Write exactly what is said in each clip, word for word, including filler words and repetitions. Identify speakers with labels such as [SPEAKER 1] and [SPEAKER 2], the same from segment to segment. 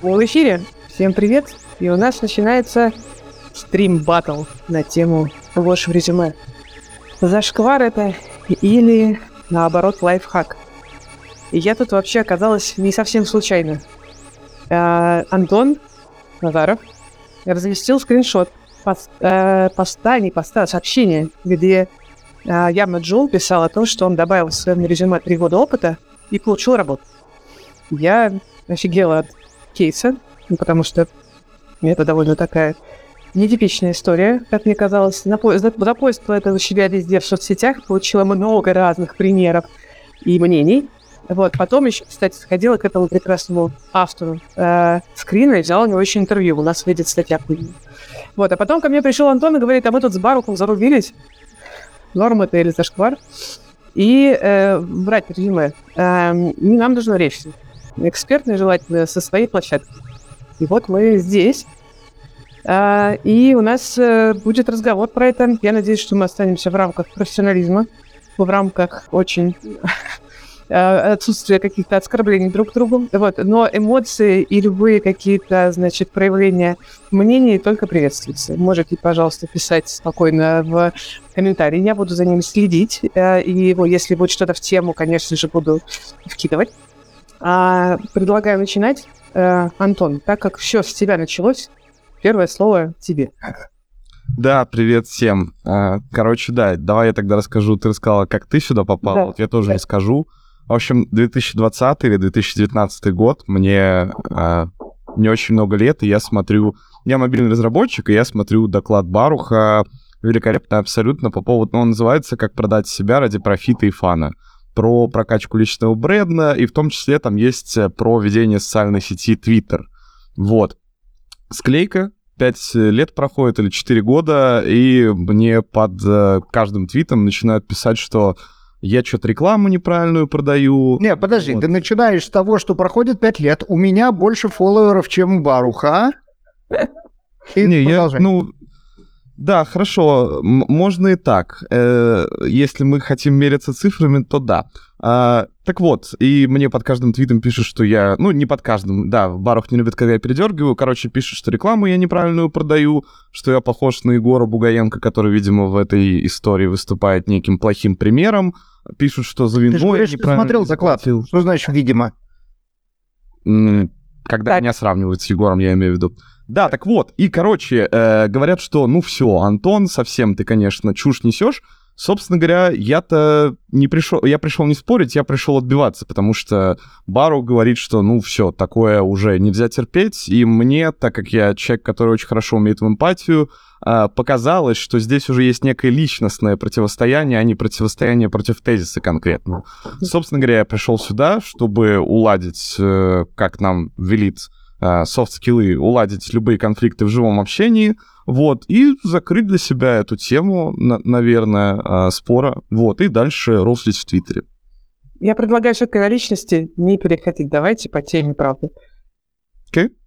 [SPEAKER 1] Мы в эфире. Всем привет. И у нас начинается стрим-баттл на тему «Ложь в резюме». Зашквар это или, наоборот, лайфхак. И я тут вообще оказалась не совсем случайно. А, Антон Назаров разместил скриншот пост, а, поста, не поста, сообщения, где а, явно Джул писал о том, что он добавил в своем резюме три года опыта и получил работу. Я офигела от кейса, ну, потому что это довольно такая нетипичная история, как мне казалось. Запостила это у себя везде в соцсетях, получила много разных примеров и мнений. Вот. Потом еще, кстати, сходила к этому прекрасному автору э, скрина и взяла у него еще интервью. У нас выйдет статья по нему. Вот. А потом ко мне пришел Антон и говорит, а мы тут с Барухом зарубились. Норм это или зашквар. И э, брать резюме. Э, нам нужно речь. Экспертные, желательно, со своей площадки. И вот мы здесь. А, и у нас а, будет разговор про это. Я надеюсь, что мы останемся в рамках профессионализма, в рамках очень а, отсутствия каких-то оскорблений друг к другу. Вот. Но эмоции и любые какие-то, значит, проявления мнений только приветствуются. Можете, пожалуйста, писать спокойно в комментарии. Я буду за ними следить. А, и ну, если будет что-то в тему, конечно же, буду вкидывать. А, предлагаю начинать. А, Антон, так как все с тебя началось, первое слово тебе.
[SPEAKER 2] Да, привет всем. Короче, да, давай я тогда расскажу. Ты рассказала, как ты сюда попал, да. Вот я тоже да. расскажу. В общем, две тысячи двадцатый или две тысячи девятнадцатый год, мне не очень много лет, и я смотрю... Я мобильный разработчик, и я смотрю доклад Баруха, великолепно абсолютно, по поводу... Ну, он называется «Как продать себя ради профита и фана». Про прокачку личного бренда, и в том числе там есть про ведение социальной сети Twitter. Вот. Склейка, пять лет проходит или четыре года, и мне под э, каждым твитом начинают писать, что я что-то рекламу неправильную продаю.
[SPEAKER 3] Не, подожди, вот. Ты начинаешь с того, что проходит пять лет, у меня больше фолловеров, чем у Баруха.
[SPEAKER 2] И Не, я, ну, да, хорошо, м- можно и так. Э, если мы хотим мериться цифрами, то да. А, так вот, и мне под каждым твитом пишут, что я... Ну, не под каждым, да, Барух не любит, когда я передергиваю. Короче, пишут, что рекламу я неправильную продаю, что я похож на Егора Бугаенко, который, видимо, в этой истории выступает неким плохим примером. Пишут, что за вино...
[SPEAKER 3] Ты же говоришь, что смотрел заклад. Что значит «видимо»?
[SPEAKER 2] Когда так. меня сравнивают с Егором, я имею в виду. Да, так вот, и, короче, э, говорят, что, ну все, Антон, совсем ты, конечно, чушь несешь. Собственно говоря, я-то не пришел, я пришел не спорить, я пришел отбиваться, потому что Бару говорит, что, ну все, такое уже нельзя терпеть, и мне, так как я человек, который очень хорошо умеет в эмпатию, э, показалось, что здесь уже есть некое личностное противостояние, а не противостояние против тезиса конкретно. Собственно говоря, я пришел сюда, чтобы уладить, э, как нам велит софт-скиллы, уладить любые конфликты в живом общении, вот, и закрыть для себя эту тему, на- наверное, спора, вот, и дальше рослить в Твиттере.
[SPEAKER 1] Я предлагаю все-таки на личности не переходить. Давайте по теме, правда.
[SPEAKER 2] Окей. Okay.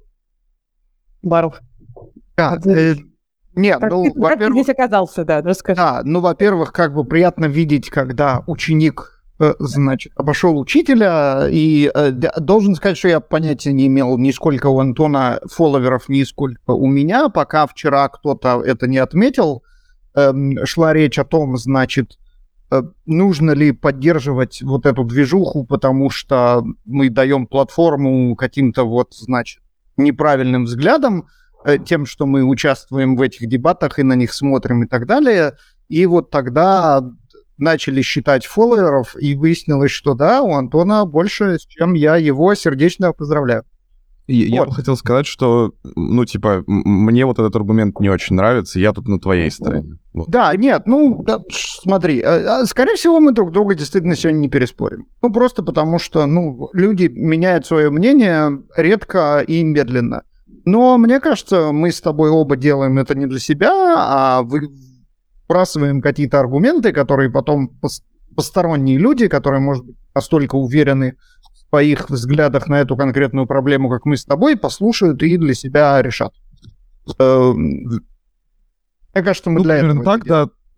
[SPEAKER 1] Барух.
[SPEAKER 3] Да, э, нет,
[SPEAKER 1] как
[SPEAKER 3] ну,
[SPEAKER 1] ты,
[SPEAKER 3] во-первых...
[SPEAKER 1] Как ты здесь оказался, да, расскажи.
[SPEAKER 3] Да, ну, во-первых, как бы приятно видеть, когда ученик... Значит, обошел учителя, и э, должен сказать, что я понятия не имел нисколько у Антона фолловеров, нисколько у меня, пока вчера кто-то это не отметил. Э, шла речь о том, значит, э, нужно ли поддерживать вот эту движуху, потому что мы даем платформу каким-то вот, значит, неправильным взглядам, э, тем, что мы участвуем в этих дебатах и на них смотрим и так далее. И вот тогда... начали считать фолловеров, и выяснилось, что да, у Антона больше, с чем я его сердечно поздравляю.
[SPEAKER 2] Я вот. бы хотел сказать, что, ну, типа, мне вот этот аргумент не очень нравится, я тут на твоей стороне. Вот.
[SPEAKER 3] Да, нет, ну, да, смотри, скорее всего, мы друг друга действительно сегодня не переспорим. Ну, просто потому что, ну, люди меняют свое мнение редко и медленно. Но мне кажется, мы с тобой оба делаем это не для себя, а вы... вбрасываем какие-то аргументы, которые потом посторонние люди, которые, может быть, настолько уверены в своих взглядах на эту конкретную проблему, как мы с тобой, послушают и для себя решат. Мне кажется, мы
[SPEAKER 2] ну,
[SPEAKER 3] для этого...
[SPEAKER 2] так, да.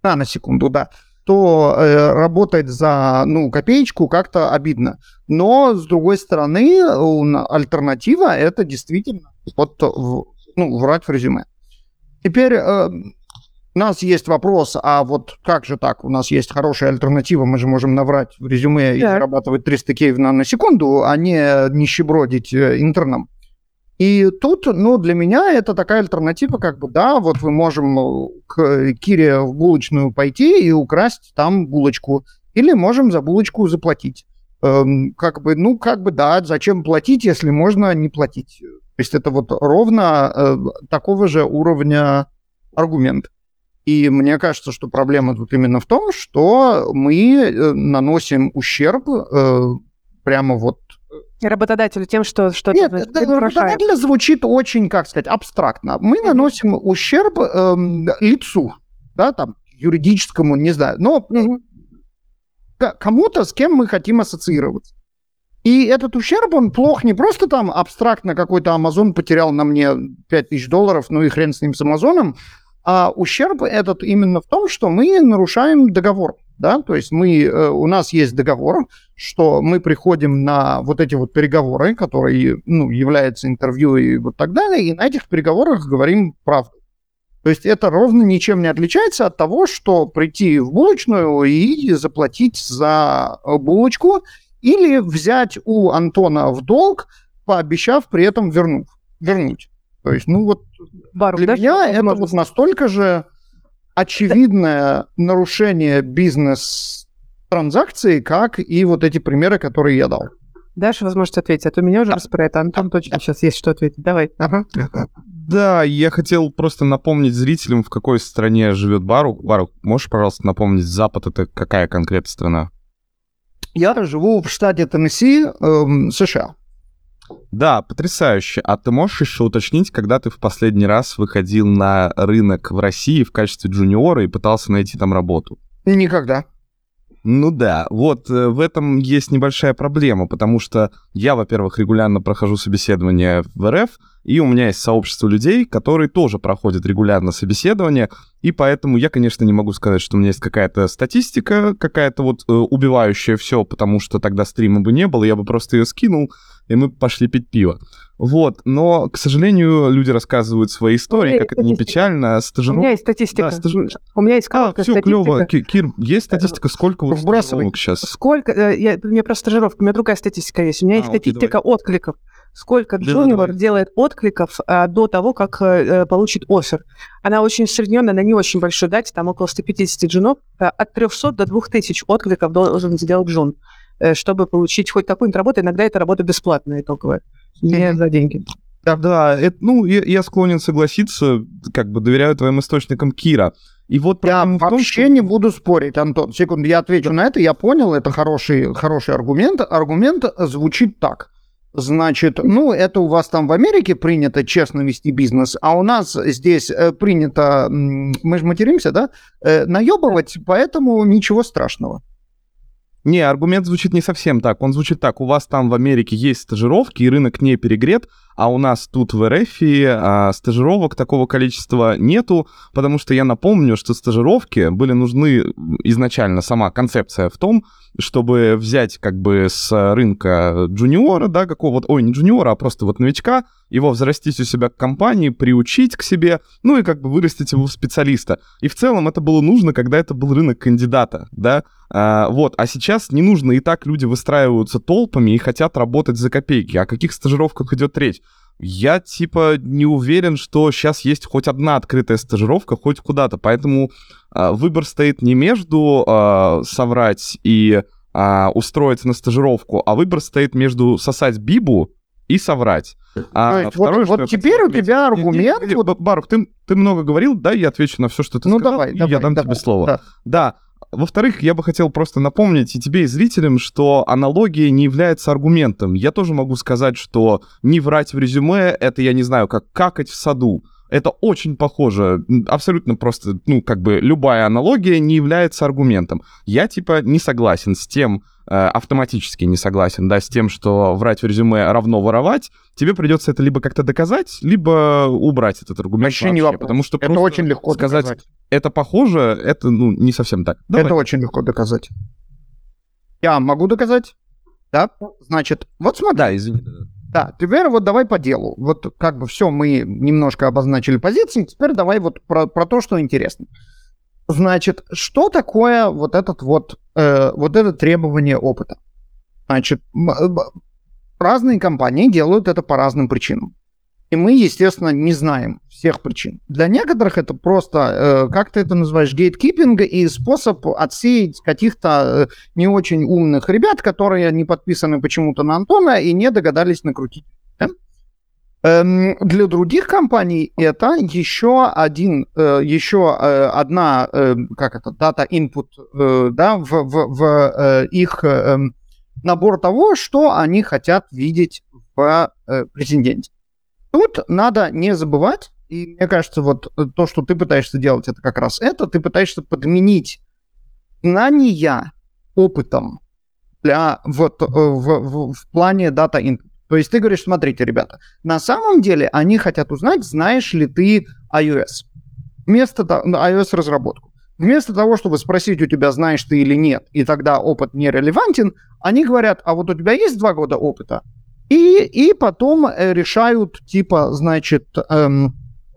[SPEAKER 3] наносекунду, да, то э, работать за, ну, копеечку как-то обидно. Но, с другой стороны, альтернатива — это действительно вот, ну, врать в резюме. Теперь э, у нас есть вопрос, а вот как же так? У нас есть хорошая альтернатива, мы же можем наврать в резюме и зарабатывать триста кей в наносекунду, а не нищебродить интерном. И тут, ну, для меня это такая альтернатива, как бы, да, вот мы можем к Кире в булочную пойти и украсть там булочку, или можем за булочку заплатить. Эм, как бы, ну, как бы, да, зачем платить, если можно не платить? То есть это вот ровно э, такого же уровня аргумент. И мне кажется, что проблема тут именно в том, что мы э, наносим ущерб э, прямо вот
[SPEAKER 1] работодателю тем, что что-то...
[SPEAKER 3] Нет, работодатель звучит очень, как сказать, абстрактно. Мы наносим ущерб э, лицу, да, там, юридическому, не знаю, но mm-hmm. кому-то, с кем мы хотим ассоциироваться. И этот ущерб, он плох не просто там абстрактно какой-то Amazon потерял на мне пять тысяч долларов, ну и хрен с ним с Амазоном, а ущерб этот именно в том, что мы нарушаем договор. Да? То есть мы, у нас есть договор, что мы приходим на вот эти вот переговоры, которые, ну, являются интервью и вот так далее, и на этих переговорах говорим правду. То есть это ровно ничем не отличается от того, что прийти в булочную и заплатить за булочку или взять у Антона в долг, пообещав при этом вернуть. вернуть. То есть, ну вот
[SPEAKER 1] Бару,
[SPEAKER 3] для
[SPEAKER 1] да,
[SPEAKER 3] меня это вот настолько же очевидное нарушение бизнес-транзакции, как и вот эти примеры, которые я дал.
[SPEAKER 1] Даша, возможность ответить, а то меня уже распирает, а Антон точно сейчас есть что ответить. Давай.
[SPEAKER 3] Ага.
[SPEAKER 2] Да, я хотел просто напомнить зрителям, в какой стране живет Барух. Барух, можешь, пожалуйста, напомнить, Запад — это какая конкретно страна?
[SPEAKER 3] Я живу в штате Теннесси, эм, США.
[SPEAKER 2] Да, потрясающе. А ты можешь еще уточнить, когда ты в последний раз выходил на рынок в России в качестве джуниора и пытался найти там работу?
[SPEAKER 3] Никогда.
[SPEAKER 2] Ну да, вот в этом есть небольшая проблема, потому что я, во-первых, регулярно прохожу собеседования в эр эф, и у меня есть сообщество людей, которые тоже проходят регулярно собеседования, и поэтому я, конечно, не могу сказать, что у меня есть какая-то статистика, какая-то вот э, убивающая все, потому что тогда стрима бы не было, я бы просто ее скинул, и мы пошли пить пиво. Вот, но, к сожалению, люди рассказывают свои истории, как это не печально. Стажировка...
[SPEAKER 1] У меня есть статистика.
[SPEAKER 2] Да, стаж...
[SPEAKER 1] У меня есть короткая
[SPEAKER 2] а, все,
[SPEAKER 1] статистика.
[SPEAKER 2] Клево. Кир, есть статистика, сколько вот стажировок сейчас?
[SPEAKER 1] Сколько? Я, у меня просто стажировка, у меня другая статистика есть. У меня а, есть окей, статистика давай. Откликов. Сколько да, джуниор делает откликов а, до того, как а, получит оффер. Она очень усредненная, на не очень большой дате, там около сто пятьдесят джунов, а, от трехсот до двух тысяч откликов должен сделать джун, чтобы получить хоть какую-нибудь работу. Иногда это работа бесплатная итоговая, не mm-hmm. за деньги.
[SPEAKER 2] Да, да, это, ну, я, я склонен согласиться, как бы доверяю твоим источникам, Кира. И вот
[SPEAKER 3] я вообще том, что... не буду спорить, Антон. Секунду, я отвечу да. на это. Я понял, это хороший, хороший аргумент. Аргумент звучит так. Значит, ну, это у вас там в Америке принято честно вести бизнес, а у нас здесь э, принято, мы же материмся, да, э, наебывать, поэтому ничего страшного.
[SPEAKER 2] Не, аргумент звучит не совсем так. Он звучит так. У вас там в Америке есть стажировки, и рынок не перегрет, а у нас тут в эр эф а, стажировок такого количества нету, потому что я напомню, что стажировки были нужны изначально, сама концепция в том, чтобы взять как бы с рынка джуниора, да, какого-то, ой, не джуниора, а просто вот новичка, его взрастить у себя к компании, приучить к себе, ну и как бы вырастить его в специалиста. И в целом это было нужно, когда это был рынок кандидата, да, а, вот, а сейчас не нужно, и так люди выстраиваются толпами и хотят работать за копейки. О каких стажировках идет речь? Я, типа, не уверен, что сейчас есть хоть одна открытая стажировка хоть куда-то, поэтому э, выбор стоит не между э, соврать и э, устроиться на стажировку, а выбор стоит между сосать бибу и соврать. А,
[SPEAKER 3] а второе, вот вот теперь у тебя аргумент...
[SPEAKER 2] И, и, вот... Барух, ты, ты много говорил, да, я отвечу на все, что ты
[SPEAKER 3] ну,
[SPEAKER 2] сказал,
[SPEAKER 3] давай,
[SPEAKER 2] и
[SPEAKER 3] давай,
[SPEAKER 2] я дам
[SPEAKER 3] давай,
[SPEAKER 2] тебе слово.
[SPEAKER 3] Да.
[SPEAKER 2] да. Во-вторых, я бы хотел просто напомнить и тебе, и зрителям, что аналогия не является аргументом. Я тоже могу сказать, что не врать в резюме — это, я не знаю, как какать в саду. Это очень похоже. Абсолютно просто, ну, как бы любая аналогия не является аргументом. Я, типа, не согласен с тем, э, автоматически не согласен, да, с тем, что врать в резюме равно воровать. Тебе придется это либо как-то доказать, либо убрать этот аргумент
[SPEAKER 3] Вообще,
[SPEAKER 2] вообще.
[SPEAKER 3] не вопрос.
[SPEAKER 2] Потому что
[SPEAKER 3] это очень легко
[SPEAKER 2] сказать,
[SPEAKER 3] доказать.
[SPEAKER 2] Это похоже, это, ну, не совсем так. Давай.
[SPEAKER 3] Это очень легко доказать. Я могу доказать? Да? Значит, вот смотри.
[SPEAKER 2] Да, извини.
[SPEAKER 3] Да, теперь вот давай по делу. Вот как бы все, мы немножко обозначили позиции, теперь давай вот про, про то, что интересно. Значит, что такое вот этот вот, э, вот это требование опыта? Значит, разные компании делают это по разным причинам. И мы, естественно, не знаем всех причин. Для некоторых это просто, э, как ты это называешь, гейткипинг и способ отсеять каких-то э, не очень умных ребят, которые не подписаны почему-то на Антона и не догадались накрутить. Да? Эм, для других компаний это еще один, э, еще э, одна, э, как это, data input, э, да, в, в, в э, их э, набор того, что они хотят видеть в э, претенденте. Тут надо не забывать, и мне кажется, вот то, что ты пытаешься делать, это как раз это, ты пытаешься подменить знания опытом для, вот, в, в, в плане data input. То есть ты говоришь, смотрите, ребята, на самом деле они хотят узнать, знаешь ли ты iOS. Вместо того, iOS-разработку. Вместо того, чтобы спросить у тебя, знаешь ты или нет, и тогда опыт не релевантен, они говорят, а вот у тебя есть два года опыта? И, и потом э, решают, типа, значит, эм,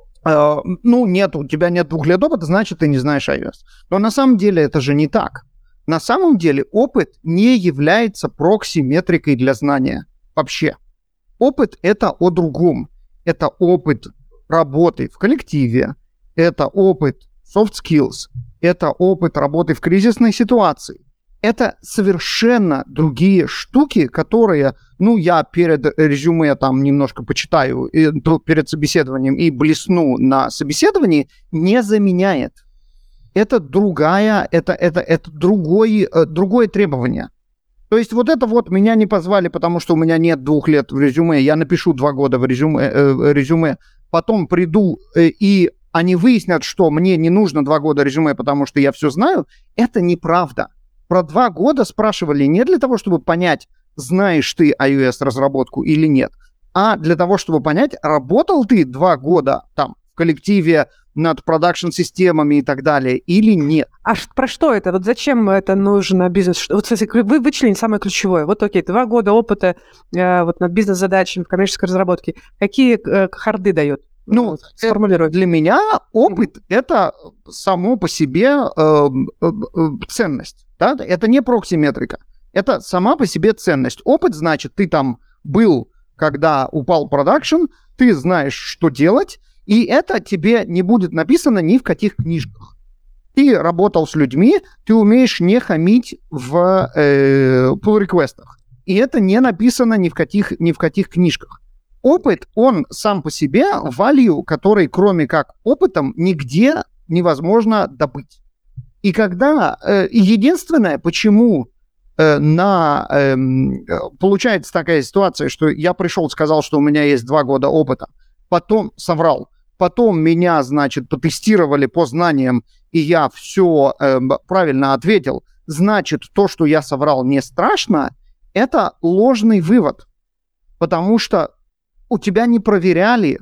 [SPEAKER 3] э, ну, нет, у тебя нет двух лет опыта, значит, ты не знаешь iOS. Но на самом деле это же не так. На самом деле опыт не является прокси-метрикой для знания вообще. Опыт — это о другом. Это опыт работы в коллективе, это опыт soft skills, это опыт работы в кризисной ситуации. Это совершенно другие штуки, которые, ну, я перед резюме там немножко почитаю, и, перед собеседованием и блесну на собеседовании, не заменяет. Это другая, это, это, это другой, другое требование. То есть вот это вот меня не позвали, потому что у меня нет двух лет в резюме, я напишу два года в резюме, э, резюме потом приду э, и они выяснят, что мне не нужно два года резюме, потому что я все знаю, это неправда. Про два года спрашивали не для того, чтобы понять, знаешь ты iOS-разработку или нет, а для того, чтобы понять, работал ты два года там в коллективе над продакшн-системами и так далее или нет.
[SPEAKER 1] А про что это? Вот зачем это нужно бизнес? Вот, кстати, вы вычленили самое ключевое. Вот, окей, два года опыта э, вот над бизнес-задачами в коммерческой разработке. Какие э, харды дает?
[SPEAKER 3] Ну, сформулировать. Для меня опыт — это само по себе э, э, ценность. Да? Это не прокси-метрика. Это сама по себе ценность. Опыт значит, ты там был, когда упал продакшн, ты знаешь, что делать, и это тебе не будет написано ни в каких книжках. Ты работал с людьми, ты умеешь не хамить в э, pull-реквестах. И это не написано ни в каких, ни в каких книжках. Опыт, он сам по себе value, который кроме как опытом нигде невозможно добыть. И когда э, единственное, почему э, на, э, получается такая ситуация, что я пришел, сказал, что у меня есть два года опыта, потом соврал, потом меня, значит, потестировали по знаниям, и я все э, правильно ответил, значит, то, что я соврал, не страшно, это ложный вывод, потому что у тебя не проверяли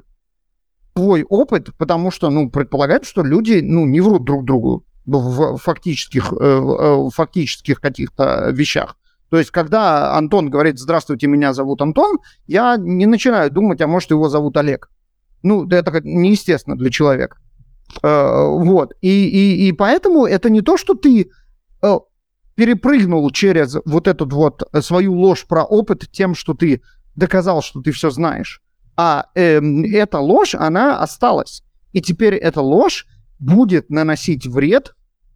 [SPEAKER 3] твой опыт, потому что, ну, предполагают, что люди, ну, не врут друг другу в фактических, э, в фактических каких-то вещах. То есть, когда Антон говорит «Здравствуйте, меня зовут Антон», я не начинаю думать, а может, его зовут Олег. Ну, это неестественно для человека. Э, вот. И, и, и поэтому это не то, что ты э, перепрыгнул через вот эту вот свою ложь про опыт тем, что ты доказал, что ты все знаешь. А э, эта ложь, она осталась. И теперь эта ложь будет наносить вред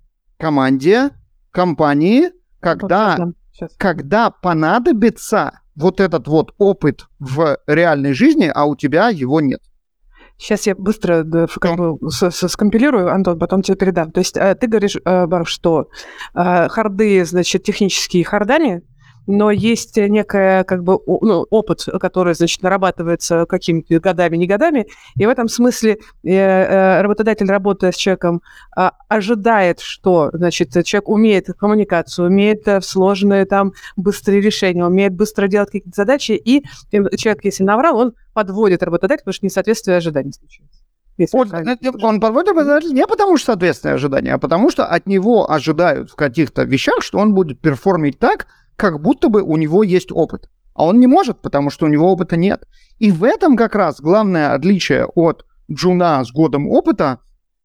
[SPEAKER 3] команде, компании, когда, когда понадобится вот этот вот опыт в реальной жизни, а у тебя его нет.
[SPEAKER 1] Сейчас я быстро да, как бы, скомпилирую, Антон, потом тебе передам. То есть ты говоришь, Баруш, что харды, значит, технические хардани, но есть некая, как бы, ну, опыт, который, значит, нарабатывается какими-то годами, не годами, и в этом смысле э, э, работодатель, работая с человеком, э, ожидает, что, значит, человек умеет коммуникацию, умеет э, сложные, там, быстрые решения, умеет быстро делать какие-то задачи, и человек, если наврал, он подводит работодателя, потому что несоответствие ожиданий случается.
[SPEAKER 3] Он, он подводит работодателя не потому, что соответствие ожидания, а потому, что от него ожидают в каких-то вещах, что он будет перформить так, как будто бы у него есть опыт. А он не может, потому что у него опыта нет. И в этом как раз главное отличие от джуна с годом опыта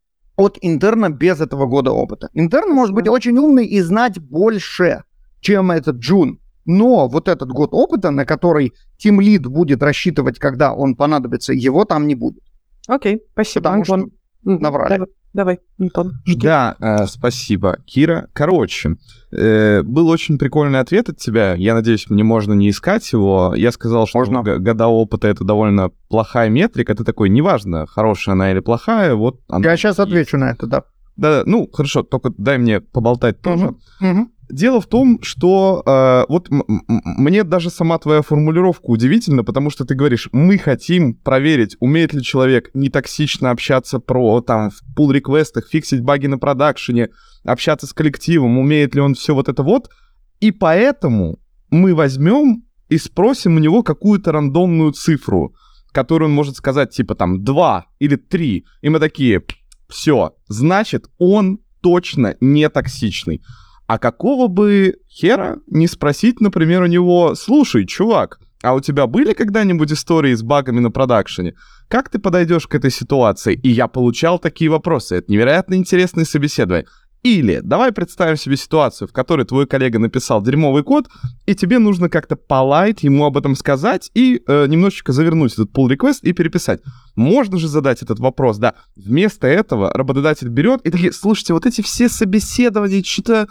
[SPEAKER 3] от интерна без этого года опыта. Интерн может быть очень умный и знать больше, чем этот джун. Но вот этот год опыта, на который тимлид будет рассчитывать, когда он понадобится, его там не будет.
[SPEAKER 1] Окей, спасибо,
[SPEAKER 3] Потому
[SPEAKER 1] Антон.
[SPEAKER 3] что наврали.
[SPEAKER 1] Давай, давай, Антон. Жги.
[SPEAKER 2] Да, э, спасибо, Кира. Короче, э, был очень прикольный ответ от тебя. Я надеюсь, мне можно не искать его. Я сказал, что
[SPEAKER 3] Можно.
[SPEAKER 2] г- года опыта — это довольно плохая метрика. Ты такой, неважно, хорошая она или плохая. Вот она
[SPEAKER 3] Я сейчас
[SPEAKER 2] есть.
[SPEAKER 3] отвечу на это, да.
[SPEAKER 2] Да, ну, хорошо, только дай мне поболтать тоже.
[SPEAKER 3] Мгм.
[SPEAKER 2] Дело в том, что э, вот м- м- мне даже сама твоя формулировка удивительна, потому что ты говоришь, мы хотим проверить, умеет ли человек нетоксично общаться про, там, в пул-реквестах, фиксить баги на продакшене, общаться с коллективом, умеет ли он все вот это вот, и поэтому мы возьмем и спросим у него какую-то рандомную цифру, которую он может сказать, типа, там, два или три, и мы такие, все, значит, он точно не токсичный. А какого бы хера не спросить, например, у него, слушай, чувак, а у тебя были когда-нибудь истории с багами на продакшене? Как ты подойдешь к этой ситуации? И я получал такие вопросы. Это невероятно интересные собеседования. Или давай представим себе ситуацию, в которой твой коллега написал дерьмовый код, и тебе нужно как-то полайт ему об этом сказать и э, немножечко завернуть этот pull request и переписать. Можно же задать этот вопрос, да. Вместо этого работодатель берет и такие, слушайте, вот эти все собеседования, что-то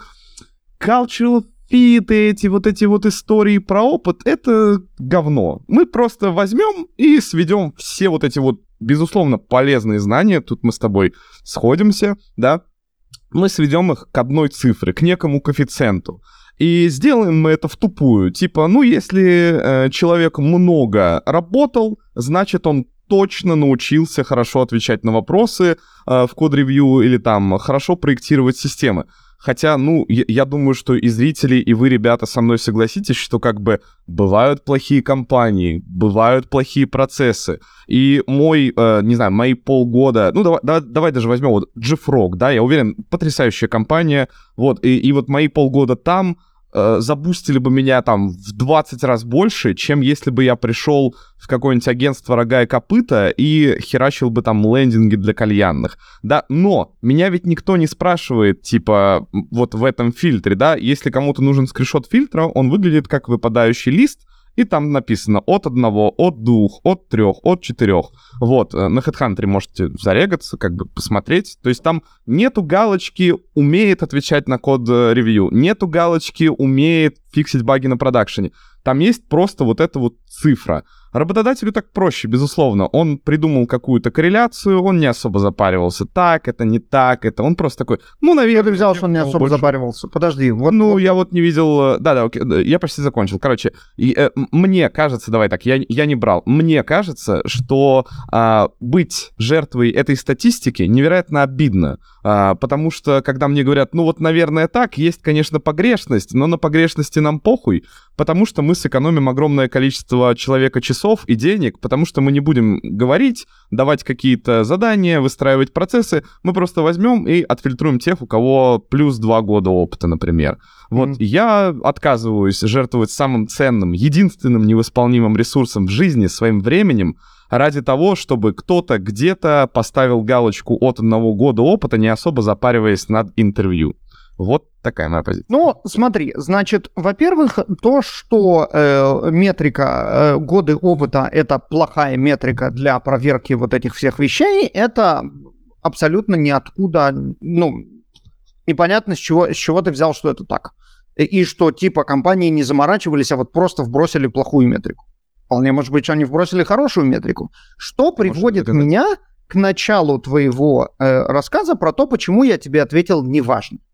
[SPEAKER 2] cultural fit, эти вот эти вот истории про опыт, это говно. Мы просто возьмем и сведем все вот эти вот, безусловно, полезные знания, тут мы с тобой сходимся, да, мы сведем их к одной цифре, к некому коэффициенту. И сделаем мы это в тупую. Типа, ну, если э, человек много работал, значит, он точно научился хорошо отвечать на вопросы э, в код-ревью или там хорошо проектировать системы. Хотя, ну, я, я думаю, что и зрители, и вы, ребята, со мной согласитесь, что как бы бывают плохие компании, бывают плохие процессы. И мой, э, не знаю, мои полгода... Ну, давай, давай, давай даже возьмем вот JFrog, да, я уверен, потрясающая компания. Вот, и, и вот мои полгода там э, забустили бы меня там в двадцать раз больше, чем если бы я пришел в какое-нибудь агентство «Рога и копыта» и херачил бы там лендинги для кальянных, да, но меня ведь никто не спрашивает, типа, вот в этом фильтре, да, если кому-то нужен скриншот фильтра, он выглядит как выпадающий лист, и там написано от одного, от двух, от трех, от четырех. Вот, на HeadHunter можете зарегаться, как бы посмотреть. То есть там нету галочки «умеет отвечать на код-ревью», нету галочки «умеет фиксить баги на продакшене». Там есть просто вот эта вот цифра. Работодателю так проще, безусловно. Он придумал какую-то корреляцию, он не особо запаривался. Так, это не так, это... Он просто такой, ну, наверное...
[SPEAKER 3] Ты взял, что он не особо
[SPEAKER 2] больше...
[SPEAKER 3] запаривался. Подожди, вот...
[SPEAKER 2] Ну,
[SPEAKER 3] вот.
[SPEAKER 2] я вот не видел... Да-да, окей, я почти закончил. Короче, и, э, мне кажется, давай так, я, я не брал. Мне кажется, что э, быть жертвой этой статистики невероятно обидно. Э, потому что, когда мне говорят, ну вот, наверное, так, есть, конечно, погрешность, но на погрешности нам похуй, потому что мы сэкономим огромное количество человека часов и денег, потому что мы не будем говорить, давать какие-то задания, выстраивать процессы, мы просто возьмем и отфильтруем тех, у кого плюс два года опыта, например. Вот mm-hmm. я отказываюсь жертвовать самым ценным, единственным невосполнимым ресурсом в жизни, своим временем, ради того, чтобы кто-то где-то поставил галочку от одного года опыта, не особо запариваясь над интервью. Вот такая моя позиция.
[SPEAKER 3] Ну, смотри, значит, во-первых, то, что э, метрика, э, годы опыта — это плохая метрика для проверки вот этих всех вещей, это абсолютно ниоткуда, ну, непонятно, с чего, с чего ты взял, что это так. И, и что, типа, компании не заморачивались, а вот просто вбросили плохую метрику. Вполне может быть, что они вбросили хорошую метрику. Что приводит меня к началу твоего э, рассказа про то, почему я тебе ответил «неважно».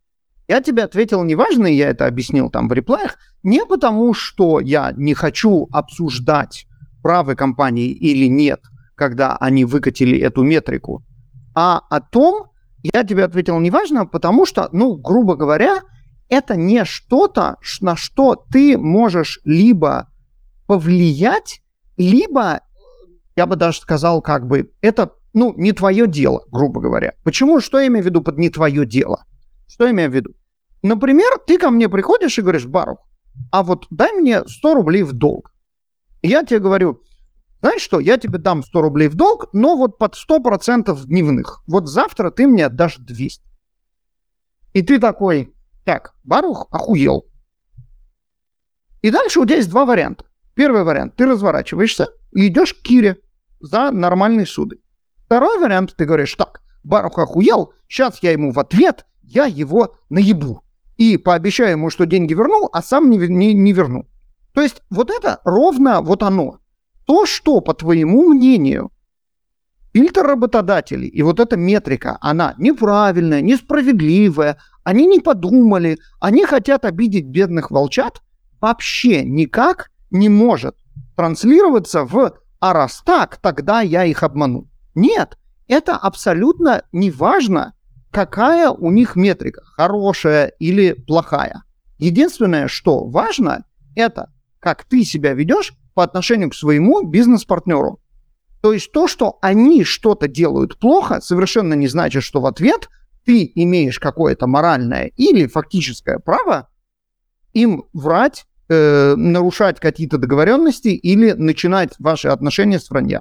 [SPEAKER 3] Я тебе ответил неважно, и я это объяснил там в реплаях, не потому, что я не хочу обсуждать, правы компании или нет, когда они выкатили эту метрику, а о том, я тебе ответил неважно, потому что, ну, грубо говоря, это не что-то, на что ты можешь либо повлиять, либо, я бы даже сказал, как бы, это, ну, не твое дело, грубо говоря. Почему? Что я имею в виду под «не твое дело»? Что я имею в виду? Например, ты ко мне приходишь и говоришь: Барух, а вот дай мне сто рублей в долг. И я тебе говорю: знаешь что, я тебе дам сто рублей в долг, но вот под сто процентов дневных. Вот завтра ты мне отдашь двести. И ты такой: так, Барух охуел. И дальше у тебя есть два варианта. Первый вариант: ты разворачиваешься и идешь к Кире за нормальной судой. Второй вариант: ты говоришь: так, Барух охуел, сейчас я ему в ответ, я его наебу. И пообещаю ему, что деньги верну, а сам не, не, не верну. То есть вот это ровно вот оно. То, что, по твоему мнению, фильтр работодателей и вот эта метрика, она неправильная, несправедливая, они не подумали, они хотят обидеть бедных волчат, вообще никак не может транслироваться в «а раз так, тогда я их обману». Нет, это абсолютно не важно, какая у них метрика, хорошая или плохая. Единственное, что важно, это как ты себя ведешь по отношению к своему бизнес-партнеру. То есть то, что они что-то делают плохо, совершенно не значит, что в ответ ты имеешь какое-то моральное или фактическое право им врать, э, нарушать какие-то договоренности или начинать ваши отношения с вранья.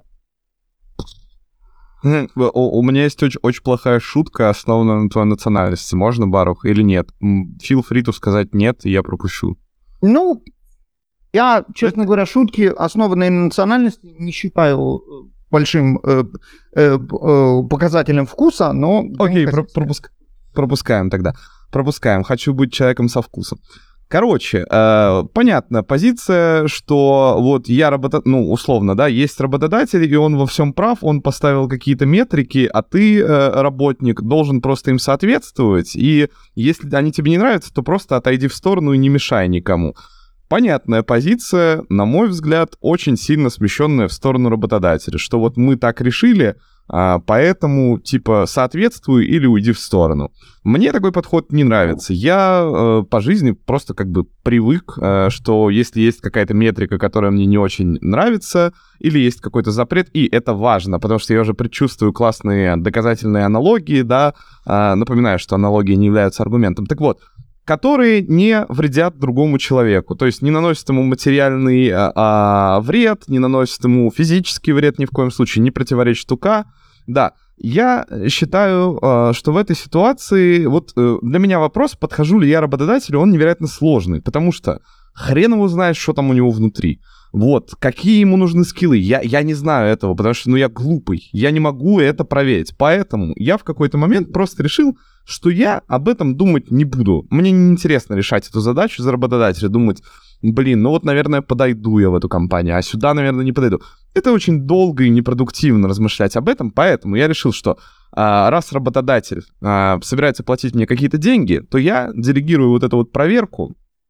[SPEAKER 2] У, у меня есть очень, очень плохая шутка, основанная на твоей национальности. Можно, Барух, или нет? Feel free to сказать нет, и я пропущу.
[SPEAKER 3] Ну, я, честно говоря, шутки, основанные на национальности, не считаю большим э, э, э, показателем вкуса, но...
[SPEAKER 2] Окей, про- пропуск... пропускаем тогда. Пропускаем. Хочу быть человеком со вкусом. Короче, э, понятно, позиция, что вот я работодатель, ну, условно, да, есть работодатель, и он во всем прав, он поставил какие-то метрики, а ты, э, работник, должен просто им соответствовать, и если они тебе не нравятся, то просто отойди в сторону и не мешай никому. Понятная позиция, на мой взгляд, очень сильно смещенная в сторону работодателя, что вот мы так решили, а, поэтому, типа, соответствуй или уйди в сторону. Мне такой подход не нравится. Я э, по жизни просто как бы привык, э, что если есть какая-то метрика, которая мне не очень нравится, или есть какой-то запрет, и это важно, потому что я уже предчувствую классные доказательные аналогии, да, э, напоминаю, что аналогии не являются аргументом. Так вот, которые не вредят другому человеку, то есть не наносят ему материальный а, а, вред, не наносят ему физический вред ни в коем случае, не противоречат УК. Да, я считаю, а, что в этой ситуации, вот для меня вопрос, подхожу ли я работодателю, он невероятно сложный, потому что хрен его знает, что там у него внутри. Вот, какие ему нужны скиллы, я, я не знаю этого, потому что, ну, я глупый, я не могу это проверить, поэтому я в какой-то момент просто решил, что я об этом думать не буду. Мне не интересно решать эту задачу за работодателя, думать, блин, ну вот, наверное, подойду я в эту компанию, а сюда, наверное, не подойду. Это очень долго и непродуктивно размышлять об этом, поэтому я решил, что а, раз работодатель а, собирается платить мне какие-то деньги, то я делегирую вот эту вот проверку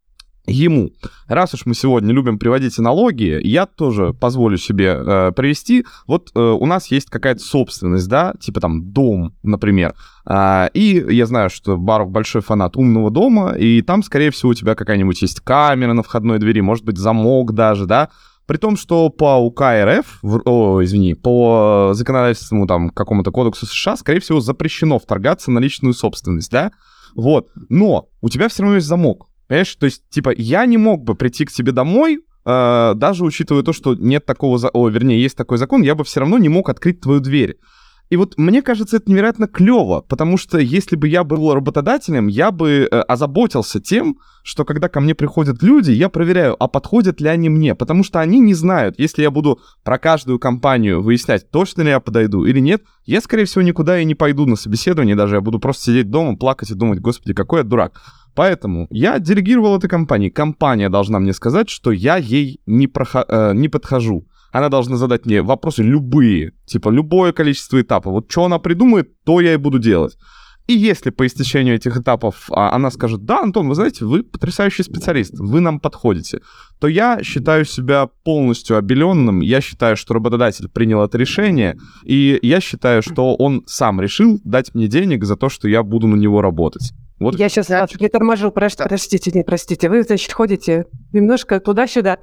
[SPEAKER 2] ему. Раз уж мы сегодня любим приводить аналогии, я тоже позволю себе э, привести. Вот э, у нас есть какая-то собственность, да, типа там дом, например. А, и я знаю, что Барух большой фанат умного дома, и там, скорее всего, у тебя какая-нибудь есть камера на входной двери, может быть, замок даже, да. При том, что по УК РФ, в, о, извини, по законодательству там какому-то кодексу США, скорее всего, запрещено вторгаться на личную собственность, да. Вот. Но у тебя все равно есть замок. Понимаешь, то есть, типа, я не мог бы прийти к тебе домой, э, даже учитывая то, что нет такого, за... о, вернее, есть такой закон, я бы все равно не мог открыть твою дверь. И вот мне кажется, это невероятно клево, потому что если бы я был работодателем, я бы э, озаботился тем, что когда ко мне приходят люди, я проверяю, а подходят ли они мне, потому что они не знают, если я буду про каждую компанию выяснять, точно ли я подойду или нет, я, скорее всего, никуда и не пойду на собеседование, даже я буду просто сидеть дома, плакать и думать, господи, какой я дурак. Поэтому я делегировал этой компании. Компания должна мне сказать, что я ей не, прохо... э, не подхожу. Она должна задать мне вопросы любые, типа любое количество этапов. Вот что она придумает, то я и буду делать. И если по истечению этих этапов а, она скажет: да, Антон, вы знаете, вы потрясающий специалист, вы нам подходите, то я считаю себя полностью обеленным, я считаю, что работодатель принял это решение, и я считаю, что он сам решил дать мне денег за то, что я буду на него работать. Вот.
[SPEAKER 1] Я сейчас вас приторможу, простите, не простите. Вы, значит, ходите немножко туда-сюда.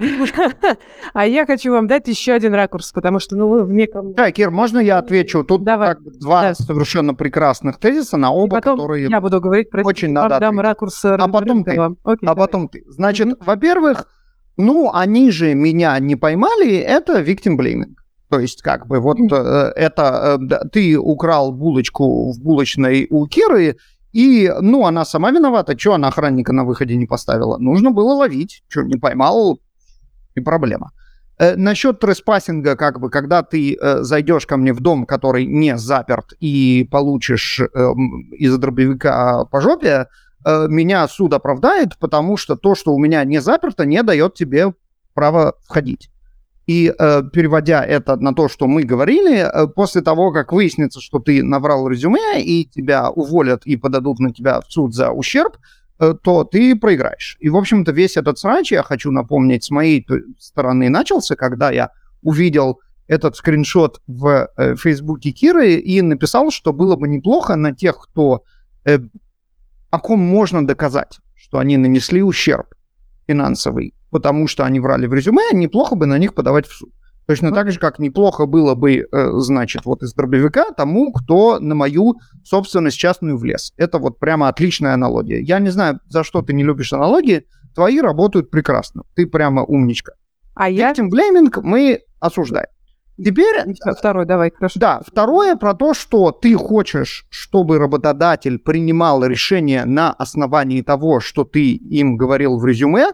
[SPEAKER 1] А я хочу вам дать еще один ракурс, потому что, ну, вы в неком...
[SPEAKER 3] Да, Кир, можно я отвечу? Тут
[SPEAKER 1] Давай.
[SPEAKER 3] как бы два
[SPEAKER 1] Да.
[SPEAKER 3] совершенно прекрасных тезиса, на оба,
[SPEAKER 1] потом
[SPEAKER 3] которые...
[SPEAKER 1] я буду говорить, простите,
[SPEAKER 3] очень
[SPEAKER 1] вам
[SPEAKER 3] надо
[SPEAKER 1] дам
[SPEAKER 3] ответить.
[SPEAKER 1] ракурс.
[SPEAKER 3] А потом ты.
[SPEAKER 1] Вам. Окей,
[SPEAKER 3] а
[SPEAKER 1] давай.
[SPEAKER 3] потом ты. Значит, mm-hmm. во-первых, ну, они же меня не поймали, это victim blaming. То есть, как бы, вот mm-hmm. э, это э, ты украл булочку в булочной у Киры, и, ну, она сама виновата. Чего она охранника на выходе не поставила? Нужно было ловить. Что, не поймал? И проблема. Э, насчет треспассинга, как бы, когда ты э, зайдешь ко мне в дом, который не заперт, и получишь э, из дробовика по жопе, э, меня суд оправдает, потому что то, что у меня не заперто, не дает тебе права входить. И э, переводя это на то, что мы говорили, э, после того, как выяснится, что ты наврал резюме, и тебя уволят и подадут на тебя в суд за ущерб, э, то ты проиграешь. И, в общем-то, весь этот срач, я хочу напомнить, с моей стороны начался, когда я увидел этот скриншот в э, Фейсбуке Киры и написал, что было бы неплохо на тех, кто, э, о ком можно доказать, что они нанесли ущерб финансовый, потому что они врали в резюме, неплохо бы на них подавать в суд. Точно так же, как неплохо было бы, э, значит, вот из дробовика тому, кто на мою собственность частную влез. Это вот прямо отличная аналогия. Я не знаю, за что ты не любишь аналогии, твои работают прекрасно. Ты прямо умничка.
[SPEAKER 1] А я...
[SPEAKER 3] Victim blaming мы осуждаем. Теперь...
[SPEAKER 1] Второй, давай, хорошо.
[SPEAKER 3] Да, второе про то, что ты хочешь, чтобы работодатель принимал решение на основании того, что ты им говорил в резюме,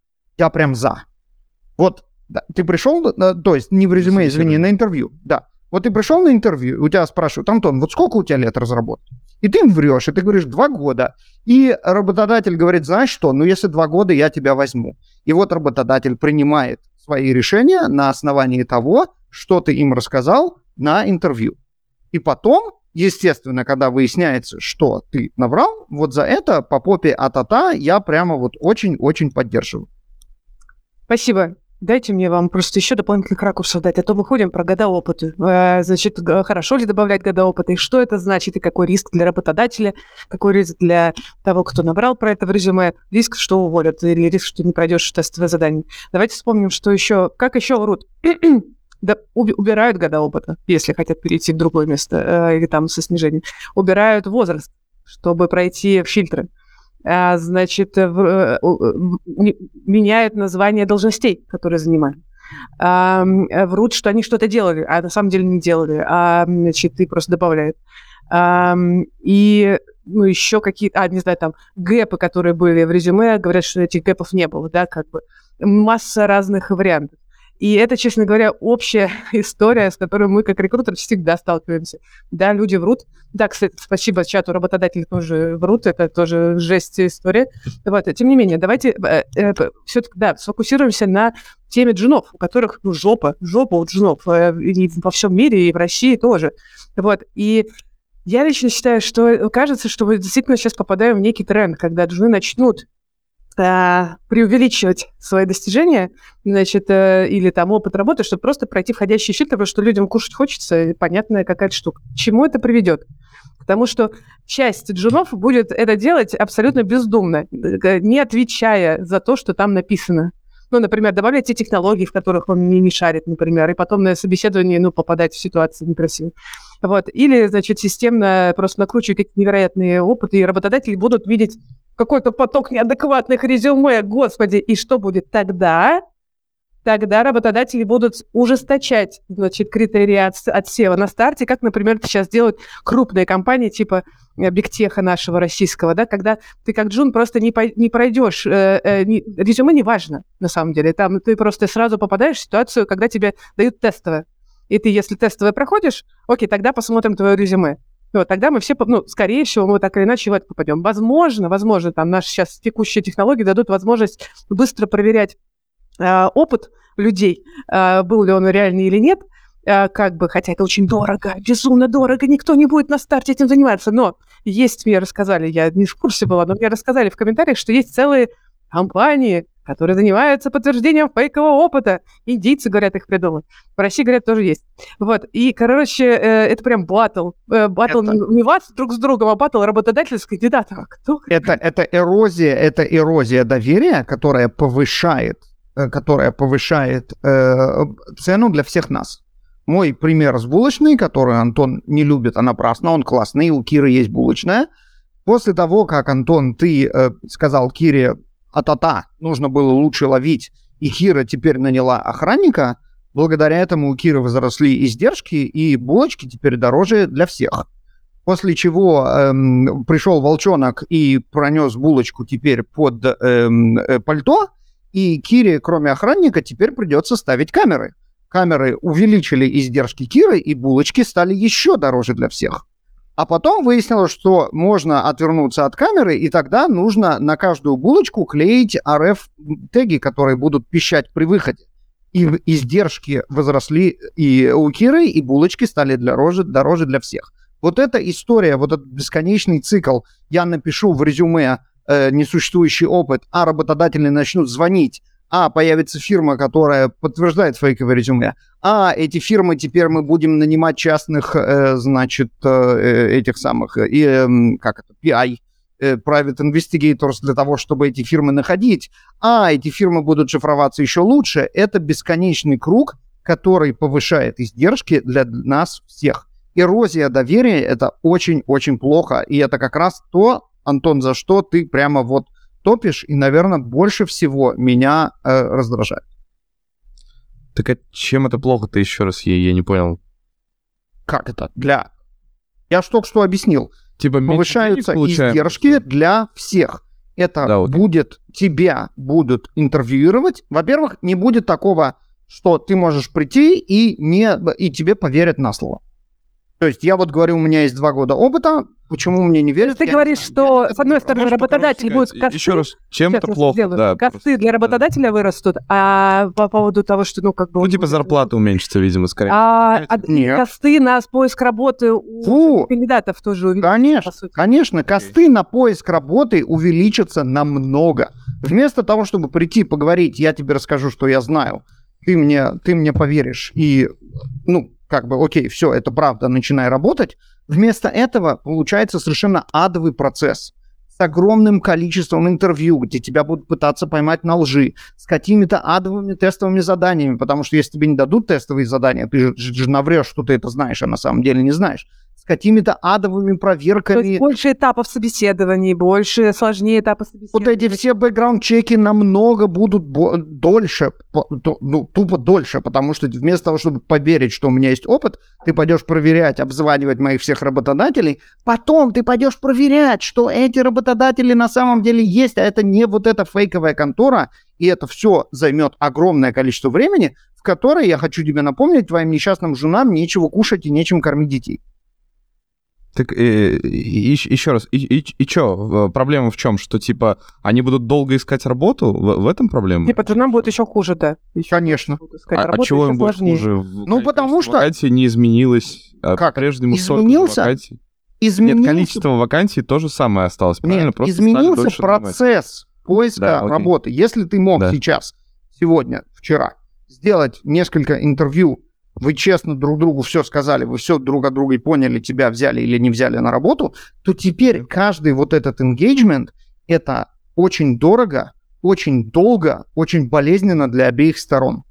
[SPEAKER 3] я прям за. Вот да, ты пришел, то есть не в резюме, извини, на интервью, да. Вот ты пришел на интервью, у тебя спрашивают: Антон, вот сколько у тебя лет разработки? И ты им врешь, и ты говоришь: два года. И работодатель говорит: знаешь что, ну если два года, я тебя возьму. И вот работодатель принимает свои решения на основании того, что ты им рассказал на интервью. И потом, естественно, когда выясняется, что ты наврал, вот за это по попе а-та-та я прямо вот очень-очень поддерживаю.
[SPEAKER 1] Спасибо. Дайте мне вам просто еще дополнительных ракурсов дать, а то мы ходим про года опыта. Значит, хорошо ли добавлять года опыта, и что это значит, и какой риск для работодателя, какой риск для того, кто набрал про это в резюме, риск, что уволят, или риск, что не пройдешь тестовое задание. Давайте вспомним, что еще, как еще врут. Да, убирают года опыта, если хотят перейти в другое место, или там со снижением. Убирают возраст, чтобы пройти в фильтры. А, значит, в, в, меняют название должностей, которые занимают. А, врут, что они что-то делали, а на самом деле не делали, а, значит, и просто добавляют. А, и, ну, еще какие-то, а, не знаю, там, гэпы, которые были в резюме, говорят, что этих гэпов не было, да, как бы. Масса разных вариантов. И это, честно говоря, общая история, с которой мы, как рекрутеры, всегда сталкиваемся. Да, люди врут. Да, кстати, спасибо чату, работодатели тоже врут, это тоже жесть история. Вот, тем не менее, давайте э, э, все-таки, да, сфокусируемся на теме джунов, у которых, ну, жопа, жопа у джунов э, и во всем мире, и в России тоже. Вот, и я лично считаю, что кажется, что мы действительно сейчас попадаем в некий тренд, когда джуны начнут Uh, преувеличивать свои достижения, значит, uh, или там опыт работы, чтобы просто пройти входящие фильтры, потому что людям кушать хочется, и понятная какая-то штука. К чему это приведет? Потому что часть джунов будет это делать абсолютно бездумно, не отвечая за то, что там написано. Ну, например, добавлять те технологии, в которых он не, не шарит, например, и потом на собеседовании, ну, попадать в ситуацию некрасивую. Вот. Или, значит, системно просто накручивать какие-то невероятные опыты, и работодатели будут видеть какой-то поток неадекватных резюме, господи, и что будет тогда? Тогда работодатели будут ужесточать, значит, критерии от, отсева на старте, как, например, сейчас делают крупные компании типа Бигтеха нашего российского, да, когда ты как джун просто не, по, не пройдешь, э, э, не, резюме не важно, на самом деле, там ты просто сразу попадаешь в ситуацию, когда тебе дают тестовое, и ты, если тестовое проходишь, окей, тогда посмотрим твое резюме. Вот, тогда мы все, ну, скорее всего, мы так или иначе в это попадем. Возможно, возможно, там наши сейчас текущие технологии дадут возможность быстро проверять э, опыт людей, э, был ли он реальный или нет, э, как бы, хотя это очень дорого, безумно дорого, никто не будет на старте этим заниматься, но есть, мне рассказали, я не в курсе была, но мне рассказали в комментариях, что есть целые компании, которые занимаются подтверждением фейкового опыта. Индийцы, говорят, их придумали. В России, говорят, тоже есть. Вот. И, короче, э, это прям батл. Э, батл это... не вас друг с другом, а батл работодателя с кандидатом. А кто?
[SPEAKER 3] Это, это эрозия, это эрозия доверия, которая повышает, которая повышает э, цену для всех нас. Мой пример с булочной, который Антон не любит, а напрасно, он классный, у Киры есть булочная. После того, как, Антон, ты э, сказал Кире, а-та-та, нужно было лучше ловить, и Кира теперь наняла охранника, благодаря этому у Киры возросли издержки, и булочки теперь дороже для всех. После чего эм, пришел волчонок и пронес булочку теперь под эм, э, пальто, и Кире, кроме охранника, теперь придется ставить камеры. Камеры увеличили издержки Киры, и булочки стали еще дороже для всех. А потом выяснилось, что можно отвернуться от камеры, и тогда нужно на каждую булочку клеить ар эф-теги, которые будут пищать при выходе. И издержки возросли и у Киры, и булочки стали дороже, дороже для всех. Вот эта история, вот этот бесконечный цикл. Я напишу в резюме э, несуществующий опыт, а работодатели начнут звонить, а появится фирма, которая подтверждает фейковое резюме, а эти фирмы теперь мы будем нанимать частных, э, значит, э, этих самых, э, э, как это, пи ай, э, Private Investigators, для того, чтобы эти фирмы находить, а эти фирмы будут шифроваться еще лучше. Это бесконечный круг, который повышает издержки для нас всех. Эрозия доверия — это очень-очень плохо, и это как раз то, Антон, за что ты прямо вот топишь, и, наверное, больше всего меня э, раздражает.
[SPEAKER 2] Так а чем это плохо-то еще раз? Я, я не понял.
[SPEAKER 3] Как это? Для... Я ж только что объяснил.
[SPEAKER 2] Типа
[SPEAKER 3] повышаются издержки для всех. Это да, будет... Тебя будут интервьюировать. Во-первых, не будет такого, что ты можешь прийти и, не... и тебе поверят на слово. То есть я вот говорю, у меня есть два года опыта, почему мне не верят?
[SPEAKER 1] Ты говоришь, что, с одной стороны, работодатель будет косты...
[SPEAKER 2] Еще раз, чем это плохо? Да,
[SPEAKER 1] косты для работодателя вырастут, а по поводу того, что, ну, как бы...
[SPEAKER 2] Ну, типа зарплата уменьшится, видимо, скорее.
[SPEAKER 1] А, а косты на поиск работы у Фу. кандидатов тоже увеличатся.
[SPEAKER 3] Конечно, конечно, косты на поиск работы увеличатся намного. Вместо того, чтобы прийти поговорить, я тебе расскажу, что я знаю, ты мне, ты мне поверишь, и, ну, как бы, окей, все, это правда, начинай работать. Вместо этого получается совершенно адовый процесс с огромным количеством интервью, где тебя будут пытаться поймать на лжи, с какими-то адовыми тестовыми заданиями, потому что если тебе не дадут тестовые задания, ты же, же наврешь, что ты это знаешь, а на самом деле не знаешь. С какими-то адовыми проверками. То
[SPEAKER 1] есть больше этапов собеседований, больше, сложнее этапы собеседований.
[SPEAKER 3] Вот эти все бэкграунд-чеки намного будут бо- дольше, по- то, ну, тупо дольше, потому что вместо того, чтобы поверить, что у меня есть опыт, ты пойдешь проверять, обзванивать моих всех работодателей, потом ты пойдешь проверять, что эти работодатели на самом деле есть, а это не вот эта фейковая контора, и это все займет огромное количество времени, в которое, я хочу тебе напомнить, твоим несчастным женам нечего кушать и нечем кормить детей.
[SPEAKER 2] Так э, и, еще раз, и, и, и что, проблема в чем? Что, типа, они будут долго искать работу? В, в этом проблема?
[SPEAKER 1] Типа, нам будет еще хуже, да. Еще
[SPEAKER 3] Конечно.
[SPEAKER 2] А, а чего им будет хуже?
[SPEAKER 3] Ну, потому что...
[SPEAKER 2] Вакансия не изменилась.
[SPEAKER 3] Как?
[SPEAKER 2] По-прежнему
[SPEAKER 3] изменился?
[SPEAKER 2] Вакансий.
[SPEAKER 3] Изменился?
[SPEAKER 2] Нет, количество вакансий то же самое осталось, правильно?
[SPEAKER 3] Нет,
[SPEAKER 2] просто
[SPEAKER 3] изменился процесс думать. поиска да, работы. Если ты мог да. сейчас, сегодня, вчера, сделать несколько интервью, вы честно друг другу все сказали, вы все друг от друга поняли, тебя взяли или не взяли на работу, то теперь каждый вот этот engagement — это очень дорого, очень долго, очень болезненно для обеих сторон.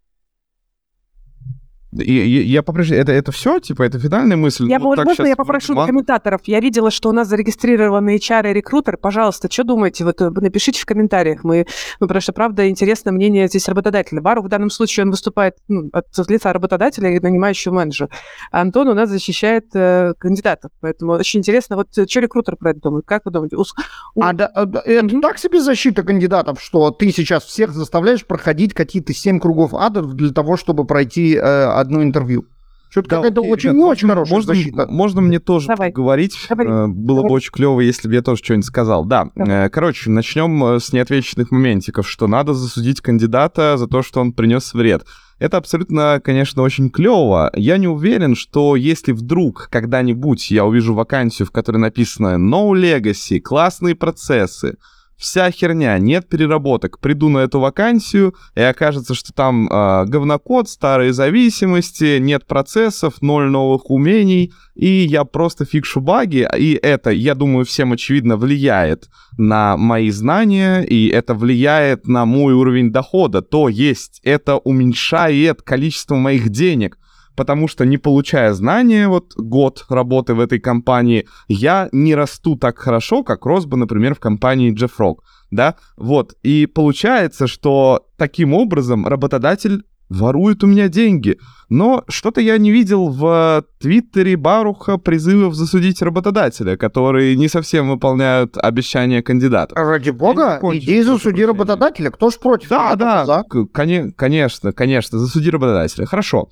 [SPEAKER 2] И, и, я попрошу, это, это все, типа, это финальная мысль?
[SPEAKER 1] Я,
[SPEAKER 2] ну,
[SPEAKER 1] можно, можно я попрошу план... комментаторов? Я видела, что у нас зарегистрированы эйч ар и рекрутер. Пожалуйста, что думаете? Вот напишите в комментариях. Мы, ну, потому что, правда, интересно мнение здесь работодателя. Бару в данном случае он выступает ну, от лица работодателя и нанимающего менеджера. А Антон у нас защищает э, кандидатов. Поэтому очень интересно, вот что рекрутер про это думает? Как вы думаете? Ус...
[SPEAKER 3] А да, это mm-hmm. так себе защита кандидатов, что ты сейчас всех заставляешь проходить какие-то семь кругов ада для того, чтобы пройти э, одно интервью. Что-то
[SPEAKER 2] Да,
[SPEAKER 3] какая-то
[SPEAKER 2] окей,
[SPEAKER 3] очень
[SPEAKER 2] ребят,
[SPEAKER 3] не очень
[SPEAKER 2] можно,
[SPEAKER 3] хорошая
[SPEAKER 2] можно,
[SPEAKER 3] защита.
[SPEAKER 2] можно мне тоже
[SPEAKER 1] Давай.
[SPEAKER 2] поговорить?
[SPEAKER 1] Говори.
[SPEAKER 2] Э, Было бы
[SPEAKER 1] Говори.
[SPEAKER 2] очень клево, если бы я тоже что-нибудь сказал. Да,
[SPEAKER 1] Давай.
[SPEAKER 2] э, короче, начнем э, с неотвеченных моментиков, что надо засудить кандидата за то, что он принес вред. Это абсолютно, конечно, очень клево. Я не уверен, что если вдруг когда-нибудь я увижу вакансию, в которой написано «No Legacy», «Классные процессы», вся херня, нет переработок, приду на эту вакансию, и окажется, что там э, говнокод, старые зависимости, нет процессов, ноль новых умений, и я просто фикшу баги, и это, я думаю, всем очевидно влияет на мои знания, и это влияет на мой уровень дохода, то есть это уменьшает количество моих денег. Потому что, не получая знания, вот год работы в этой компании, я не расту так хорошо, как рос бы, например, в компании JFrog, да, вот, и получается, что таким образом работодатель ворует у меня деньги, но что-то я не видел в Твиттере Баруха призывов засудить работодателя, которые не совсем выполняют обещания кандидатов.
[SPEAKER 3] Ради бога,
[SPEAKER 2] закончу,
[SPEAKER 3] иди
[SPEAKER 2] прошу
[SPEAKER 3] засуди
[SPEAKER 2] прощения.
[SPEAKER 3] работодателя. Кто ж против?
[SPEAKER 2] Да,
[SPEAKER 3] Я
[SPEAKER 2] да,
[SPEAKER 3] за.
[SPEAKER 2] к- коне- конечно, конечно, засуди работодателя, хорошо.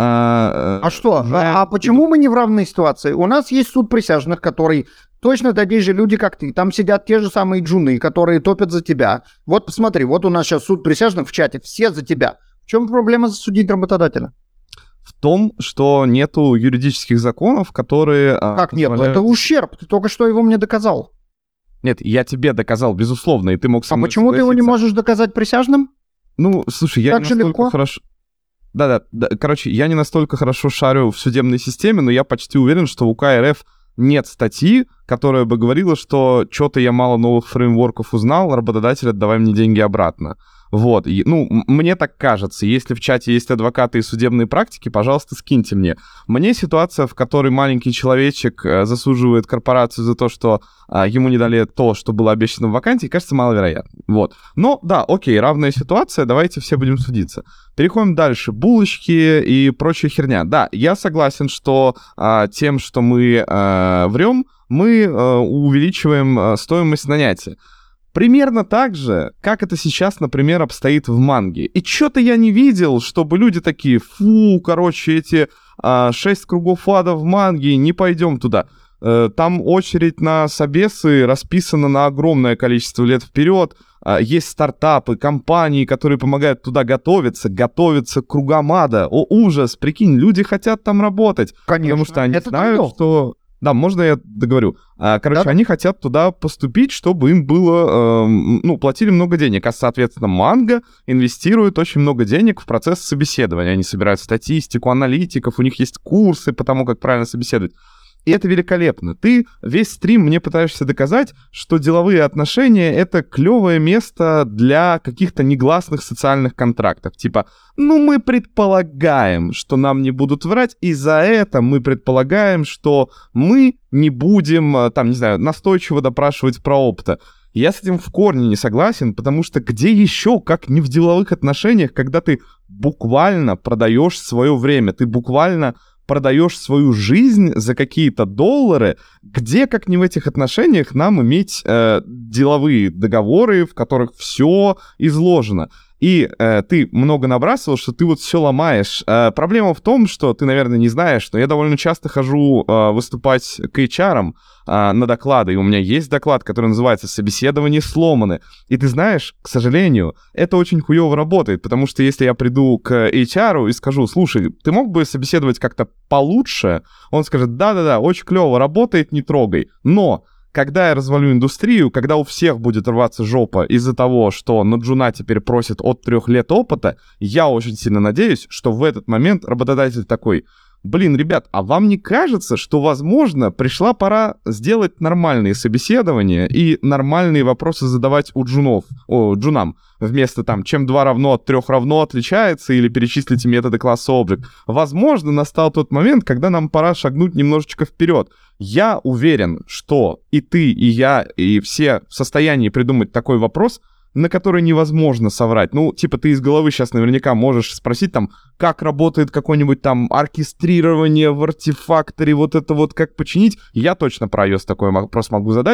[SPEAKER 2] А,
[SPEAKER 3] А что?
[SPEAKER 2] да.
[SPEAKER 3] А почему мы не в равной ситуации? У нас есть суд присяжных, который точно такие же люди, как ты. Там сидят те же самые джуны, которые топят за тебя. Вот посмотри, вот у нас сейчас суд присяжных в чате, все за тебя. В чем проблема засудить работодателя?
[SPEAKER 2] В том, что нету юридических законов, которые... а,
[SPEAKER 3] Как нет?
[SPEAKER 2] позволяют-
[SPEAKER 3] Это ущерб. Ты только что его мне доказал.
[SPEAKER 2] Нет, я тебе доказал, безусловно, и ты мог со
[SPEAKER 3] А
[SPEAKER 2] мной
[SPEAKER 3] почему ты его не
[SPEAKER 2] согласиться.
[SPEAKER 3] можешь доказать присяжным?
[SPEAKER 2] Ну, слушай, я
[SPEAKER 3] Так
[SPEAKER 2] не
[SPEAKER 3] же
[SPEAKER 2] настолько
[SPEAKER 3] легко.
[SPEAKER 2] хорошо... Да-да, да, короче, я не настолько хорошо шарю в судебной системе, но я почти уверен, что в УК РФ нет статьи, которая бы говорила, что что-то я мало новых фреймворков узнал, работодатель, отдавай мне деньги обратно. Вот, и, ну, м- мне так кажется. Если в чате есть адвокаты и судебные практики, пожалуйста, скиньте мне. Мне ситуация, в которой маленький человечек э, засуживает корпорацию за то, что а, ему не дали то, что было обещано в вакансии, кажется маловероятно. Вот. Но, да, окей, равная ситуация, давайте все будем судиться. Переходим дальше. Булочки и прочая херня. Да, я согласен, что а, тем, что мы а, врем, мы а, увеличиваем а, стоимость нанятия. Примерно так же, как это сейчас, например, обстоит в манге. И что-то я не видел, чтобы люди такие, фу, короче, эти а, шесть кругов ада в манге, не пойдем туда. Э, там очередь на собесы расписана на огромное количество лет вперед. А, есть стартапы, компании, которые помогают туда готовиться, готовиться к кругам ада. О, ужас, прикинь, люди хотят там работать.
[SPEAKER 3] Конечно.
[SPEAKER 2] Потому что они
[SPEAKER 3] Это
[SPEAKER 2] знают,
[SPEAKER 3] так,
[SPEAKER 2] что... Да, можно я договорю? А, Короче,
[SPEAKER 3] Да-да.
[SPEAKER 2] они хотят туда поступить, чтобы им было, эм, ну, платили много денег, а, соответственно, Манго инвестирует очень много денег в процесс собеседования. Они собирают статистику, аналитиков, у них есть курсы по тому, как правильно собеседовать. И это великолепно. Ты весь стрим мне пытаешься доказать, что деловые отношения — это клевое место для каких-то негласных социальных контрактов. Типа, ну, мы предполагаем, что нам не будут врать, и за это мы предполагаем, что мы не будем, э, там, не знаю, настойчиво допрашивать про опыта. Я с этим в корне не согласен, потому что где еще, как не в деловых отношениях, когда ты буквально продаешь свое время, ты буквально продаешь свою жизнь за какие-то доллары, где, как не в этих отношениях, нам иметь э, деловые договоры, в которых все изложено. И э, ты много набрасывал, что ты вот все ломаешь. Э, проблема в том, что ты, наверное, не знаешь, что я довольно часто хожу э, выступать к эйч ар э, на доклады, и у меня есть доклад, который называется «Собеседование сломаны». И ты знаешь, к сожалению, это очень хуёво работает, потому что если я приду к эйч ар и скажу, слушай, ты мог бы собеседовать как-то получше, он скажет, да-да-да, очень клево работает, не трогай. Но когда я развалю индустрию, когда у всех будет рваться жопа из-за того, что на джуна теперь просят от трех лет опыта, я очень сильно надеюсь, что в этот момент работодатель такой, блин, ребят, а вам не кажется, что, возможно, пришла пора сделать нормальные собеседования и нормальные вопросы задавать у джунов, о, джунам, вместо там, чем два равно от трех равно отличается, или перечислите методы класса Object. Возможно, настал тот момент, когда нам пора шагнуть немножечко вперед. Я уверен, что и ты, и я, и все в состоянии придумать такой вопрос, на который невозможно соврать. Ну, типа, ты из головы сейчас наверняка можешь спросить там, как работает какое-нибудь там оркестрирование в артефакторе, вот это вот как починить. Я точно про iOS такой вопрос могу задать.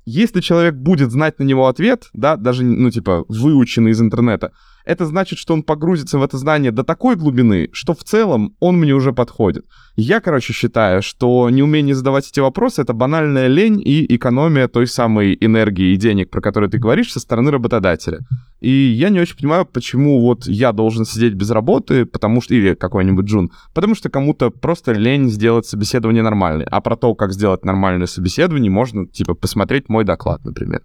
[SPEAKER 2] если человек будет знать на него ответ, да, даже, ну, типа, выученный из интернета, это значит, что он погрузится в это знание до такой глубины, что в целом он мне уже подходит. Я, короче, считаю, что неумение задавать эти вопросы — это банальная лень и экономия той самой энергии и денег, про которые ты говоришь, со стороны работодателя. И я не очень понимаю, почему вот я должен сидеть без работы, потому что, или какой-нибудь джун, потому что кому-то просто лень сделать собеседование нормальное. А про то, как сделать нормальное собеседование, можно, типа, посмотреть мой доклад, например.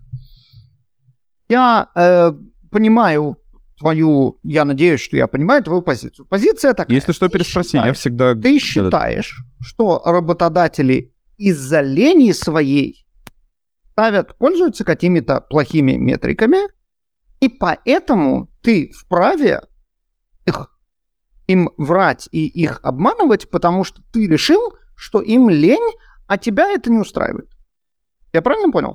[SPEAKER 3] Я э, понимаю твою, я надеюсь, что я понимаю твою позицию. Позиция такая.
[SPEAKER 2] Если что, переспроси, я всегда...
[SPEAKER 3] Ты считаешь, что работодатели из-за лени своей ставят, пользуются какими-то плохими метриками, и поэтому ты вправе их, им врать и их обманывать, потому что ты решил, что им лень, а тебя это не устраивает. Я правильно понял?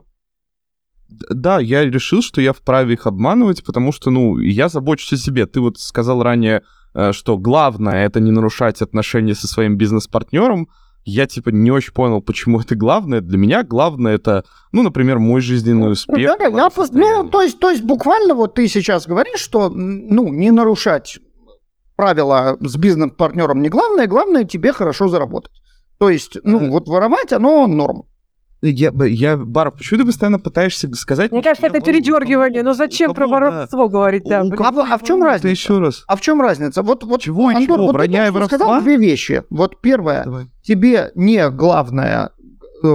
[SPEAKER 2] Да, я решил, что я вправе их обманывать, потому что, ну, я забочусь о себе. Ты вот сказал ранее, что главное — это не нарушать отношения со своим бизнес-партнером. Я, типа, не очень понял, почему это главное. Для меня главное — это, ну, например, мой жизненный успех.
[SPEAKER 3] Да, я, ну, то есть, то есть буквально вот ты сейчас говоришь, что, ну, не нарушать правила с бизнес-партнером не главное, главное тебе хорошо заработать. То есть, ну, вот воровать, оно норм.
[SPEAKER 2] Я, я, Бар, почему ты постоянно пытаешься сказать...
[SPEAKER 1] Мне кажется, это передергивание. Ну зачем про воровство говорить? Да,
[SPEAKER 3] а, а в чем разница?
[SPEAKER 2] Еще раз.
[SPEAKER 3] А в чем разница? Вот, вот,
[SPEAKER 2] чего,
[SPEAKER 3] Антон,
[SPEAKER 2] чего?
[SPEAKER 3] Вот
[SPEAKER 2] Вранья и воровства?
[SPEAKER 3] Сказал две вещи. Вот первое. Давай. Тебе не главное э,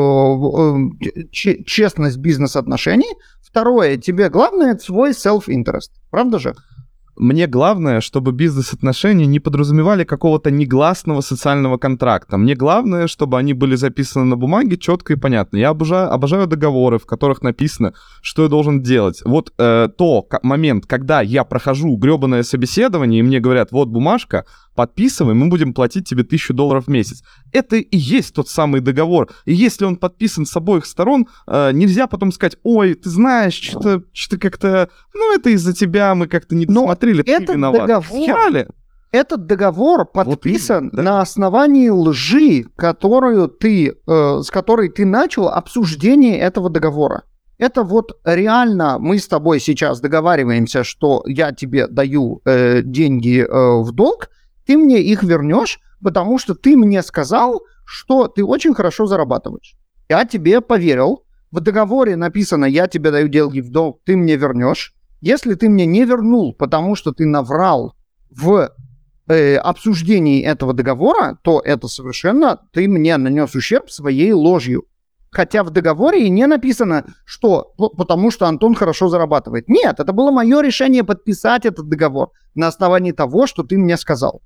[SPEAKER 3] э, честность бизнес-отношений. Второе. Тебе главное свой self-interest. Правда же?
[SPEAKER 2] Мне главное, чтобы бизнес-отношения не подразумевали какого-то негласного социального контракта. Мне главное, чтобы они были записаны на бумаге четко и понятно. Я обожаю, обожаю договоры, в которых написано, что я должен делать. Вот э, то к- момент, когда я прохожу гребаное собеседование, и мне говорят, вот бумажка, подписывай, мы будем платить тебе тысячу долларов в месяц. Это и есть тот самый договор. И если он подписан с обоих сторон, э, нельзя потом сказать, ой, ты знаешь, что-то, что-то как-то, ну, это из-за тебя, мы как-то не досмотрели, ты
[SPEAKER 3] этот
[SPEAKER 2] виноват.
[SPEAKER 3] Договор, этот договор подписан
[SPEAKER 2] вот, да?
[SPEAKER 3] на основании лжи, которую ты, э, с которой ты начал обсуждение этого договора. Это вот реально мы с тобой сейчас договариваемся, что я тебе даю э, деньги э, в долг, ты мне их вернешь, потому что ты мне сказал, что ты очень хорошо зарабатываешь. Я тебе поверил. В договоре написано, я тебе даю деньги в долг, ты мне вернешь. Если ты мне не вернул, потому что ты наврал в э, обсуждении этого договора, то это совершенно ты мне нанес ущерб своей ложью. Хотя в договоре и не написано, что потому что Антон хорошо зарабатывает. Нет, это было мое решение подписать этот договор на основании того, что ты мне сказал.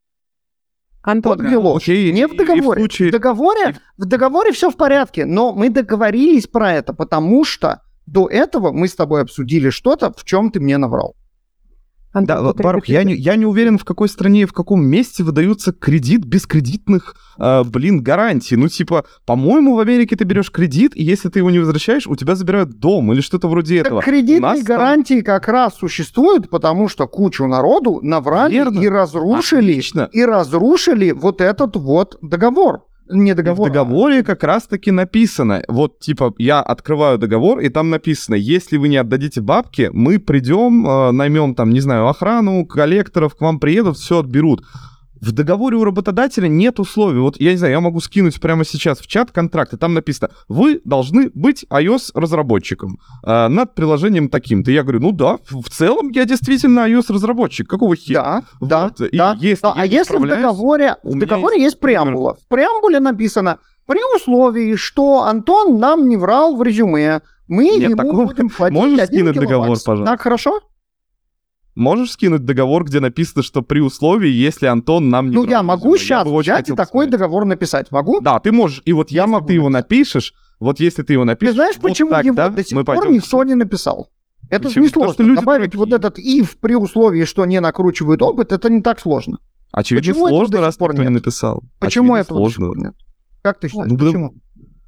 [SPEAKER 1] Антон,
[SPEAKER 3] вот где ложь.
[SPEAKER 2] Окей,
[SPEAKER 3] не в договоре. В, случае... в, договоре в договоре все в порядке, но мы договорились про это, потому что до этого мы с тобой обсудили что-то, в чем ты мне наврал.
[SPEAKER 2] Антон, да, Барух, я не, я не уверен, в какой стране и в каком месте выдаются кредит без кредитных, э, блин, гарантий. Ну, типа, по-моему, в Америке ты берешь кредит, и если ты его не возвращаешь, у тебя забирают дом или что-то вроде
[SPEAKER 3] так
[SPEAKER 2] этого.
[SPEAKER 3] Кредитные гарантии там... как раз существуют, потому что кучу народу наврали
[SPEAKER 2] Верно.
[SPEAKER 3] и разрушили,
[SPEAKER 2] Отлично.
[SPEAKER 3] и разрушили вот этот вот договор. Не договор.
[SPEAKER 2] В договоре как раз-таки написано, вот, типа, я открываю договор, и там написано, если вы не отдадите бабки, мы придем, э, наймем там, не знаю, охрану, коллекторов, к вам приедут, все отберут. В договоре у работодателя нет условий. Вот, я не знаю, я могу скинуть прямо сейчас в чат контракт, и там написано, вы должны быть iOS-разработчиком э, над приложением таким-то. Я говорю, ну да, в целом я действительно iOS-разработчик. Какого хера?
[SPEAKER 3] Да,
[SPEAKER 2] вот.
[SPEAKER 3] да, да.
[SPEAKER 2] Если
[SPEAKER 3] да. А если в договоре, в договоре есть, есть преамбула? В преамбуле написано, при условии, что Антон нам не врал в резюме, мы
[SPEAKER 2] нет,
[SPEAKER 3] ему
[SPEAKER 2] такого...
[SPEAKER 3] будем платить
[SPEAKER 2] Можешь скинуть договор, пожалуйста?
[SPEAKER 3] Так, хорошо?
[SPEAKER 2] Можешь скинуть договор, где написано, что при условии, если Антон нам не...
[SPEAKER 3] Ну, я могу сейчас взять и такой договор написать, могу?
[SPEAKER 2] Да, ты можешь. И вот я если могу ты его напишешь, вот если ты его напишешь...
[SPEAKER 3] Ты знаешь,
[SPEAKER 2] вот
[SPEAKER 3] почему
[SPEAKER 2] так,
[SPEAKER 3] его
[SPEAKER 2] да,
[SPEAKER 3] до сих
[SPEAKER 2] мы
[SPEAKER 3] пор
[SPEAKER 2] пойдем...
[SPEAKER 3] никто не написал? Это
[SPEAKER 2] почему?
[SPEAKER 3] не сложно.
[SPEAKER 2] Потому что люди
[SPEAKER 3] добавить
[SPEAKER 2] такие.
[SPEAKER 3] Вот этот if при условии, что не накручивают опыт, это не так сложно.
[SPEAKER 2] Очевидно,
[SPEAKER 3] почему
[SPEAKER 2] сложно, раз
[SPEAKER 3] никто
[SPEAKER 2] не написал.
[SPEAKER 3] Почему
[SPEAKER 2] Очевидно,
[SPEAKER 3] этого
[SPEAKER 2] сложно.
[SPEAKER 3] до сих пор нет? Как ты считаешь,
[SPEAKER 2] ну,
[SPEAKER 3] почему?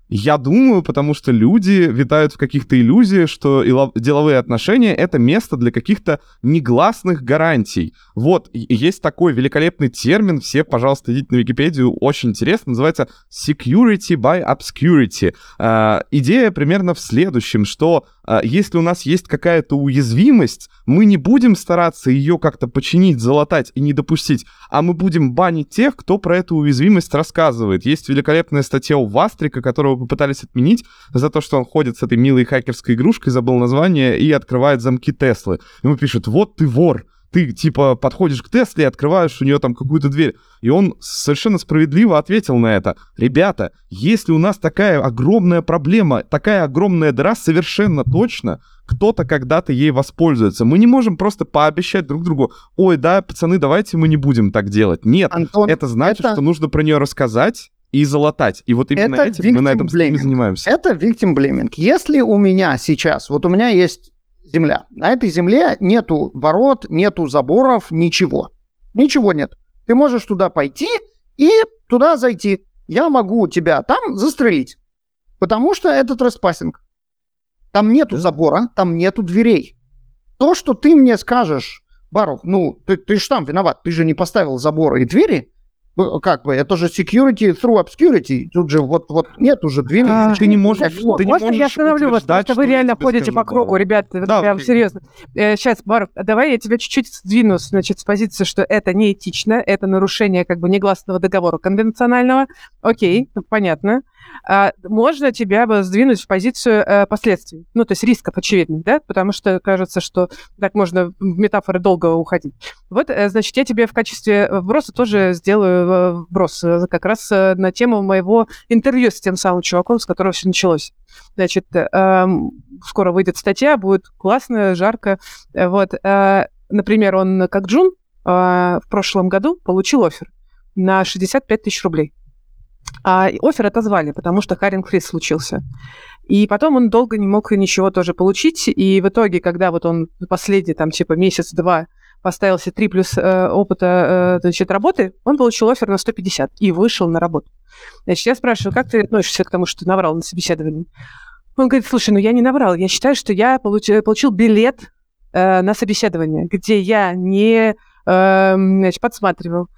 [SPEAKER 2] Я думаю, потому что люди витают в каких-то иллюзиях, что деловые отношения — это место для каких-то негласных гарантий. Вот, и есть такой великолепный термин, все, пожалуйста, идите на Википедию, очень интересно, называется security by obscurity. Э, идея примерно в следующем, что э, если у нас есть какая-то уязвимость, мы не будем стараться ее как-то починить, залатать и не допустить, а мы будем банить тех, кто про эту уязвимость рассказывает. Есть великолепная статья у Вастрика, которого попытались отменить за то, что он ходит с этой милой хакерской игрушкой, забыл название, и открывает замки Теслы. Ему пишут: вот ты вор, ты типа подходишь к Тесле и открываешь у нее там какую-то дверь. И он совершенно справедливо ответил на это: ребята, если у нас такая огромная проблема, такая огромная дыра, совершенно точно кто-то когда-то ей воспользуется. Мы не можем просто пообещать друг другу: ой, да, пацаны, давайте мы не будем так делать. Нет, Антон, это значит, это... что нужно про нее рассказать и залатать. И вот именно
[SPEAKER 3] это
[SPEAKER 2] этим мы на этом стриме занимаемся.
[SPEAKER 3] Это victim blaming. Если у меня сейчас, вот у меня есть земля, на этой земле нету ворот, нету заборов, ничего. Ничего нет. Ты можешь туда пойти и туда зайти. Я могу тебя там застрелить, потому что это тrespassing. Там нету забора, там нету дверей. То, что ты мне скажешь: Барух, ну, ты, ты же там виноват, ты же не поставил заборы и двери, как бы, это же security through obscurity. Тут же вот, вот нет уже двери.
[SPEAKER 2] А, ты не можешь... Ты
[SPEAKER 1] Можно
[SPEAKER 2] не можешь
[SPEAKER 1] я остановлю вас, потому что вы реально ходите по кругу, Барух. Ребят, да, прям серьезно. Э, сейчас, Барух, давай я тебя чуть-чуть сдвину, значит, с позиции, что это неэтично, это нарушение как бы негласного договора конвенционального. Окей, понятно. А, можно тебя бы сдвинуть в позицию э, последствий, ну, то есть рисков очевидных, да, потому что кажется, что так можно в метафоры долго уходить. Вот, э, значит, я тебе в качестве вброса тоже сделаю э, вброс э, как раз э, на тему моего интервью с тем самым чуваком, с которого все началось. Значит, э, скоро выйдет статья, будет классно, жарко. Э, вот, э, например, он как джун э, в прошлом году получил оффер на шестьдесят пять тысяч рублей. А оффер отозвали, потому что хайринг-фриз случился. И потом он долго не мог ничего тоже получить. И в итоге, когда вот он последний, там, типа, месяц-два поставил себе три плюс э, опыта, э, значит, работы, он получил оффер на сто пятьдесят и вышел на работу. Значит, я спрашиваю: как ты относишься к тому, что ты наврал на собеседовании? Он говорит: слушай, ну я не наврал. Я считаю, что я получ... получил билет э, на собеседование, где я не э, значит, подсматривал,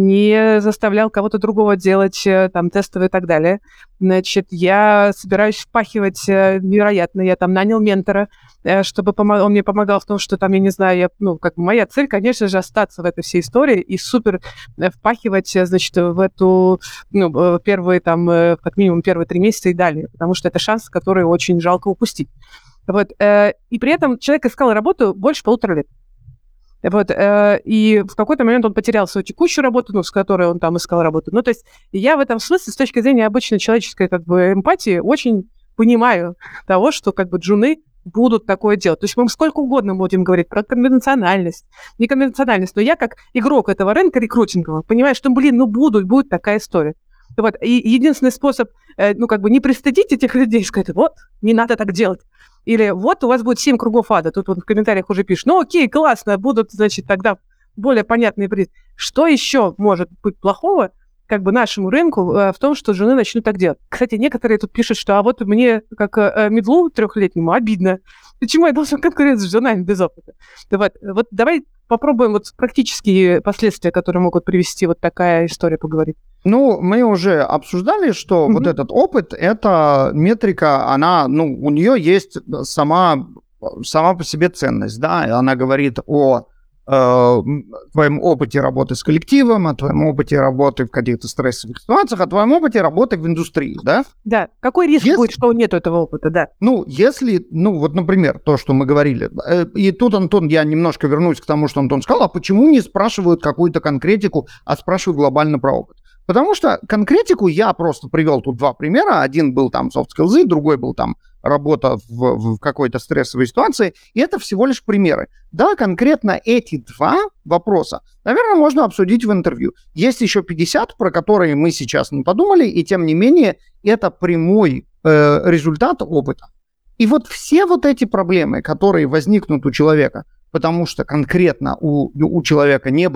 [SPEAKER 1] не заставлял кого-то другого делать там тестовые и так далее. Значит, я собираюсь впахивать невероятно. Я там нанял ментора, чтобы пом- он мне помогал в том, что там, я не знаю, я, ну, как бы моя цель, конечно же, остаться в этой всей истории и супер впахивать, значит, в эту, ну, первые там, как минимум первые три месяца и далее, потому что это шанс, который очень жалко упустить. Вот. И при этом человек искал работу больше полутора лет. Вот, э, и в какой-то момент он потерял свою текущую работу, ну, с которой он там искал работу. Ну, то есть я в этом смысле, с точки зрения обычной человеческой как бы эмпатии, очень понимаю того, что как бы джуны будут такое делать. То есть мы сколько угодно будем говорить про конвенциональность, неконвенциональность, но я как игрок этого рынка рекрутингового понимаю, что, блин, ну, будут, будет такая история. Вот, и единственный способ, э, ну, как бы не пристыдить этих людей, сказать: вот, не надо так делать. Или вот у вас будет семь кругов ада. Тут вот в комментариях уже пишут: ну окей, классно, будут, значит, тогда более понятные приз. Что еще может быть плохого как бы нашему рынку э, в том, что жены начнут так делать? Кстати, некоторые тут пишут, что а вот мне, как э, медлу трехлетнему, обидно. Почему я должен конкурировать с женами без опыта? Вот, вот давай попробуем вот практические последствия, которые могут привести вот такая история, поговорить.
[SPEAKER 3] Ну, мы уже обсуждали, что mm-hmm. вот этот опыт, эта метрика, она, ну, у нее есть сама, сама по себе ценность, да, она говорит о э, твоем опыте работы с коллективом, о твоем опыте работы в каких-то стрессовых ситуациях, о твоем опыте работы в индустрии, да?
[SPEAKER 1] Да, какой риск если... будет, что нет этого опыта, да?
[SPEAKER 3] Ну, если, ну, вот, например, то, что мы говорили, и тут, Антон, я немножко вернусь к тому, что Антон сказал, а почему не спрашивают какую-то конкретику, а спрашивают глобально про опыт? Потому что конкретику я просто привел тут два примера. Один был там soft skills, другой был там работа в, в какой-то стрессовой ситуации. И это всего лишь примеры. Да, конкретно эти два вопроса, наверное, можно обсудить в интервью. Есть еще пятьдесят, про которые мы сейчас не подумали, и тем не менее это прямой э, результат опыта. И вот все вот эти проблемы, которые возникнут у человека, потому что конкретно у, у человека не было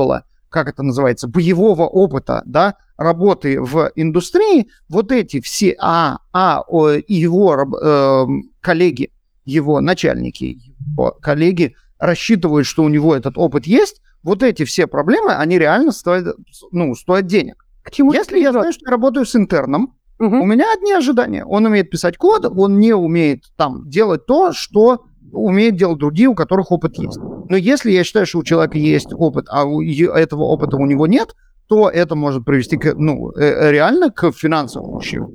[SPEAKER 3] как это называется, боевого опыта, да, работы в индустрии, вот эти все, а, а о, его э, коллеги, его начальники, его коллеги рассчитывают, что у него этот опыт есть, вот эти все проблемы, они реально стоят, ну, стоят денег.
[SPEAKER 1] К чему
[SPEAKER 3] Если я знаю, что я работаю с интерном,
[SPEAKER 1] угу.
[SPEAKER 3] у меня одни ожидания. Он умеет писать код, он не умеет там делать то, что умеют делать другие, у которых опыт есть. Но если я считаю, что у человека есть опыт, а у этого опыта у него нет, то это может привести к, ну, реально к финансовому ущербу.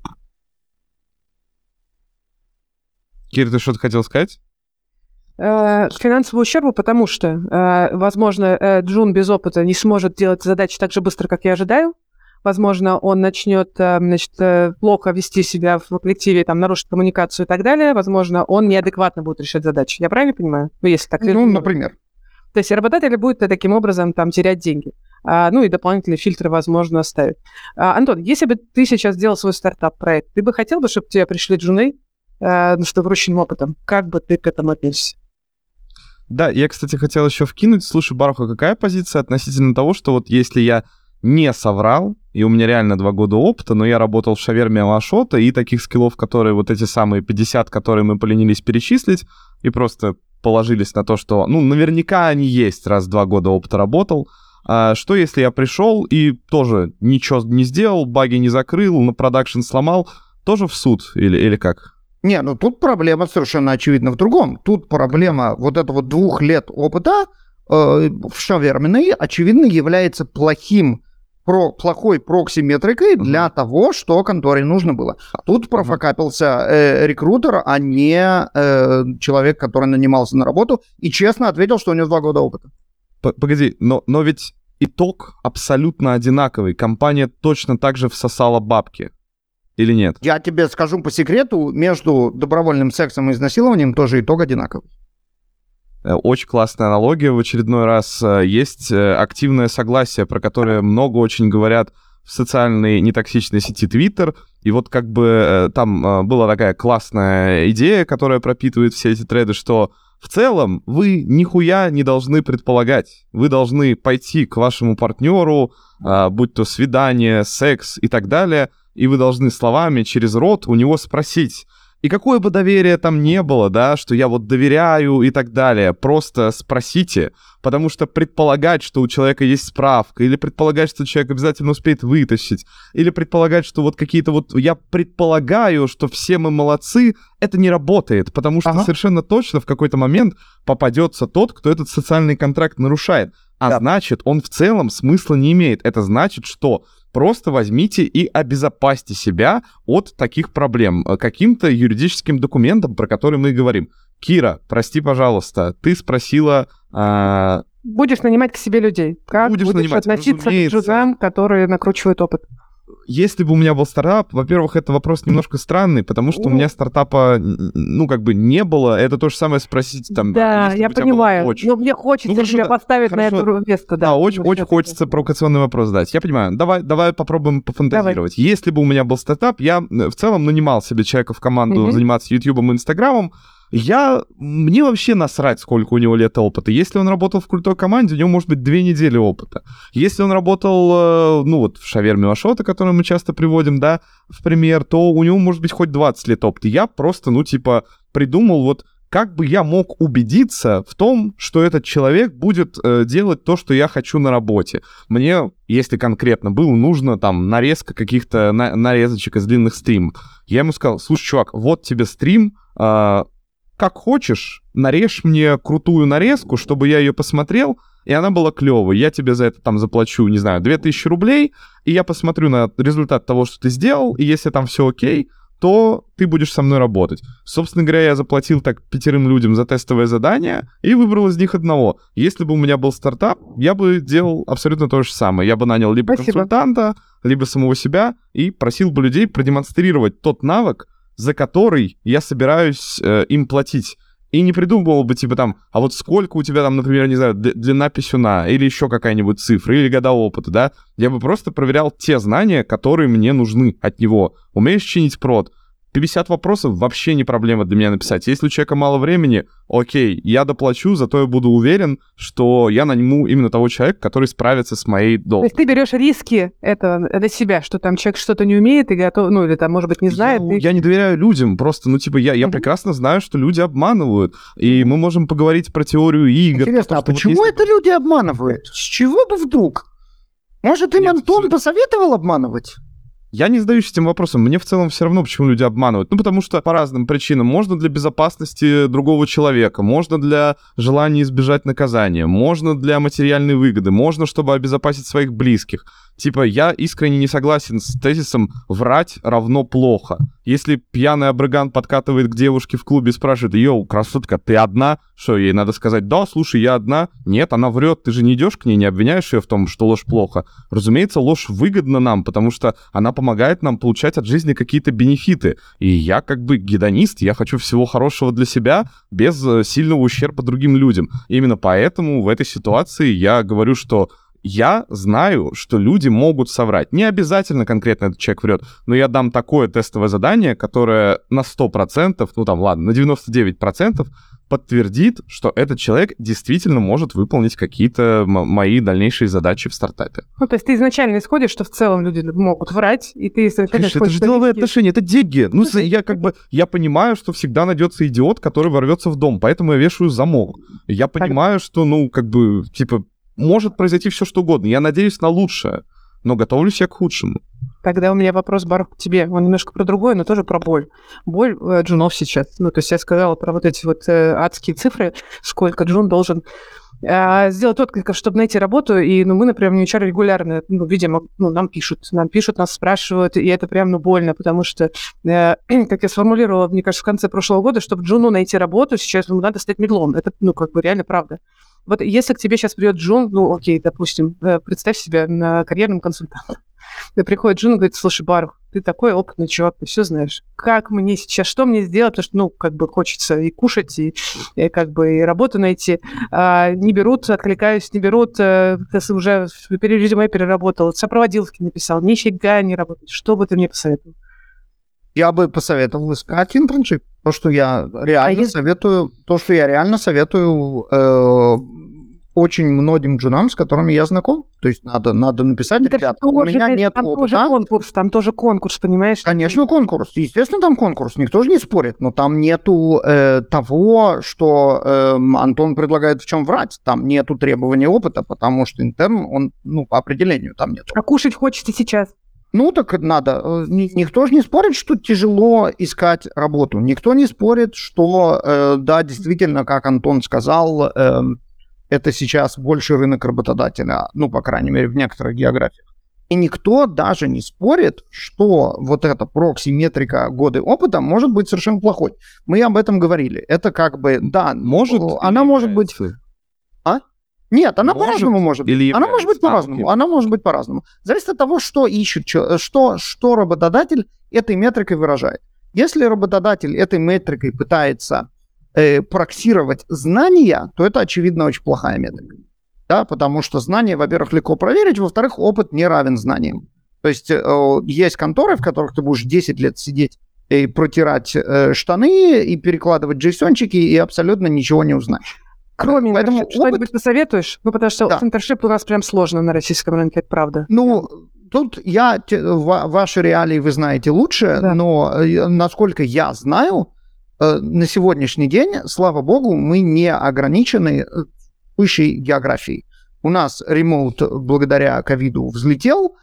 [SPEAKER 2] Кир, ты что-то хотел сказать?
[SPEAKER 1] К финансовому ущербу, потому что, возможно, Джун без опыта не сможет делать задачи так же быстро, как я ожидаю. Возможно, он начнет, значит, плохо вести себя в коллективе, там, нарушит коммуникацию и так далее. Возможно, он неадекватно будет решать задачи. Я правильно понимаю? Ну, если так.
[SPEAKER 3] Ну, например.
[SPEAKER 1] То есть работодатель будет таким образом там терять деньги. А, ну, и дополнительные фильтры, возможно, ставить. А, Антон, если бы ты сейчас делал свой стартап-проект, ты бы хотел бы, чтобы тебе пришли джуны а, с врученным опытом? Как бы ты к этому отнесся?
[SPEAKER 2] Да, я, кстати, хотел еще вкинуть. Слушай, Баруха, какая позиция относительно того, что вот если я не соврал, и у меня реально два года опыта, но я работал в шаверме Алашота, и таких скиллов, которые вот эти самые пятьдесят, которые мы поленились перечислить, и просто положились на то, что, ну, наверняка они есть, раз два года опыта работал. А что, если я пришел и тоже ничего не сделал, баги не закрыл, на продакшн сломал, тоже в суд или, или как?
[SPEAKER 3] Не, ну тут проблема совершенно очевидно в другом. Тут проблема вот этого двух лет опыта э, в шаверменной, очевидно, является плохим Про, плохой прокси-метрикой uh-huh. для того, что конторе нужно было. Тут профокапился э, рекрутер, а не э, человек, который нанимался на работу, и честно ответил, что у него два года опыта.
[SPEAKER 2] Погоди, но, но ведь итог абсолютно одинаковый. Компания точно так же всосала бабки. Или нет?
[SPEAKER 3] Я тебе скажу по секрету, между добровольным сексом и изнасилованием тоже итог одинаковый.
[SPEAKER 2] Очень классная аналогия в очередной раз. Есть активное согласие, про которое много очень говорят в социальной нетоксичной сети Twitter. И вот как бы там была такая классная идея, которая пропитывает все эти треды, что в целом вы нихуя не должны предполагать. Вы должны пойти к вашему партнеру, будь то свидание, секс и так далее, и вы должны словами через рот у него спросить. И какое бы доверие там не было, да, что я вот доверяю и так далее, просто спросите, потому что предполагать, что у человека есть справка, или предполагать, что человек обязательно успеет вытащить, или предполагать, что вот какие-то вот... Я предполагаю, что все мы молодцы, это не работает, потому что ага. совершенно точно в какой-то момент попадется тот, кто этот социальный контракт нарушает. А да. значит, он в целом смысла не имеет. Это значит, что... Просто возьмите и обезопасьте себя от таких проблем каким-то юридическим документом, про который мы говорим. Кира, прости, пожалуйста, ты спросила... А...
[SPEAKER 1] Будешь нанимать к себе людей. Как будешь, будешь нанимать, относиться разумеется. К джунам, которые накручивают опыт?
[SPEAKER 2] Если бы у меня был стартап, во-первых, это вопрос немножко странный, потому что у меня стартапа, ну, как бы не было. Это то же самое спросить там...
[SPEAKER 1] Да, я понимаю. Очень... Но мне хочется ну, тебя поставить хорошо. На это место. Да,
[SPEAKER 2] да очень, очень хочется провокационный вопрос задать. Я понимаю. Давай, давай попробуем пофантазировать. Давай. Если бы у меня был стартап, я в целом нанимал себе человека в команду mm-hmm. заниматься Ютубом и Инстаграмом. Я... Мне вообще насрать, сколько у него лет опыта. Если он работал в крутой команде, у него может быть две недели опыта. Если он работал, ну вот, в шаверме Ашота, которую мы часто приводим, да, в пример, то у него может быть хоть двадцать лет опыта. Я просто, ну, типа, придумал вот, как бы я мог убедиться в том, что этот человек будет э, делать то, что я хочу на работе. Мне, если конкретно было нужно, там, нарезка каких-то на- нарезочек из длинных стримов. Я ему сказал, слушай, чувак, вот тебе стрим, э, как хочешь, нарежь мне крутую нарезку, чтобы я ее посмотрел, и она была клевой. Я тебе за это там заплачу, не знаю, две тысячи рублей, и я посмотрю на результат того, что ты сделал, и если там все окей, то ты будешь со мной работать. Собственно говоря, я заплатил так пятерым людям за тестовое задание и выбрал из них одного. Если бы у меня был стартап, я бы делал абсолютно то же самое. Я бы нанял либо Спасибо. консультанта, либо самого себя и просил бы людей продемонстрировать тот навык, за который я собираюсь э, им платить. И не придумывал бы, типа, там, а вот сколько у тебя там, например, не знаю, длина писюна, или еще какая-нибудь цифра, или года опыта, да? Я бы просто проверял те знания, которые мне нужны от него. Умеешь чинить прод? пятьдесят вопросов вообще не проблема для меня написать. Если у человека мало времени, окей, я доплачу, зато я буду уверен, что я найму именно того человека, который справится с моей должностью.
[SPEAKER 1] То есть ты берешь риски это для себя, что там человек что-то не умеет и готов, ну или там, может быть, не знает.
[SPEAKER 2] Я,
[SPEAKER 1] и...
[SPEAKER 2] я не доверяю людям, просто, ну типа, я, я uh-huh. прекрасно знаю, что люди обманывают, и мы можем поговорить про теорию игр.
[SPEAKER 3] Интересно, а почему
[SPEAKER 2] вот
[SPEAKER 3] если... это люди обманывают? С чего бы вдруг? Может, им Нет, Антон все... посоветовал обманывать?
[SPEAKER 2] Я не задаюсь этим вопросом. Мне в целом все равно, почему люди обманывают. Ну, потому что по разным причинам. Можно для безопасности другого человека, можно для желания избежать наказания, можно для материальной выгоды, можно, чтобы обезопасить своих близких. Типа, я искренне не согласен с тезисом «врать равно плохо». Если пьяный абрыган подкатывает к девушке в клубе и спрашивает: «Йоу, красотка, ты одна?» Что, ей надо сказать: «Да, слушай, я одна». Нет, она врет, ты же не идешь к ней, не обвиняешь ее в том, что ложь плохо. Разумеется, ложь выгодна нам, потому что она помогает нам получать от жизни какие-то бенефиты. И я как бы гедонист, я хочу всего хорошего для себя без сильного ущерба другим людям. Именно поэтому в этой ситуации я говорю, что я знаю, что люди могут соврать. Не обязательно конкретно этот человек врет, но я дам такое тестовое задание, которое на сто процентов, ну там, ладно, на девяносто девять процентов подтвердит, что этот человек действительно может выполнить какие-то м- мои дальнейшие задачи в стартапе.
[SPEAKER 1] Ну, то есть ты изначально исходишь, что в целом люди могут врать, и ты изначально
[SPEAKER 2] Конечно, это же деловые отношения, это деньги. Ну, я как бы, я понимаю, что всегда найдется идиот, который ворвется в дом, поэтому я вешаю замок. Я понимаю, что, ну, как бы, типа, может произойти все, что угодно. Я надеюсь на лучшее, но готовлюсь я к худшему.
[SPEAKER 1] Тогда у меня вопрос, Барух, к тебе. Он немножко про другое, но тоже про боль. Боль э, джунов сейчас. Ну, то есть я сказала про вот эти вот э, адские цифры, сколько джун должен э, сделать откликов, чтобы найти работу. И, ну, мы, например, в New эйч ар регулярно, ну, видимо, ну, нам пишут, нам пишут, нас спрашивают, и это прям, ну, больно, потому что, э, как я сформулировала, мне кажется, в конце прошлого года, чтобы джуну найти работу, сейчас ему надо стать медлом. Это, ну, как бы реально правда. Вот если к тебе сейчас придет джун, ну, окей, допустим, представь себя на карьерном консультанте. Приходит джун и говорит: слушай, Барух, ты такой опытный чувак, ты все знаешь. Как мне сейчас, что мне сделать? Потому что, ну, как бы хочется и кушать, и, и как бы и работу найти. А, не берут, откликаюсь, не берут. А, ты уже резюме переработал, сопроводиловки написал, нифига не работает. Что бы ты мне посоветовал?
[SPEAKER 3] Я бы посоветовал искать интерншип. То, что я реально а советую, если... то, что я реально советую э, очень многим джунам, с которыми я знаком. То есть надо, надо написать: ребят, у меня нет
[SPEAKER 1] там
[SPEAKER 3] опыта.
[SPEAKER 1] Тоже конкурс, там тоже конкурс, понимаешь?
[SPEAKER 3] Конечно, конкурс. Естественно, там конкурс. Никто же не спорит. Но там нету э, того, что э, Антон предлагает в чем врать. Там нету требования опыта, потому что интерн, он, ну, по определению там нет.
[SPEAKER 1] А кушать хочется сейчас?
[SPEAKER 3] Ну, так надо. Никто же не спорит, что тяжело искать работу. Никто не спорит, что, э, да, действительно, как Антон сказал, э, это сейчас больше рынок работодателя, ну, по крайней мере, в некоторых географиях. И никто даже не спорит, что вот эта прокси-метрика годы опыта может быть совершенно плохой. Мы об этом говорили. Это как бы, да, может, она может быть... А? Нет, она может, по-разному может быть. Или она может быть по-разному. А, она может быть по-разному. Зависит от того, что ищет, что, что работодатель этой метрикой выражает. Если работодатель этой метрикой пытается э, проксировать знания, то это, очевидно, очень плохая метрика. Да, потому что знания, во-первых, легко проверить, во-вторых, опыт не равен знаниям. То есть э, есть конторы, в которых ты будешь десять лет сидеть и протирать э, штаны, и перекладывать джейсончики, и абсолютно ничего не узнаешь.
[SPEAKER 1] Кроме Поэтому что-нибудь опыт... посоветуешь? Ну, потому что да. интершип у нас прям сложно на российском рынке, это правда.
[SPEAKER 3] Ну, тут я, ваши реалии вы знаете лучше, да. но насколько я знаю, на сегодняшний день, слава богу, мы не ограничены высшей географией. У нас ремоут благодаря ковиду взлетел.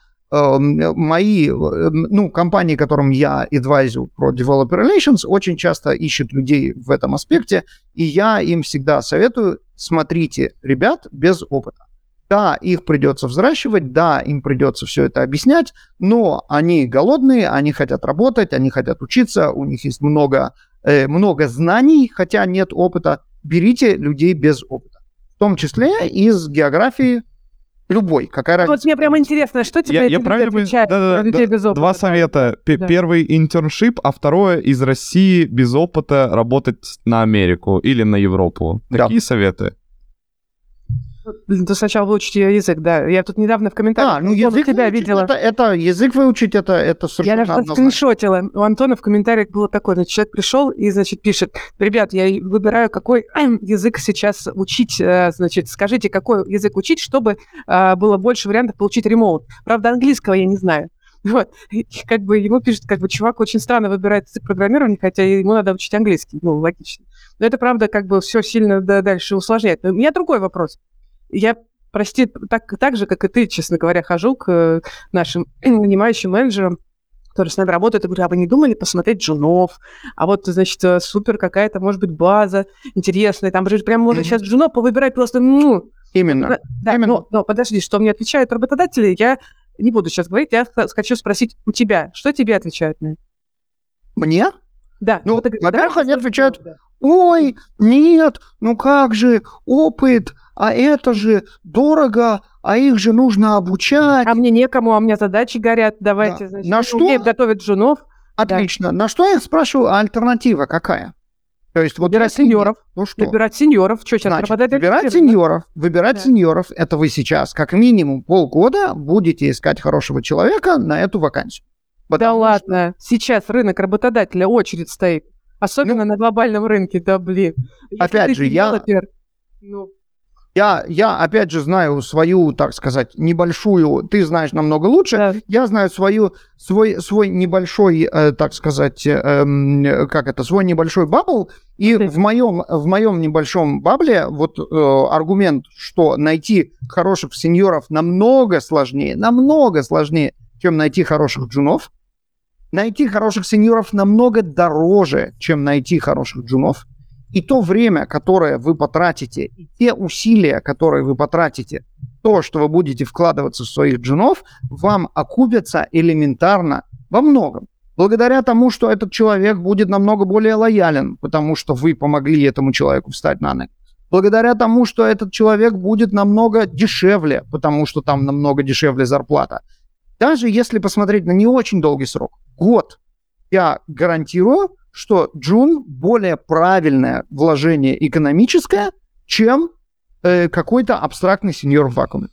[SPEAKER 3] Мои, ну, компании, которым я адвайзю про developer relations, очень часто ищут людей в этом аспекте, и я им всегда советую: смотрите ребят без опыта. Да, их придется взращивать, да, им придется все это объяснять, но они голодные, они хотят работать, они хотят учиться, у них есть много, э, много знаний, хотя нет опыта. Берите людей без опыта, в том числе из географии. Любой, какая разница.
[SPEAKER 1] Вот мне прямо интересно, что тебе
[SPEAKER 2] я, я правильно отвечает да, да, да, без опыта? Два совета. П- да. Первый — интерншип, а второе — из России без опыта работать на Америку или на Европу. Да. Какие советы?
[SPEAKER 1] То сначала выучите язык, да. Я тут недавно в комментариях
[SPEAKER 3] А, ну язык
[SPEAKER 1] тебя
[SPEAKER 3] выучить,
[SPEAKER 1] видела.
[SPEAKER 3] Это, это язык выучить, это, это совершенно
[SPEAKER 1] Я даже
[SPEAKER 3] однозначно.
[SPEAKER 1] скриншотила. У Антона в комментариях было такое, значит, человек пришел и, значит, пишет: ребят, я выбираю, какой язык сейчас учить, значит, скажите, какой язык учить, чтобы было больше вариантов получить ремоут. Правда, английского я не знаю. Вот. И как бы ему пишет, как бы чувак очень странно выбирает язык программирования, хотя ему надо учить английский. Ну, логично. Но это, правда, как бы все сильно дальше усложняет. Но у меня другой вопрос. Я, прости, так, так же, как и ты, честно говоря, хожу к нашим нанимающим менеджерам, которые с нами работают, и говорю: а вы не думали посмотреть джунов? А вот, значит, супер какая-то, может быть, база интересная. Там же прям можно mm-hmm. сейчас джунов повыбирать просто... Ну,
[SPEAKER 3] Именно.
[SPEAKER 1] Да,
[SPEAKER 3] Именно.
[SPEAKER 1] Но, но подожди, что мне отвечают работодатели, я не буду сейчас говорить, я хочу спросить у тебя. Что тебе отвечают на это?
[SPEAKER 3] Мне?
[SPEAKER 1] Да.
[SPEAKER 3] Ну,
[SPEAKER 1] вот,
[SPEAKER 3] во-первых, они отвечают: ой, нет, ну как же, опыт, а это же дорого, а их же нужно обучать.
[SPEAKER 1] А мне некому, а у меня задачи горят, давайте,
[SPEAKER 3] да.
[SPEAKER 1] значит,
[SPEAKER 3] на
[SPEAKER 1] что? Готовят джунов.
[SPEAKER 3] Отлично. Да. На что я их спрашиваю, а альтернатива какая? То есть вот
[SPEAKER 1] выбирать сеньоров.
[SPEAKER 3] Ну что?
[SPEAKER 1] Выбирать сеньоров. Что сейчас
[SPEAKER 3] Значит, выбирать сеньоров. Выбирать да. сеньоров. Это вы сейчас как минимум полгода будете искать хорошего человека на эту вакансию.
[SPEAKER 1] Да ладно. Что... Сейчас рынок работодателя, очередь стоит. Особенно ну, на глобальном рынке, да блин.
[SPEAKER 3] Опять же, я... Например, ну... Я, я, опять же, знаю свою, так сказать, небольшую, ты знаешь намного лучше, да. Я знаю свою, свой, свой небольшой, э, так сказать, э, как это, свой небольшой бабл, и да. в, моем, в моем небольшом бабле вот э, аргумент, что найти хороших сеньоров намного сложнее, намного сложнее, чем найти хороших джунов, найти хороших сеньоров намного дороже, чем найти хороших джунов. И то время, которое вы потратите, и те усилия, которые вы потратите, то, что вы будете вкладываться в своих джунов, вам окупятся элементарно во многом. Благодаря тому, что этот человек будет намного более лоялен, потому что вы помогли этому человеку встать на ноги. Благодаря тому, что этот человек будет намного дешевле, потому что там намного дешевле зарплата. Даже если посмотреть на не очень долгий срок, год, я гарантирую, что джун более правильное вложение экономическое, чем э, какой-то абстрактный сеньор в вакууме.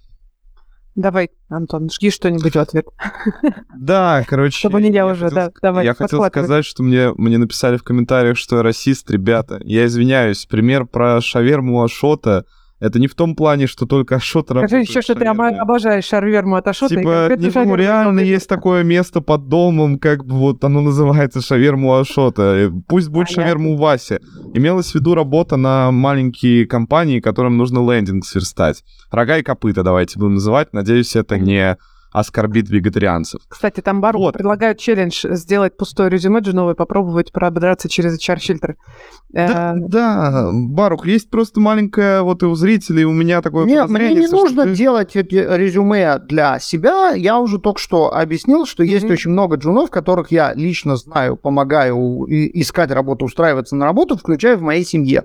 [SPEAKER 1] Давай, Антон, жги что-нибудь в ответ.
[SPEAKER 2] Да, короче...
[SPEAKER 1] Чтобы не я уже,
[SPEAKER 2] хотел,
[SPEAKER 1] да, давай,
[SPEAKER 2] Я хотел сказать, что мне, мне написали в комментариях, что я расист, ребята. Я извиняюсь, пример про шаверму Ашота. Это не в том плане, что только Ашот работает.
[SPEAKER 1] Скажи еще, что ты обожаешь шаверму от Ашота.
[SPEAKER 2] Типа, не, ну, реально есть такое место под домом, как бы вот оно называется шаверму Ашота. Пусть будет Понятно. Шаверму Васи. Имелась в виду работа на маленькие компании, которым нужно лендинг сверстать. Рога и копыта давайте будем называть. Надеюсь, это не оскорбит вегетарианцев.
[SPEAKER 1] Кстати, там Барух вот. предлагают челлендж сделать пустое резюме джуновое, попробовать продраться через эйч ар-фильтры.
[SPEAKER 2] Да, э- да, Барух, есть просто маленькая вот и у зрителей, у меня такое
[SPEAKER 3] Нет, мне не нужно
[SPEAKER 2] ты...
[SPEAKER 3] делать эти резюме для себя. Я уже только что объяснил, что mm-hmm. есть очень много джунов, которых я лично знаю, помогаю искать работу, устраиваться на работу, включая в моей семье.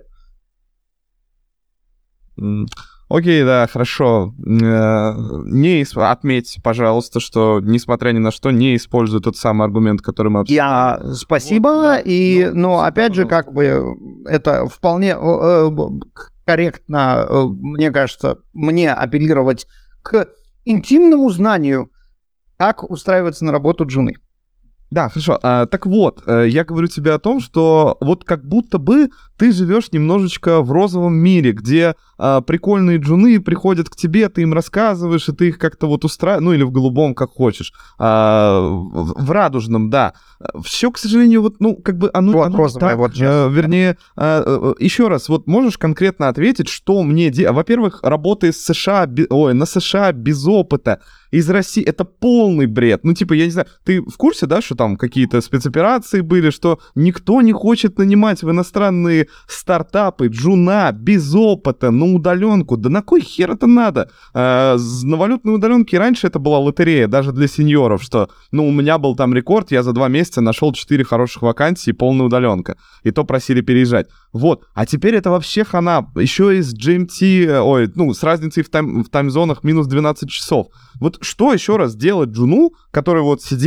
[SPEAKER 2] Mm. Окей, да, хорошо. Не исп... Отметь, пожалуйста, что, несмотря ни на что, не используй тот самый аргумент, который мы обсуждали.
[SPEAKER 3] Я... Спасибо, вот, да. и, ну, но, опять пожалуйста. же, как бы, это вполне э, корректно, э, мне кажется, мне апеллировать к интимному знанию, как устраиваться на работу джуны.
[SPEAKER 2] Да, хорошо. А, так вот, я говорю тебе о том, что вот как будто бы ты живешь немножечко в розовом мире, где а, прикольные джуны приходят к тебе, ты им рассказываешь, и ты их как-то вот устраиваешь, ну или в голубом, как хочешь, а, в, в радужном, да. Все, к сожалению, вот, ну, как бы оно...
[SPEAKER 3] Вот
[SPEAKER 2] оно
[SPEAKER 3] розовое,
[SPEAKER 2] так,
[SPEAKER 3] вот
[SPEAKER 2] а, вернее, а, еще раз, вот можешь конкретно ответить, что мне делать? Во-первых, работа из США, би... ой, на США без опыта, из России, это полный бред. Ну, типа, я не знаю, ты в курсе, да, что там какие-то спецоперации были, что никто не хочет нанимать в иностранные стартапы джуна без опыта на удаленку? Да на кой хер это надо? А, на валютной удаленке раньше это была лотерея, даже для сеньоров, что, ну, у меня был там рекорд, я за два месяца нашел четыре хороших вакансии, полная удаленка. И то просили переезжать. Вот. А теперь это вообще хана. Еще из джи эм ти, ой, ну, с разницей в, тайм, в таймзонах минус двенадцать часов. Вот что еще раз делать джуну, который вот сидит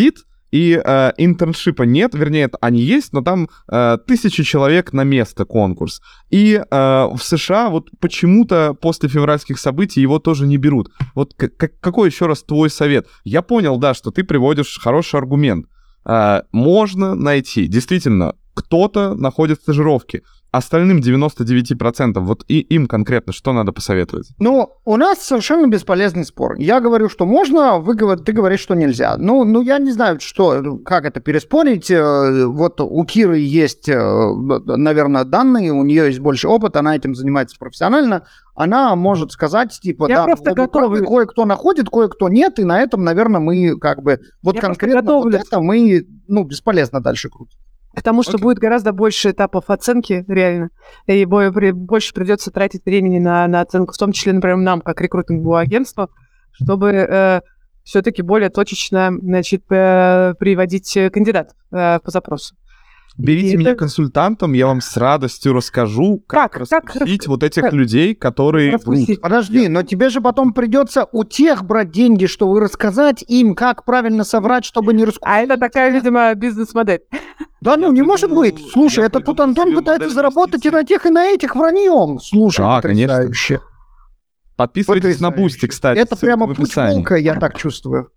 [SPEAKER 2] и э, интерншипа нет, вернее, они есть, но там э, тысячи человек на место конкурс. И э, в США вот почему-то после февральских событий его тоже не берут. Вот к- к- какой еще раз твой совет? Я понял, да, что ты приводишь хороший аргумент. Э, можно найти, действительно, кто-то находит стажировки. Остальным девяносто девять процентов, вот и им конкретно что надо посоветовать?
[SPEAKER 3] Ну, у нас совершенно бесполезный спор. Я говорю, что можно, вы, говор- ты говоришь, что нельзя. Ну, ну, я не знаю, что, как это переспорить. Э, Вот у Киры есть, э, наверное, данные, у нее есть больше опыта, она этим занимается профессионально. Она может сказать, типа,
[SPEAKER 1] Я
[SPEAKER 3] да,
[SPEAKER 1] просто
[SPEAKER 3] вы правы,
[SPEAKER 1] готовлю.
[SPEAKER 3] кое-кто находит, кое-кто нет, и на этом, наверное, мы как бы... Вот
[SPEAKER 1] Я просто
[SPEAKER 3] конкретно вот
[SPEAKER 1] готовлюсь.
[SPEAKER 3] это мы, ну, бесполезно дальше крутить.
[SPEAKER 1] К тому, что
[SPEAKER 2] Окей.
[SPEAKER 1] будет гораздо больше этапов оценки, реально. И бо- при- больше придется тратить времени на, на оценку, в том числе, например, нам, как рекрутинговому агентству, чтобы все-таки более точечно, значит, э, приводить кандидатов э, по запросу.
[SPEAKER 2] Берите
[SPEAKER 1] И
[SPEAKER 2] меня
[SPEAKER 1] это-
[SPEAKER 2] консультантом, я вам с радостью расскажу, как,
[SPEAKER 1] Как? Как
[SPEAKER 2] раскрутить
[SPEAKER 1] рас-
[SPEAKER 2] вот этих
[SPEAKER 1] как?
[SPEAKER 2] людей, которые врут.
[SPEAKER 1] Распустить.
[SPEAKER 3] Подожди, но тебе же потом придется у тех брать деньги, чтобы рассказать им, как правильно соврать, чтобы не раскусить.
[SPEAKER 1] А это такая, видимо, бизнес-модель.
[SPEAKER 3] Да ну, не может
[SPEAKER 2] придумал-
[SPEAKER 3] быть. Слушай,
[SPEAKER 2] я
[SPEAKER 3] это тут
[SPEAKER 2] придумал
[SPEAKER 3] Антон
[SPEAKER 2] себе
[SPEAKER 3] пытается
[SPEAKER 2] модель
[SPEAKER 3] заработать и
[SPEAKER 2] инвестиций.
[SPEAKER 3] на тех, и на этих враньем. Слушай,
[SPEAKER 2] Да, конечно.
[SPEAKER 3] потрясающе.
[SPEAKER 2] Подписывайтесь на
[SPEAKER 3] Потрясающе.
[SPEAKER 2] Бусти, кстати.
[SPEAKER 3] Это
[SPEAKER 2] ссылка
[SPEAKER 3] прямо
[SPEAKER 2] в
[SPEAKER 3] путь
[SPEAKER 2] описании.
[SPEAKER 3] волка, я так чувствую.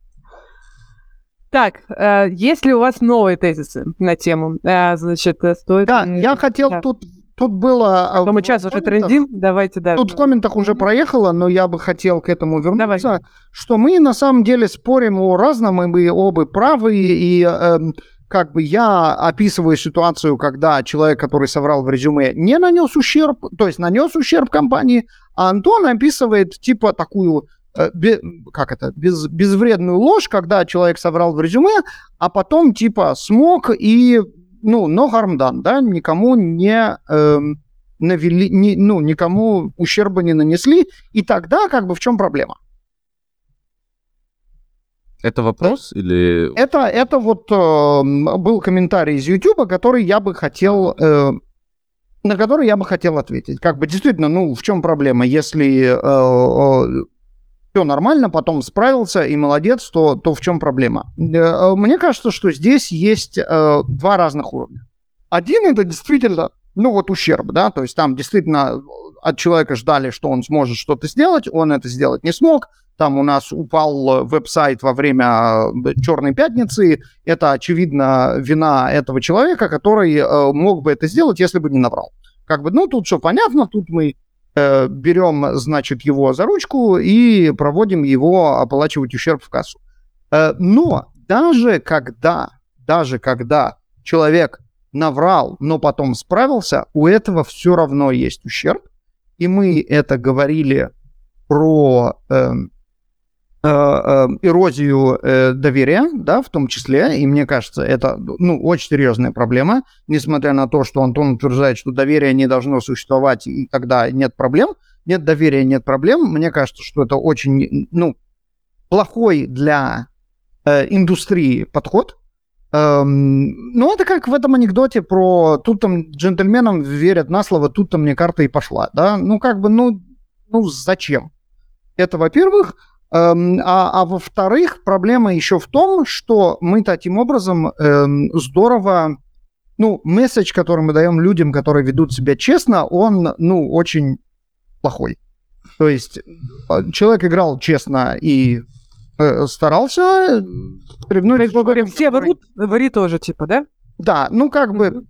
[SPEAKER 1] Так, э, есть ли у вас новые тезисы на тему? Э, значит, э, стоит...
[SPEAKER 3] Да,
[SPEAKER 1] э,
[SPEAKER 3] я хотел
[SPEAKER 1] да.
[SPEAKER 3] тут... Тут было... а,
[SPEAKER 1] То мы
[SPEAKER 3] в
[SPEAKER 1] час уже
[SPEAKER 3] комментах-
[SPEAKER 1] трендим, давайте, да.
[SPEAKER 3] Тут в комментах уже проехало, но я бы хотел к этому вернуться,
[SPEAKER 1] Давай.
[SPEAKER 3] что мы на самом деле спорим о разном, и мы оба правы, и эм, как бы я описываю ситуацию, когда человек, который соврал в резюме, не нанес ущерб, то есть нанес ущерб компании, а Антон описывает типа такую, э, бе- как это, без, безвредную ложь, когда человек соврал в резюме, а потом типа смог и, ну, no harm done, да, никому не... эм, навели, ни- ну, никому ущерба не нанесли, и тогда как бы в чем проблема?
[SPEAKER 2] Это вопрос или...
[SPEAKER 3] Это, это вот э, был комментарий из YouTube, который я бы хотел, э, на который я бы хотел ответить. Как бы действительно, ну, в чем проблема? Если э, э, все нормально, потом справился и молодец, то, то в чем проблема? Э, мне кажется, что здесь есть э, два разных уровня. Один это действительно, ну вот ущерб, да, то есть там действительно от человека ждали, что он сможет что-то сделать, он это сделать не смог. Там у нас упал веб-сайт во время Черной пятницы. Это, очевидно, вина этого человека, который э, мог бы это сделать, если бы не наврал. Как бы, ну, тут все понятно, тут мы э, берем, значит, его за ручку и проводим его оплачивать ущерб в кассу. Э, но даже когда, даже когда человек наврал, но потом справился, у этого все равно есть ущерб. И мы это говорили про... Э, эрозию э, доверия, да, в том числе, и мне кажется, это, ну, очень серьезная проблема, несмотря на то, что Антон утверждает, что доверие не должно существовать, и тогда нет проблем. Нет доверия, нет проблем. Мне кажется, что это очень, ну, плохой для э, индустрии подход. Эм, ну, это как в этом анекдоте про тут там джентльменам верят на слово, тут там мне карта и пошла, да, ну, как бы, ну, ну, зачем? Это, во-первых. Эм, а, а во-вторых, проблема еще в том, что мы таким образом эм, здорово, ну, месседж, который мы даем людям, которые ведут себя честно, он, ну, очень плохой. То есть человек играл честно и э, старался.
[SPEAKER 1] Ну, как мы говорим, все врут, ври тоже, типа, да?
[SPEAKER 3] Да, ну, как бы...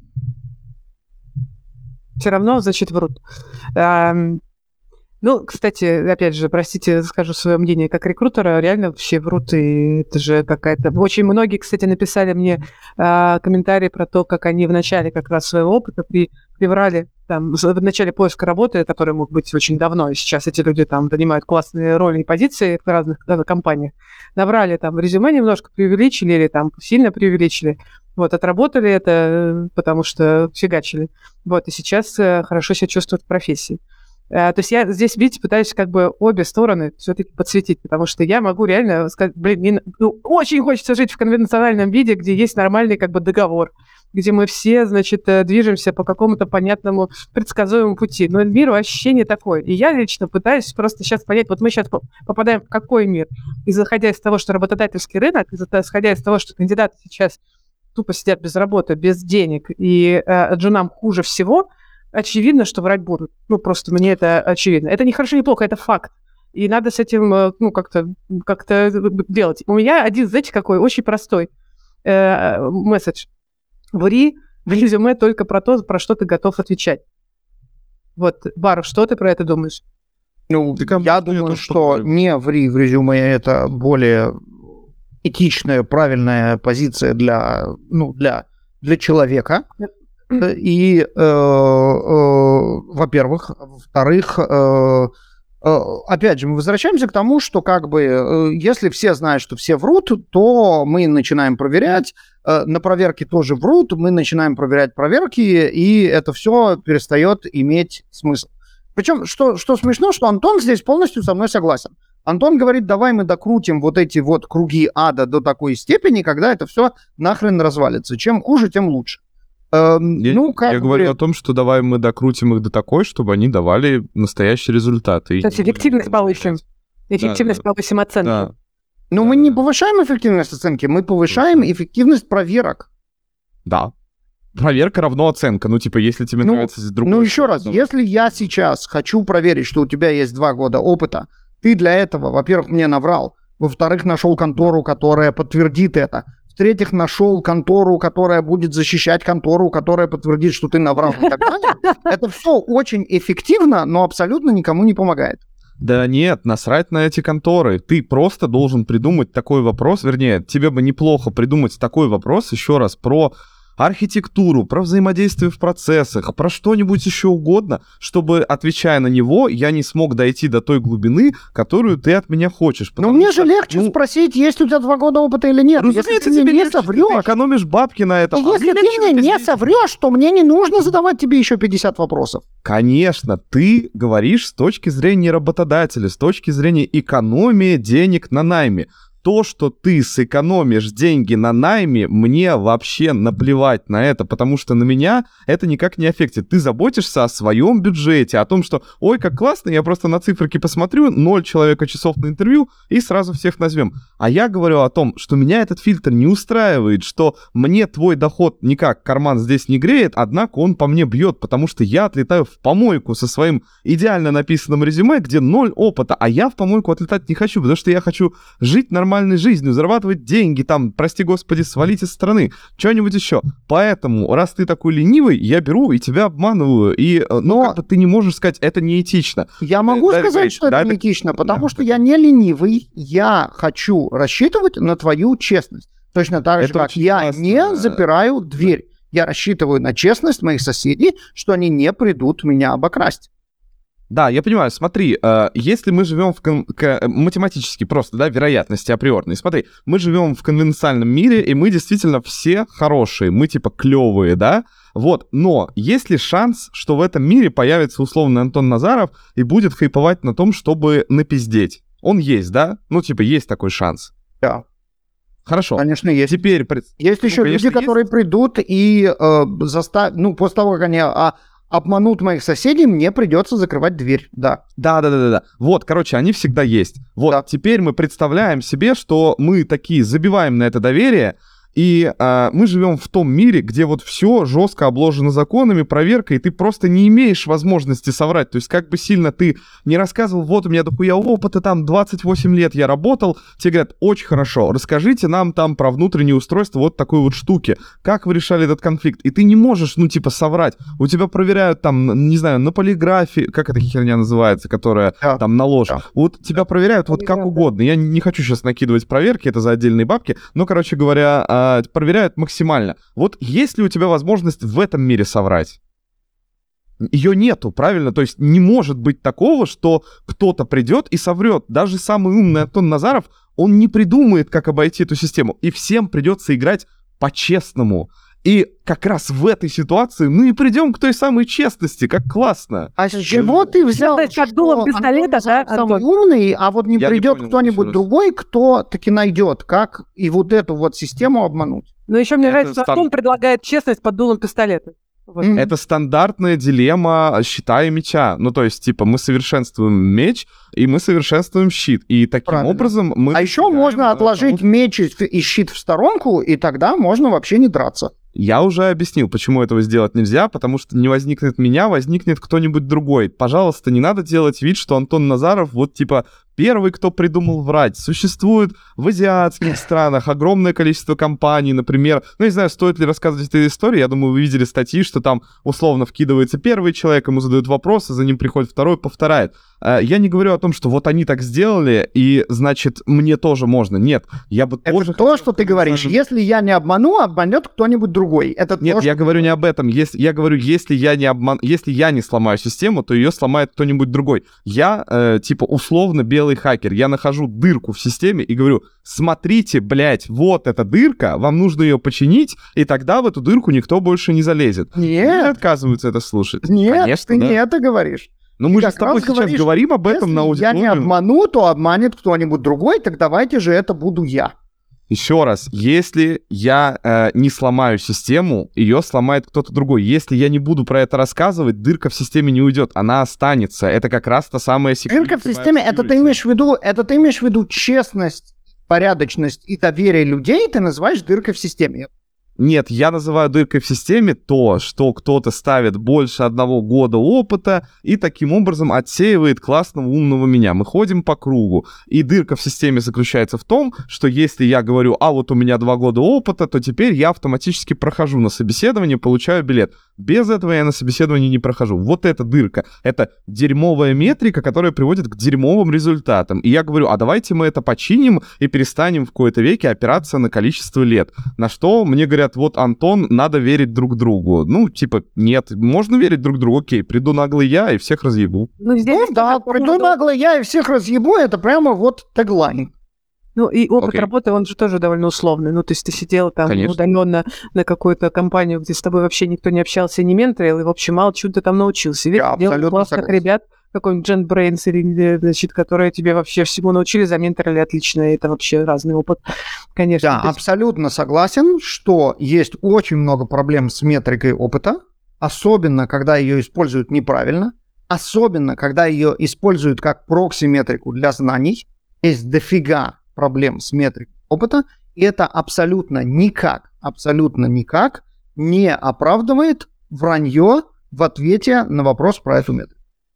[SPEAKER 1] Все равно, значит, врут. Эм, Ну, кстати, опять же, простите, скажу свое мнение как рекрутера, реально все врут, и это же какая-то... Очень многие, кстати, написали мне э, комментарии про то, как они в начале как раз своего опыта при, приврали, там, в начале поиска работы, который мог быть очень давно, и сейчас эти люди там занимают классные роли и позиции в разных да, компаниях, набрали там резюме немножко преувеличили или там сильно преувеличили, вот, отработали это, потому что фигачили, вот, и сейчас э, хорошо себя чувствуют в профессии. То есть я здесь, видите, пытаюсь как бы обе стороны все-таки подсветить, потому что я могу реально сказать, блин, мне ну, очень хочется жить в конвенциональном виде, где есть нормальный как бы договор, где мы все, значит, движемся по какому-то понятному, предсказуемому пути. Но мир вообще не такой. И я лично пытаюсь просто сейчас понять, вот мы сейчас попадаем в какой мир. И заходя из того, что работодательский рынок, исходя из того, что кандидаты сейчас тупо сидят без работы, без денег, и э, джунам хуже всего, очевидно, что врать будут. Ну, просто мне это очевидно. Это не хорошо, не плохо, это факт. И надо с этим, ну, как-то, как-то делать. У меня один, знаете, какой очень простой э, месседж. Ври в резюме только про то, про что ты готов отвечать. Вот, Бар, что ты про это думаешь?
[SPEAKER 3] Ну, так, я думаю, что что не ври в резюме, это более этичная, правильная позиция для, ну, для, для человека. И, э, э, во-первых, во-вторых, э, э, опять же, мы возвращаемся к тому, что как бы, э, если все знают, что все врут, то мы начинаем проверять, э, на проверке тоже врут, мы начинаем проверять проверки, и это все перестает иметь смысл. Причем, что, что смешно, что Антон здесь полностью со мной согласен. Антон говорит, давай мы докрутим вот эти вот круги ада до такой степени, когда это все нахрен развалится. Чем хуже, тем лучше. Эм,
[SPEAKER 2] я
[SPEAKER 3] ну, как
[SPEAKER 2] я
[SPEAKER 3] бы...
[SPEAKER 2] говорю о том, что давай мы докрутим их до такой, чтобы они давали настоящие результаты.
[SPEAKER 1] То есть эффективность повысим. Эффективность
[SPEAKER 2] да,
[SPEAKER 1] повысим оценки.
[SPEAKER 2] Да.
[SPEAKER 3] Но
[SPEAKER 2] да,
[SPEAKER 3] мы
[SPEAKER 2] да.
[SPEAKER 3] не повышаем эффективность оценки, мы повышаем эффективность проверок.
[SPEAKER 2] Да. Проверка равно оценка. Ну, типа, если тебе
[SPEAKER 3] ну,
[SPEAKER 2] нравится другой...
[SPEAKER 3] Ну, еще раз, если я сейчас хочу проверить, что у тебя есть два года опыта, ты для этого, во-первых, мне наврал, во-вторых, нашел контору, которая подтвердит это, в-третьих, нашел контору, которая будет защищать контору, которая подтвердит, что ты наврал и так далее. Это все очень эффективно, но абсолютно никому не помогает.
[SPEAKER 2] Да нет, насрать на эти конторы. Ты просто должен придумать такой вопрос, вернее, тебе бы неплохо придумать такой вопрос, еще раз, про архитектуру, про взаимодействие в процессах, про что-нибудь еще угодно, чтобы, отвечая на него, я не смог дойти до той глубины, которую ты от меня хочешь.
[SPEAKER 3] Но мне же легче ну, спросить, есть у тебя два года опыта или нет.
[SPEAKER 2] Если ты мне не соврешь, ты экономишь бабки на этом.
[SPEAKER 3] А если ты мне не здесь... соврешь, то мне не нужно задавать тебе еще пятьдесят вопросов.
[SPEAKER 2] Конечно, ты говоришь с точки зрения работодателя, с точки зрения экономии денег на найме. То, что ты сэкономишь деньги на найме, мне вообще наплевать на это, потому что на меня это никак не аффектит. Ты заботишься о своем бюджете, о том, что, ой, как классно, я просто на циферки посмотрю, ноль человека часов на интервью, и сразу всех назовем. А я говорю о том, что меня этот фильтр не устраивает, что мне твой доход никак карман здесь не греет, однако он по мне бьет, потому что я отлетаю в помойку со своим идеально написанным резюме, где ноль опыта, а я в помойку отлетать не хочу, потому что я хочу жить нормально, нормальной жизнью, зарабатывать деньги, там, прости господи, свалить из страны, что-нибудь еще. Поэтому, раз ты такой ленивый, я беру и тебя обманываю. И, ну, Но... как бы ты не можешь сказать, это неэтично.
[SPEAKER 3] Я могу да, сказать, да, что да, это неэтично, потому да. что я не ленивый, я хочу рассчитывать на твою честность. Точно так же, как я классно. не запираю дверь. Я рассчитываю на честность моих соседей, что они не придут меня обокрасть.
[SPEAKER 2] Да, я понимаю, смотри, э, если мы живем в кон- к- математически просто, да, вероятности априорные, смотри, мы живем в конвенциальном мире, и мы действительно все хорошие, мы типа клевые, да, вот, но есть ли шанс, что в этом мире появится условный Антон Назаров и будет хайповать на том, чтобы напиздеть? Он есть, да? Ну, типа, есть такой шанс.
[SPEAKER 3] Да.
[SPEAKER 2] Хорошо.
[SPEAKER 3] Конечно, есть.
[SPEAKER 2] Теперь...
[SPEAKER 3] Есть
[SPEAKER 2] ну,
[SPEAKER 3] еще
[SPEAKER 2] конечно,
[SPEAKER 3] люди,
[SPEAKER 2] есть.
[SPEAKER 3] которые придут и э, заставят, ну, после того, как они... А... обманут моих соседей, мне придется закрывать дверь, да.
[SPEAKER 2] Да-да-да-да. Вот, короче, они всегда есть. Вот, да. Теперь мы представляем себе, что мы такие забиваем на это доверие, и э, мы живем в том мире, где вот все жестко обложено законами, проверкой, и ты просто не имеешь возможности соврать. То есть как бы сильно ты не рассказывал, вот у меня дохуя опыта, там двадцать восемь лет я работал, тебе говорят, очень хорошо, расскажите нам там про внутреннее устройство вот такой вот штуки, как вы решали этот конфликт, и ты не можешь, ну типа, соврать. У тебя проверяют там, не знаю, на полиграфе, как эта херня называется, которая да. там на ложь. Да. Вот тебя проверяют вот как угодно. Я не хочу сейчас накидывать проверки, это за отдельные бабки, но, короче говоря, проверяют максимально. Вот есть ли у тебя возможность в этом мире соврать? Ее нету, правильно? То есть не может быть такого, что кто-то придет и соврет. Даже самый умный Антон Назаров, он не придумает, как обойти эту систему. И всем придется играть по-честному. И как раз в этой ситуации мы и придем к той самой честности, как классно.
[SPEAKER 3] А с чего ты взял,
[SPEAKER 1] Это как дулом пистолета, да,
[SPEAKER 3] самый
[SPEAKER 1] Антон?
[SPEAKER 3] умный, а вот не
[SPEAKER 2] Я не
[SPEAKER 3] придет
[SPEAKER 2] понял,
[SPEAKER 3] кто-нибудь
[SPEAKER 2] еще раз.
[SPEAKER 3] другой, кто таки найдет, как и вот эту вот систему обмануть?
[SPEAKER 1] Но еще мне
[SPEAKER 2] Это
[SPEAKER 1] нравится, что
[SPEAKER 2] стан-
[SPEAKER 1] Антон предлагает честность под дулом пистолета. Вот.
[SPEAKER 3] М.
[SPEAKER 2] Это стандартная дилемма щита и меча. Ну, то есть, типа, мы совершенствуем меч, и мы совершенствуем щит. И таким
[SPEAKER 3] Правильно.
[SPEAKER 2] образом мы...
[SPEAKER 3] А еще
[SPEAKER 2] достигаем,
[SPEAKER 3] можно
[SPEAKER 2] э,
[SPEAKER 3] отложить
[SPEAKER 2] того,
[SPEAKER 3] меч и и щит в сторонку, и тогда можно вообще не драться.
[SPEAKER 2] Я уже объяснил, почему этого сделать нельзя, потому что не возникнет меня, возникнет кто-нибудь другой. Пожалуйста, не надо делать вид, что Антон Назаров вот типа первый, кто придумал врать. Существует в азиатских странах огромное количество компаний, например. Ну, не знаю, стоит ли рассказывать эту историю. Я думаю, вы видели статьи, что там условно вкидывается первый человек, ему задают вопросы, за ним приходит второй, повторяет. Э, Я не говорю о том, что вот они так сделали, и, значит, мне тоже можно. Нет, я бы
[SPEAKER 3] Это
[SPEAKER 2] тоже...
[SPEAKER 3] то,
[SPEAKER 2] хотел,
[SPEAKER 3] что ты
[SPEAKER 2] чтобы
[SPEAKER 3] говоришь.
[SPEAKER 2] сами-
[SPEAKER 3] Если я не обману, обманет кто-нибудь другой. Это
[SPEAKER 2] Нет,
[SPEAKER 3] то,
[SPEAKER 2] я
[SPEAKER 3] что-
[SPEAKER 2] говорю не об этом. Если, я говорю, если я не обман... если я не сломаю систему, то ее сломает кто-нибудь другой. Я, э, типа, условно белый хакер. Я нахожу дырку в системе и говорю, смотрите, блядь, вот эта дырка, вам нужно ее починить, и тогда в эту дырку никто больше не залезет. Они
[SPEAKER 3] Нет,
[SPEAKER 2] отказываются это слушать.
[SPEAKER 3] нет,
[SPEAKER 2] Конечно,
[SPEAKER 3] ты
[SPEAKER 2] да.
[SPEAKER 3] не это говоришь.
[SPEAKER 2] Но мы
[SPEAKER 3] Ты
[SPEAKER 2] же с
[SPEAKER 3] как
[SPEAKER 2] тобой
[SPEAKER 3] раз
[SPEAKER 2] сейчас
[SPEAKER 3] говоришь,
[SPEAKER 2] говорим об этом
[SPEAKER 3] Если
[SPEAKER 2] на
[SPEAKER 3] я не
[SPEAKER 2] аудиторию.
[SPEAKER 3] обману, то обманет кто-нибудь другой, так давайте же это буду я.
[SPEAKER 2] Еще раз, если я э, не сломаю систему, ее сломает кто-то другой. Если я не буду про это рассказывать, дырка в системе не уйдет, она останется. Это как раз та самая
[SPEAKER 3] Дырка в системе, это ты имеешь в виду, это ты имеешь в виду честность, порядочность и доверие людей, ты называешь дыркой в системе.
[SPEAKER 2] Нет, я называю дыркой в системе то, что кто-то ставит больше одного года опыта и таким образом отсеивает классного умного меня. Мы ходим по кругу, и дырка в системе заключается в том, что если я говорю, а вот у меня два года опыта, то теперь я автоматически прохожу на собеседование, получаю билет. Без этого я на собеседование не прохожу. Вот эта дырка. Это дерьмовая метрика, которая приводит к дерьмовым результатам. И я говорю, а давайте мы это починим и перестанем в какой-то веке опираться на количество лет. На что мне говорят, вот, Антон, надо верить друг другу. Ну, типа, нет, можно верить друг другу, окей, приду наглый я и всех разъебу.
[SPEAKER 1] Ну, здесь,
[SPEAKER 3] Ну да, приду нагло я и всех разъебу, это прямо вот теглайн.
[SPEAKER 1] ну, и опыт
[SPEAKER 2] Окей.
[SPEAKER 1] работы, он же тоже довольно условный. Ну, то есть ты сидел там
[SPEAKER 2] Конечно.
[SPEAKER 1] удаленно на какую-то компанию, где с тобой вообще никто не общался, не менторил, и, в общем, мало чего ты там научился. Ведь
[SPEAKER 3] Я
[SPEAKER 1] делал
[SPEAKER 3] абсолютно
[SPEAKER 1] классных
[SPEAKER 3] согласен.
[SPEAKER 1] ребят, какой-нибудь Джен Брейнс, или, значит, которые тебе вообще всему научили, заменторили отлично. Это вообще разный опыт, конечно.
[SPEAKER 3] Да,
[SPEAKER 1] То есть-
[SPEAKER 3] абсолютно согласен, что есть очень много проблем с метрикой опыта, особенно когда ее используют неправильно, особенно когда ее используют как прокси-метрику для знаний. Есть дофига проблем с метрикой опыта, и это абсолютно никак, абсолютно никак не оправдывает вранье в ответе на вопрос про эту метрику.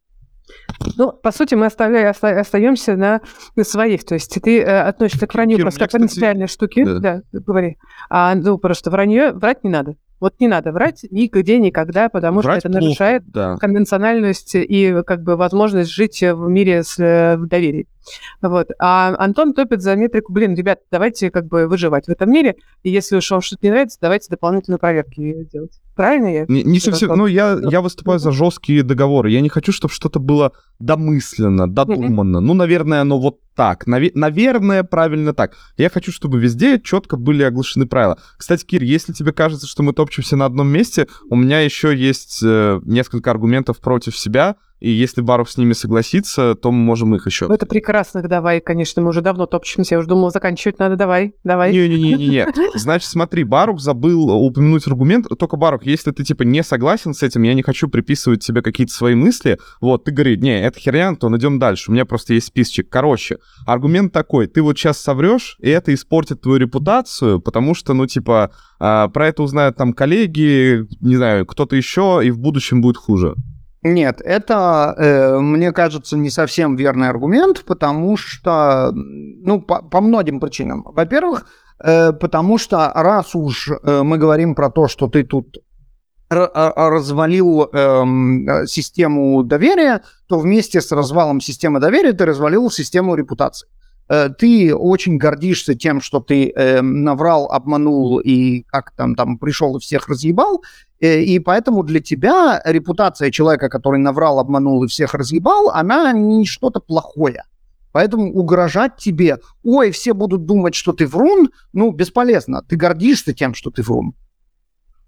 [SPEAKER 1] Ну, по сути, мы оставляем, оста- остаемся на своих. То есть ты э, относишься к вранью
[SPEAKER 2] Кир, у
[SPEAKER 1] просто
[SPEAKER 2] меня,
[SPEAKER 1] как
[SPEAKER 2] кстати,
[SPEAKER 1] принципиальной штуки.
[SPEAKER 2] да.
[SPEAKER 1] Да, говори. А, ну, просто вранье, врать не надо. Вот не надо врать нигде, никогда, потому
[SPEAKER 2] Врать
[SPEAKER 1] что это
[SPEAKER 2] плохо,
[SPEAKER 1] нарушает
[SPEAKER 2] да.
[SPEAKER 1] конвенциональность и как бы возможность жить в мире с э, в доверии. Вот. А Антон топит за метрику, блин, ребят, давайте как бы выживать в этом мире, и если уж вам что-то не нравится, давайте дополнительные проверки делать. Правильно я?
[SPEAKER 2] Не, не
[SPEAKER 1] Что
[SPEAKER 2] совсем,
[SPEAKER 1] такое?
[SPEAKER 2] ну, я, я выступаю за жесткие договоры. Я не хочу, чтобы что-то было домысленно, додуманно. Ну, наверное, оно вот так. Наве- наверное, правильно так. Я хочу, чтобы везде четко были оглашены правила. Кстати, Кир, если тебе кажется, что мы топчемся на одном месте, у меня еще есть э, несколько аргументов против себя. И если Барух с ними согласится, то мы можем их еще.
[SPEAKER 1] Ну, это прекрасно, давай, конечно, мы уже давно топчемся, я уже думала, заканчивать надо, давай, давай.
[SPEAKER 2] Не-не-не-не-не. Значит, смотри, Барух забыл упомянуть аргумент. Только, Барух, если ты, типа, не согласен с этим, я не хочу приписывать тебе какие-то свои мысли, вот, ты говоришь, не, это херня, то идем дальше. У меня просто есть списочек. Короче, аргумент такой, ты вот сейчас соврешь, и это испортит твою репутацию, потому что, ну, типа, а, про это узнают там коллеги, не знаю, кто-то еще, и в будущем будет хуже.
[SPEAKER 3] Нет, это, э, мне кажется, не совсем верный аргумент, потому что, ну, по, по многим причинам. Во-первых, э, потому что раз уж э, мы говорим про то, что ты тут р- а- развалил эм, систему доверия, то вместе с развалом системы доверия ты развалил систему репутации. Э, Ты очень гордишься тем, что ты э, наврал, обманул и как там, там пришел и всех разъебал, э, и поэтому для тебя репутация человека, который наврал, обманул и всех разъебал, она не что-то плохое. Поэтому угрожать тебе, ой, все будут думать, что ты врун, ну, бесполезно. Ты гордишься тем, что ты врун.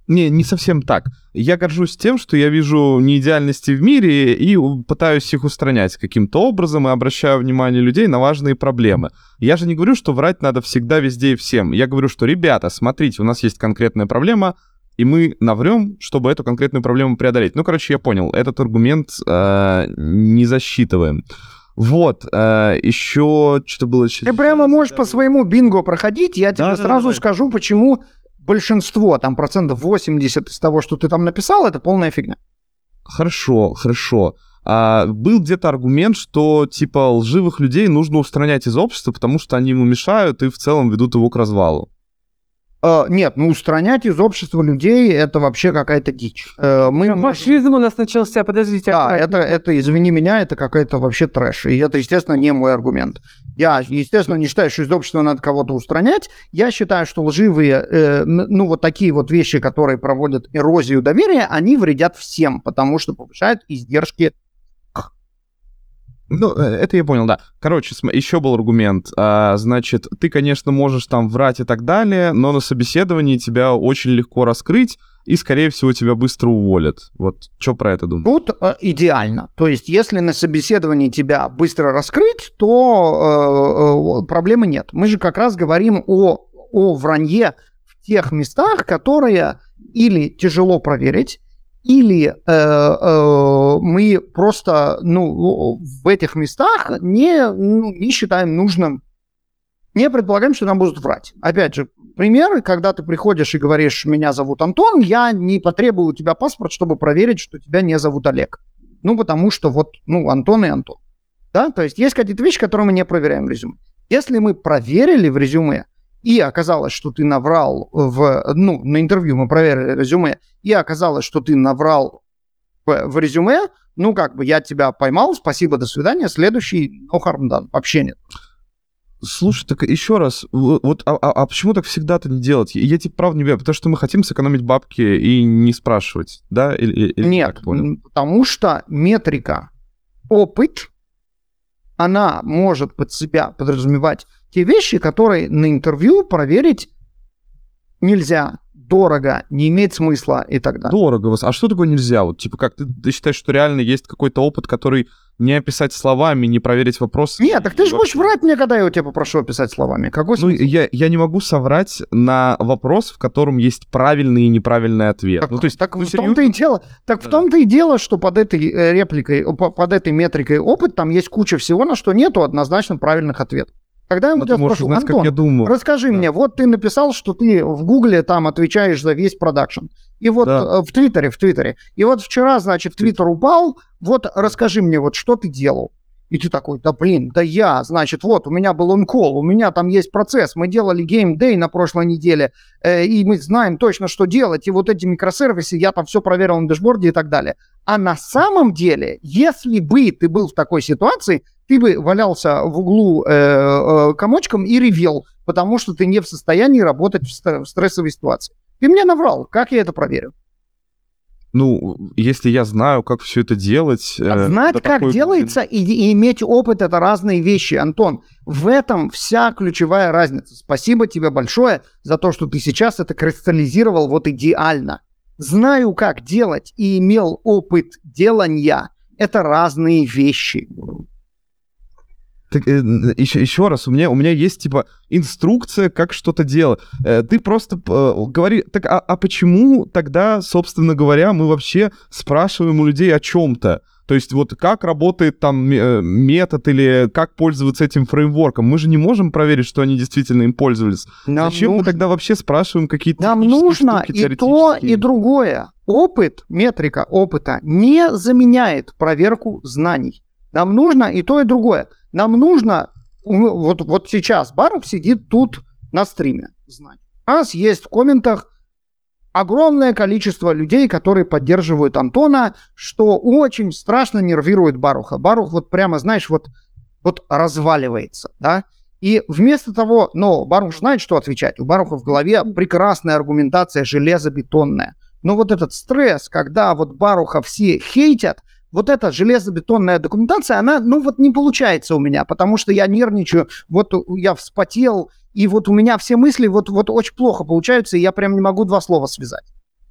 [SPEAKER 2] Не, не совсем так. Я горжусь тем, что я вижу неидеальности в мире и пытаюсь их устранять каким-то образом и обращаю внимание людей на важные проблемы. Я же не говорю, что врать надо всегда, везде и всем. Я говорю, что, ребята, смотрите, у нас есть конкретная проблема, и мы наврем, чтобы эту конкретную проблему преодолеть. Ну, короче, я понял, этот аргумент э, не засчитываем. Вот, э, еще что-то было...
[SPEAKER 3] Ты прямо можешь по своему бинго проходить, я тебе
[SPEAKER 2] Да,
[SPEAKER 3] сразу
[SPEAKER 2] да, да.
[SPEAKER 3] скажу, почему большинство, там, процентов восемьдесят из того, что ты там написал, это полная фигня.
[SPEAKER 2] Хорошо, хорошо. А, был где-то аргумент, что, типа, лживых людей нужно устранять из общества, потому что они ему мешают и в целом ведут его к развалу.
[SPEAKER 3] Uh, нет, ну устранять из общества людей это вообще какая-то дичь. Uh, мы
[SPEAKER 1] Фашизм у нас начался, подождите.
[SPEAKER 3] Да, это, это, извини меня, это какая-то вообще трэш. И это, естественно, не мой аргумент. Я, естественно, не считаю, что из общества надо кого-то устранять. Я считаю, что лживые, э, ну, вот такие вот вещи, которые проводят эрозию доверия, они вредят всем, потому что повышают издержки.
[SPEAKER 2] Ну, это я понял, да. Короче, еще был аргумент. А, значит, ты, конечно, можешь там врать и так далее, но на собеседовании тебя очень легко раскрыть, и, скорее всего, тебя быстро уволят. Вот, что про это думаешь?
[SPEAKER 3] Тут э, идеально. То есть, если на собеседовании тебя быстро раскрыть, то э, э, проблемы нет. Мы же как раз говорим о, о вранье в тех местах, которые или тяжело проверить, или э, э, мы просто, ну, в этих местах не, ну, не считаем нужным, не предполагаем, что нам будут врать. Опять же, пример, когда ты приходишь и говоришь, меня зовут Антон, я не потребую у тебя паспорт, чтобы проверить, что тебя не зовут Олег. Ну, потому что вот, ну, Антон и Антон. Да, то есть есть какие-то вещи, которые мы не проверяем в резюме. Если мы проверили в резюме, и оказалось, что ты наврал в... Ну, на интервью мы проверили резюме, и оказалось, что ты наврал в, в резюме, ну, как бы, я тебя поймал, спасибо, до свидания, следующий, no harm done, вообще нет.
[SPEAKER 2] Слушай, так еще раз, вот, а, а, а почему так всегда-то не делать? Я тебе правда не верю, потому что мы хотим сэкономить бабки и не спрашивать, да? Или, или
[SPEAKER 3] нет, потому что метрика, опыт, она может под себя подразумевать те вещи, которые на интервью проверить нельзя, дорого, не имеет смысла и так далее.
[SPEAKER 2] Дорого. А что такое нельзя? Вот, типа, как ты, ты считаешь, что реально есть какой-то опыт, который не описать словами, не проверить вопрос?
[SPEAKER 3] Нет, так ты же будешь врать мне, когда я у тебя попрошу описать словами. Какой
[SPEAKER 2] ну, я, я не могу соврать на вопрос, в котором есть правильный и неправильный ответ.
[SPEAKER 3] Так,
[SPEAKER 2] ну, то есть,
[SPEAKER 3] так
[SPEAKER 2] ну,
[SPEAKER 3] в том-то и дело, так да. в том-то и дело, что под этой репликой, под этой метрикой опыт, там есть куча всего, на что нету однозначно правильных ответов. Когда я тебя спрошу,
[SPEAKER 2] узнать,
[SPEAKER 3] Антон,
[SPEAKER 2] как я думаю.
[SPEAKER 3] расскажи да. мне, вот ты написал, что ты в Гугле там отвечаешь за весь продакшн. И вот да. в Твиттере, в Твиттере. И вот вчера, значит, Твиттер упал, вот расскажи мне, вот что ты делал. И ты такой, да блин, да я, значит, вот у меня был онкол, у меня там есть процесс, мы делали геймдей на прошлой неделе, э, и мы знаем точно, что делать, и вот эти микросервисы, я там все проверил на дэшборде и так далее. А на самом деле, если бы ты был в такой ситуации, ты бы валялся в углу э, э, комочком и ревел, потому что ты не в состоянии работать в, ст- в стрессовой ситуации. Ты мне наврал, как я это проверю?
[SPEAKER 2] Ну, если я знаю, как все это делать...
[SPEAKER 3] А знать, как такой... делается, и, и иметь опыт — это разные вещи, Антон. В этом вся ключевая разница. Спасибо тебе большое за то, что ты сейчас это кристаллизировал вот идеально. Знаю, как делать, и имел опыт делания — это разные вещи.
[SPEAKER 2] Так, э, еще, еще раз, у меня, у меня есть, типа, инструкция, как что-то делать. Э, ты просто э, говори... Так, а, а почему тогда, собственно говоря, мы вообще спрашиваем у людей о чем-то? То есть вот как работает там э, метод или как пользоваться этим фреймворком? Мы же не можем проверить, что они действительно им пользовались. Нам Зачем нужно... мы тогда вообще спрашиваем какие-то...
[SPEAKER 3] Нам нужно штуки, и то, и другое. Опыт, метрика опыта не заменяет проверку знаний. Нам нужно и то, и другое. Нам нужно, вот, вот сейчас Барух сидит тут на стриме. У нас есть в комментах огромное количество людей, которые поддерживают Антона, что очень страшно нервирует Баруха. Барух вот прямо, знаешь, вот, вот разваливается, да? И вместо того, но Барух знает, что отвечать. У Баруха в голове прекрасная аргументация, железобетонная. Но вот этот стресс, когда вот Баруха все хейтят, вот эта железобетонная документация, она, ну вот не получается у меня, потому что я нервничаю, вот я вспотел, и вот у меня все мысли вот, вот очень плохо получаются, и я прям не могу два слова связать.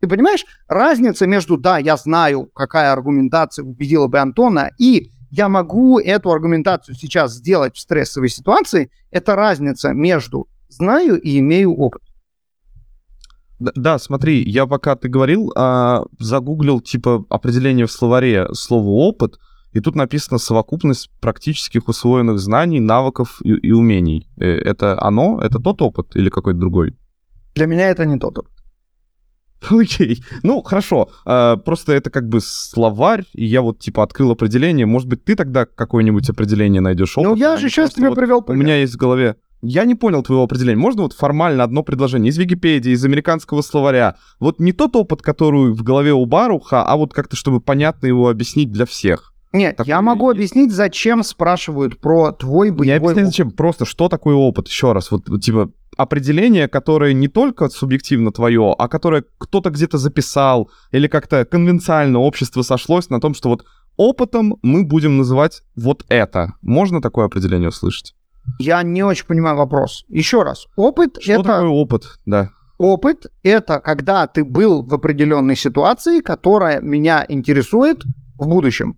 [SPEAKER 3] Ты понимаешь, разница между «да, я знаю, какая аргументация убедила бы Антона» и «я могу эту аргументацию сейчас сделать в стрессовой ситуации» — это разница между «знаю» и «имею опыт».
[SPEAKER 2] Да, да, смотри, я пока ты говорил, а, загуглил типа определение в словаре слова «опыт», и тут написано «совокупность практических усвоенных знаний, навыков и, и умений». Это оно? Это тот опыт или какой-то другой?
[SPEAKER 3] Для меня это не тот опыт.
[SPEAKER 2] Окей. Ну, хорошо. А, просто это как бы словарь, и я вот, типа, открыл определение. Может быть, ты тогда какое-нибудь определение найдешь?
[SPEAKER 3] Ну, я же сейчас тебе
[SPEAKER 2] вот
[SPEAKER 3] привел
[SPEAKER 2] пример. У меня есть в голове... Я не понял твоего определения. Можно вот формально одно предложение из Википедии, из американского словаря? Вот не тот опыт, который в голове у Баруха, а вот как-то, чтобы понятно его объяснить для всех.
[SPEAKER 3] Нет,
[SPEAKER 2] Такой
[SPEAKER 3] я могу
[SPEAKER 2] есть.
[SPEAKER 3] объяснить, зачем спрашивают про твой боевой
[SPEAKER 2] Не объясняй,
[SPEAKER 3] опыт.
[SPEAKER 2] зачем. Просто что такое опыт? Еще раз. Вот, вот, типа, определение, которое не только субъективно твое, а которое кто-то где-то записал, или как-то конвенциально общество сошлось на том, что вот опытом мы будем называть вот это. Можно такое определение услышать?
[SPEAKER 3] Я не очень понимаю вопрос. Еще раз. Опыт
[SPEAKER 2] Что
[SPEAKER 3] это...
[SPEAKER 2] такое опыт? Да.
[SPEAKER 3] Опыт — это когда ты был в определенной ситуации, которая меня интересует в будущем.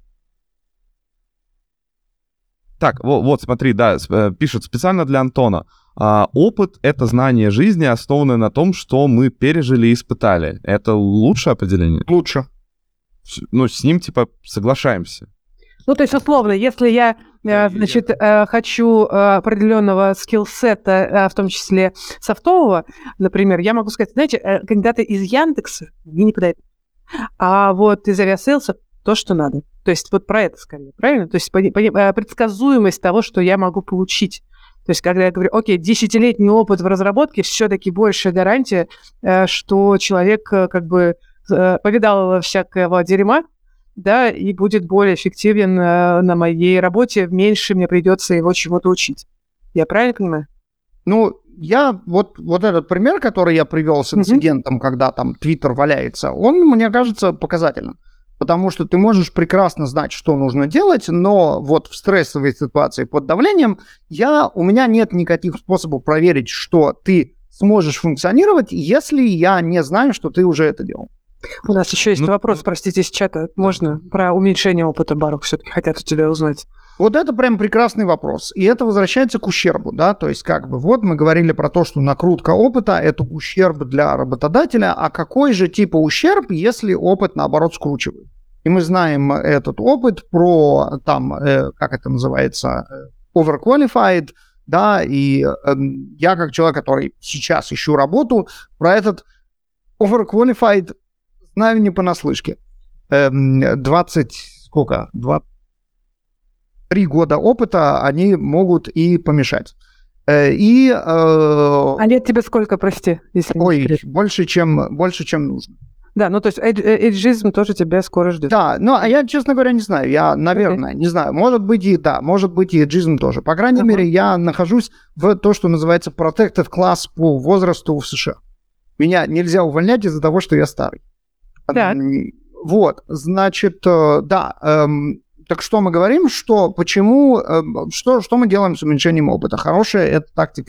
[SPEAKER 2] Так, вот, вот смотри, да, пишут специально для Антона. А, опыт — это знание жизни, основанное на том, что мы пережили и испытали. Это лучшее определение?
[SPEAKER 3] Лучше.
[SPEAKER 2] Ну, с ним, типа, соглашаемся.
[SPEAKER 1] Ну, то есть, условно, если я, э, значит, э, хочу э, определенного скиллсета, э, в том числе софтового, например, я могу сказать, знаете, э, кандидаты из Яндекса мне не подойдут. А вот из авиасейлса то, что надо. То есть вот про это скорее, правильно? То есть по, по, предсказуемость того, что я могу получить. То есть когда я говорю, окей, десятилетний опыт в разработке, все-таки большая гарантия, э, что человек э, как бы э, повидал всякого дерьма, да, и будет более эффективен э, на моей работе, меньше мне придется его чему-то учить. Я правильно понимаю?
[SPEAKER 3] Ну, я вот, вот этот пример, который я привел с инцидентом, mm-hmm. когда там Твиттер валяется, он, мне кажется, показательным. Потому что ты можешь прекрасно знать, что нужно делать, но вот в стрессовой ситуации под давлением я, у меня нет никаких способов проверить, что ты сможешь функционировать, если я не знаю, что ты уже это делал.
[SPEAKER 1] У нас еще есть ну, вопрос, простите, из чата. Можно про уменьшение опыта, Барух, все-таки хотят у тебя узнать.
[SPEAKER 3] Вот это прям прекрасный вопрос. И это возвращается к ущербу, да, то есть как бы вот мы говорили про то, что накрутка опыта – это ущерб для работодателя, а какой же типа ущерб, если опыт, наоборот, скручивает? И мы знаем этот опыт про, там, э, как это называется, overqualified, да, и э, я как человек, который сейчас ищу работу, про этот overqualified знаю не понаслышке. двадцать, сколько, двадцать три года опыта, они могут и помешать. И, э,
[SPEAKER 1] а лет тебе сколько, прости? Если
[SPEAKER 3] ой, больше чем, больше, чем нужно.
[SPEAKER 1] Да, ну то есть эйджизм тоже тебя скоро ждет.
[SPEAKER 3] Да, ну а я, честно говоря, не знаю. Я, наверное, okay. не знаю. Может быть и да, может быть и эйджизм тоже. По крайней uh-huh. мере, я нахожусь в то, что называется protected class по возрасту в США. Меня нельзя увольнять из-за того, что я старый.
[SPEAKER 1] Так.
[SPEAKER 3] Вот, значит, да, эм, так что мы говорим, что почему, эм, что, что мы делаем с уменьшением опыта? Хорошая это тактика.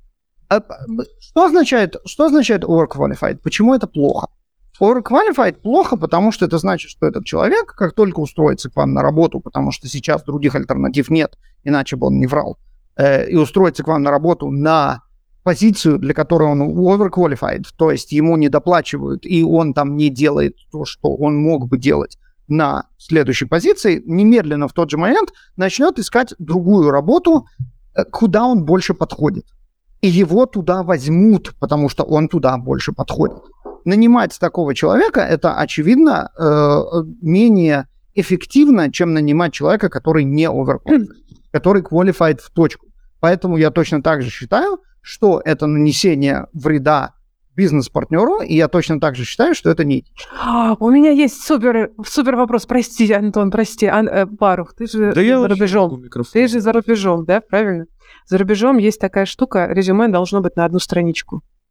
[SPEAKER 3] Что означает, что означает overqualified? Почему это плохо? Overqualified плохо, потому что это значит, что этот человек, как только устроится к вам на работу, потому что сейчас других альтернатив нет, иначе бы он не врал, э, и устроится к вам на работу на позицию, для которой он overqualified, то есть ему не доплачивают, и он там не делает то, что он мог бы делать на следующей позиции, немедленно в тот же момент начнет искать другую работу, куда он больше подходит. И его туда возьмут, потому что он туда больше подходит. Нанимать такого человека, это, очевидно, э, менее эффективно, чем нанимать человека, который не overqualified, который qualified в точку. Поэтому я точно так же считаю, что это нанесение вреда бизнес-партнеру, и я точно так же считаю, что это не этично.
[SPEAKER 1] У меня есть супер, супер вопрос. Прости, Антон, прости. Ан, э, Барух, ты же да за рубежом. Ты же за рубежом, да, правильно? За рубежом есть такая штука, резюме должно быть на одну страничку.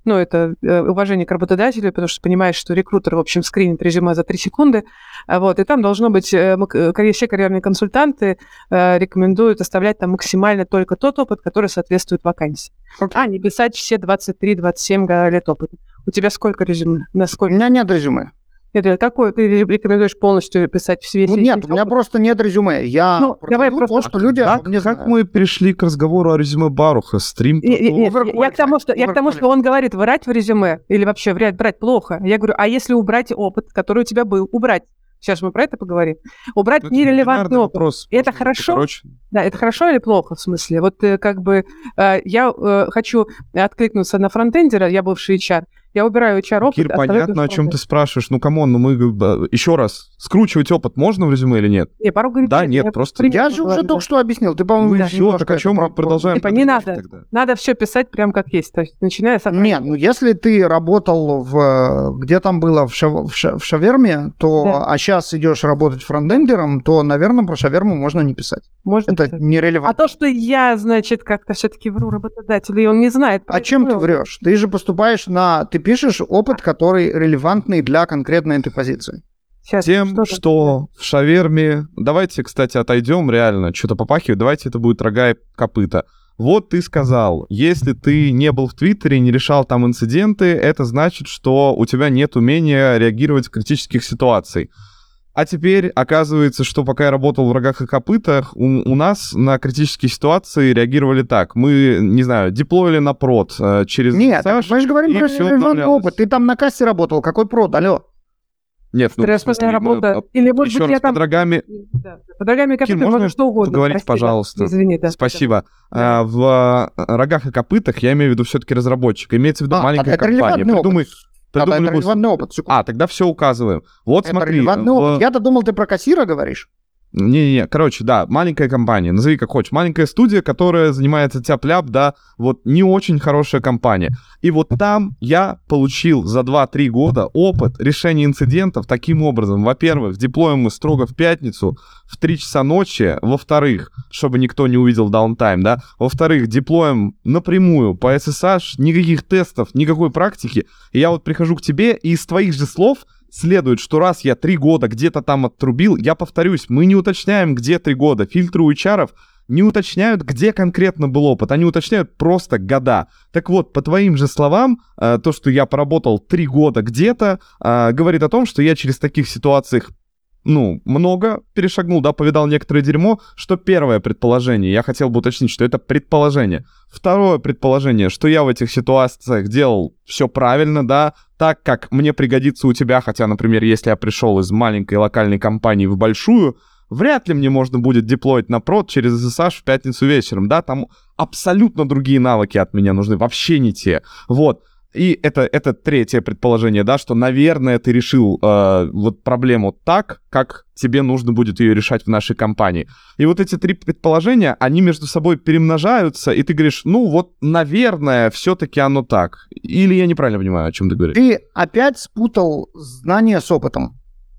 [SPEAKER 1] Ну, это э, уважение к работодателю, потому что понимаешь, что рекрутер, в общем, скринит резюме за три секунды. А вот, и там должно быть, э, карь- все карьерные консультанты э, рекомендуют оставлять там максимально только тот опыт, который соответствует вакансии.
[SPEAKER 3] Okay.
[SPEAKER 1] А не писать все двадцать три двадцать семь лет опыта. У тебя сколько резюме? На
[SPEAKER 3] У
[SPEAKER 1] сколько?
[SPEAKER 3] меня нет резюме.
[SPEAKER 1] Нет, какой ты рекомендуешь полностью писать весь
[SPEAKER 3] Ну,
[SPEAKER 1] весь
[SPEAKER 3] нет,
[SPEAKER 1] весь
[SPEAKER 3] у меня
[SPEAKER 1] опыт?
[SPEAKER 3] просто нет резюме. Я
[SPEAKER 1] Ну, давай
[SPEAKER 3] продаю
[SPEAKER 1] просто-
[SPEAKER 3] то, что люди
[SPEAKER 2] Как,
[SPEAKER 3] не
[SPEAKER 2] как
[SPEAKER 3] знают.
[SPEAKER 2] мы перешли к разговору о резюме Баруха? Стрим...
[SPEAKER 1] Не- не- нет,
[SPEAKER 3] Overqualified,
[SPEAKER 1] я, я к тому, что, я к тому, что он говорит, врать в резюме или вообще врать, брать плохо. Я говорю, а если убрать опыт, который у тебя был, убрать? Сейчас мы про это поговорим. Убрать
[SPEAKER 2] Ну, это
[SPEAKER 1] нерелевантный
[SPEAKER 2] бинарный
[SPEAKER 1] опыт.
[SPEAKER 2] вопрос.
[SPEAKER 1] И это
[SPEAKER 2] Можно
[SPEAKER 1] хорошо?
[SPEAKER 2] покороче.
[SPEAKER 1] Да, это хорошо или плохо, в смысле? Вот э, как бы э, я э, хочу откликнуться на фронтендера, я бывший эйч ар, я убираю эйч ар-опыт.
[SPEAKER 2] Кир, понятно, о чем ты спрашиваешь. Ну, камон, ну мы... э, Еще раз, скручивать опыт можно в резюме или нет?
[SPEAKER 1] Не, пару говорит,
[SPEAKER 2] Да,
[SPEAKER 1] нет,
[SPEAKER 2] нет,
[SPEAKER 1] я
[SPEAKER 2] просто-
[SPEAKER 1] пример
[SPEAKER 3] Я же уже
[SPEAKER 1] говорю,
[SPEAKER 3] только
[SPEAKER 1] да.
[SPEAKER 3] что объяснил. Ты, по-моему,
[SPEAKER 2] Ну и
[SPEAKER 3] да,
[SPEAKER 2] все,
[SPEAKER 3] немножко
[SPEAKER 2] так о
[SPEAKER 3] это
[SPEAKER 2] чем мы
[SPEAKER 3] про-
[SPEAKER 2] продолжаем?
[SPEAKER 1] Типа не
[SPEAKER 2] подготовку
[SPEAKER 1] надо.
[SPEAKER 2] тогда?
[SPEAKER 1] Надо все писать прям как есть, то есть начиная с...
[SPEAKER 3] Нет, ну если ты работал в... Где там было? В, шав- в, ша- в шаверме, то...
[SPEAKER 1] Да.
[SPEAKER 3] А сейчас идешь работать фронтендером, то, наверное, про шаверму можно не писать.
[SPEAKER 1] Можно
[SPEAKER 3] Это
[SPEAKER 1] писать.
[SPEAKER 3] нерелевантно.
[SPEAKER 1] А то, что я, значит, как-то все-таки вру работодателю, и он не знает... про
[SPEAKER 3] А
[SPEAKER 1] это
[SPEAKER 3] чем ты
[SPEAKER 1] было.
[SPEAKER 3] врешь? Ты же поступаешь на... Ты пишешь опыт, который релевантный для конкретной этой позиции.
[SPEAKER 1] Сейчас,
[SPEAKER 2] Тем,
[SPEAKER 1] что
[SPEAKER 2] что,
[SPEAKER 1] там?
[SPEAKER 2] в шаверме... Давайте, кстати, отойдем, реально, что-то попахивает. Давайте это будет рога и копыта. Вот ты сказал, если ты не был в Твиттере, не решал там инциденты, это значит, что у тебя нет умения реагировать в критических ситуациях. А теперь оказывается, что пока я работал в рогах и копытах, у, у нас на критические ситуации реагировали так. Мы, не знаю, деплоили на прод э, через
[SPEAKER 3] Нет,
[SPEAKER 2] Саш,
[SPEAKER 3] мы же говорим
[SPEAKER 2] и
[SPEAKER 3] про
[SPEAKER 2] всё
[SPEAKER 3] релевантный
[SPEAKER 2] обновлялось.
[SPEAKER 3] опыт. Ты там на кассе работал. Какой прод? Алло.
[SPEAKER 2] Нет, ну, в
[SPEAKER 1] Стрессовая
[SPEAKER 2] смысле, мы,
[SPEAKER 1] работа.
[SPEAKER 2] а,
[SPEAKER 1] Или, может
[SPEAKER 2] еще
[SPEAKER 1] быть, я
[SPEAKER 2] раз,
[SPEAKER 1] там...
[SPEAKER 2] под рогами...
[SPEAKER 1] Да, под рогами
[SPEAKER 2] Кир,
[SPEAKER 1] копыта
[SPEAKER 2] можно
[SPEAKER 1] можно что угодно.
[SPEAKER 2] поговорить,
[SPEAKER 1] Прости, да.
[SPEAKER 2] пожалуйста?
[SPEAKER 1] Извини, да.
[SPEAKER 2] Спасибо.
[SPEAKER 1] Да.
[SPEAKER 2] А, в а, рогах и копытах я имею в виду все-таки разработчик. Имеется в виду
[SPEAKER 3] А,
[SPEAKER 2] маленькая
[SPEAKER 3] это
[SPEAKER 2] компания.
[SPEAKER 3] релевантный
[SPEAKER 2] Придумай,
[SPEAKER 3] опыт. Тогда
[SPEAKER 2] придумай
[SPEAKER 3] это
[SPEAKER 2] любую-
[SPEAKER 3] релевантный опыт. Секунду.
[SPEAKER 2] А, тогда все указываем. Вот
[SPEAKER 3] Это
[SPEAKER 2] смотри.
[SPEAKER 3] релевантный
[SPEAKER 2] в-
[SPEAKER 3] опыт. Я-то думал, ты про кассира говоришь.
[SPEAKER 2] Не-не-не, короче, да, маленькая компания, назови как хочешь. Маленькая студия, которая занимается тяп-ляп, да, вот не очень хорошая компания. И вот там я получил за два-три года опыт решения инцидентов таким образом. Во-первых, деплоим мы строго в пятницу в три часа ночи. Во-вторых, чтобы никто не увидел даунтайм, да. Во-вторых, деплоим напрямую по эс эс эйч, никаких тестов, никакой практики. И я вот прихожу к тебе, и из твоих же слов следует, что раз я три года где-то там оттрубил, я повторюсь, мы не уточняем, где три года. Фильтры у эйч ар не уточняют, где конкретно был опыт, они уточняют просто года. Так вот, по твоим же словам, э, то, что я поработал три года где-то, э, говорит о том, что я через таких ситуациях, ну, много перешагнул, да, повидал некоторое дерьмо, что первое предположение, я хотел бы уточнить, что это предположение. Второе предположение, что я в этих ситуациях делал все правильно, да, так, как мне пригодится у тебя, хотя, например, если я пришел из маленькой локальной компании в большую, вряд ли мне можно будет деплоить на прод через эс эс эйч в пятницу вечером, да, там абсолютно другие навыки от меня нужны, вообще не те, вот. И это, это третье предположение, да, что, наверное, ты решил э, вот проблему так, как тебе нужно будет ее решать в нашей компании. И вот эти три предположения, они между собой перемножаются, и ты говоришь, ну вот, наверное, все-таки оно так. Или я неправильно понимаю, о чем ты говоришь?
[SPEAKER 3] Ты опять спутал знания с опытом.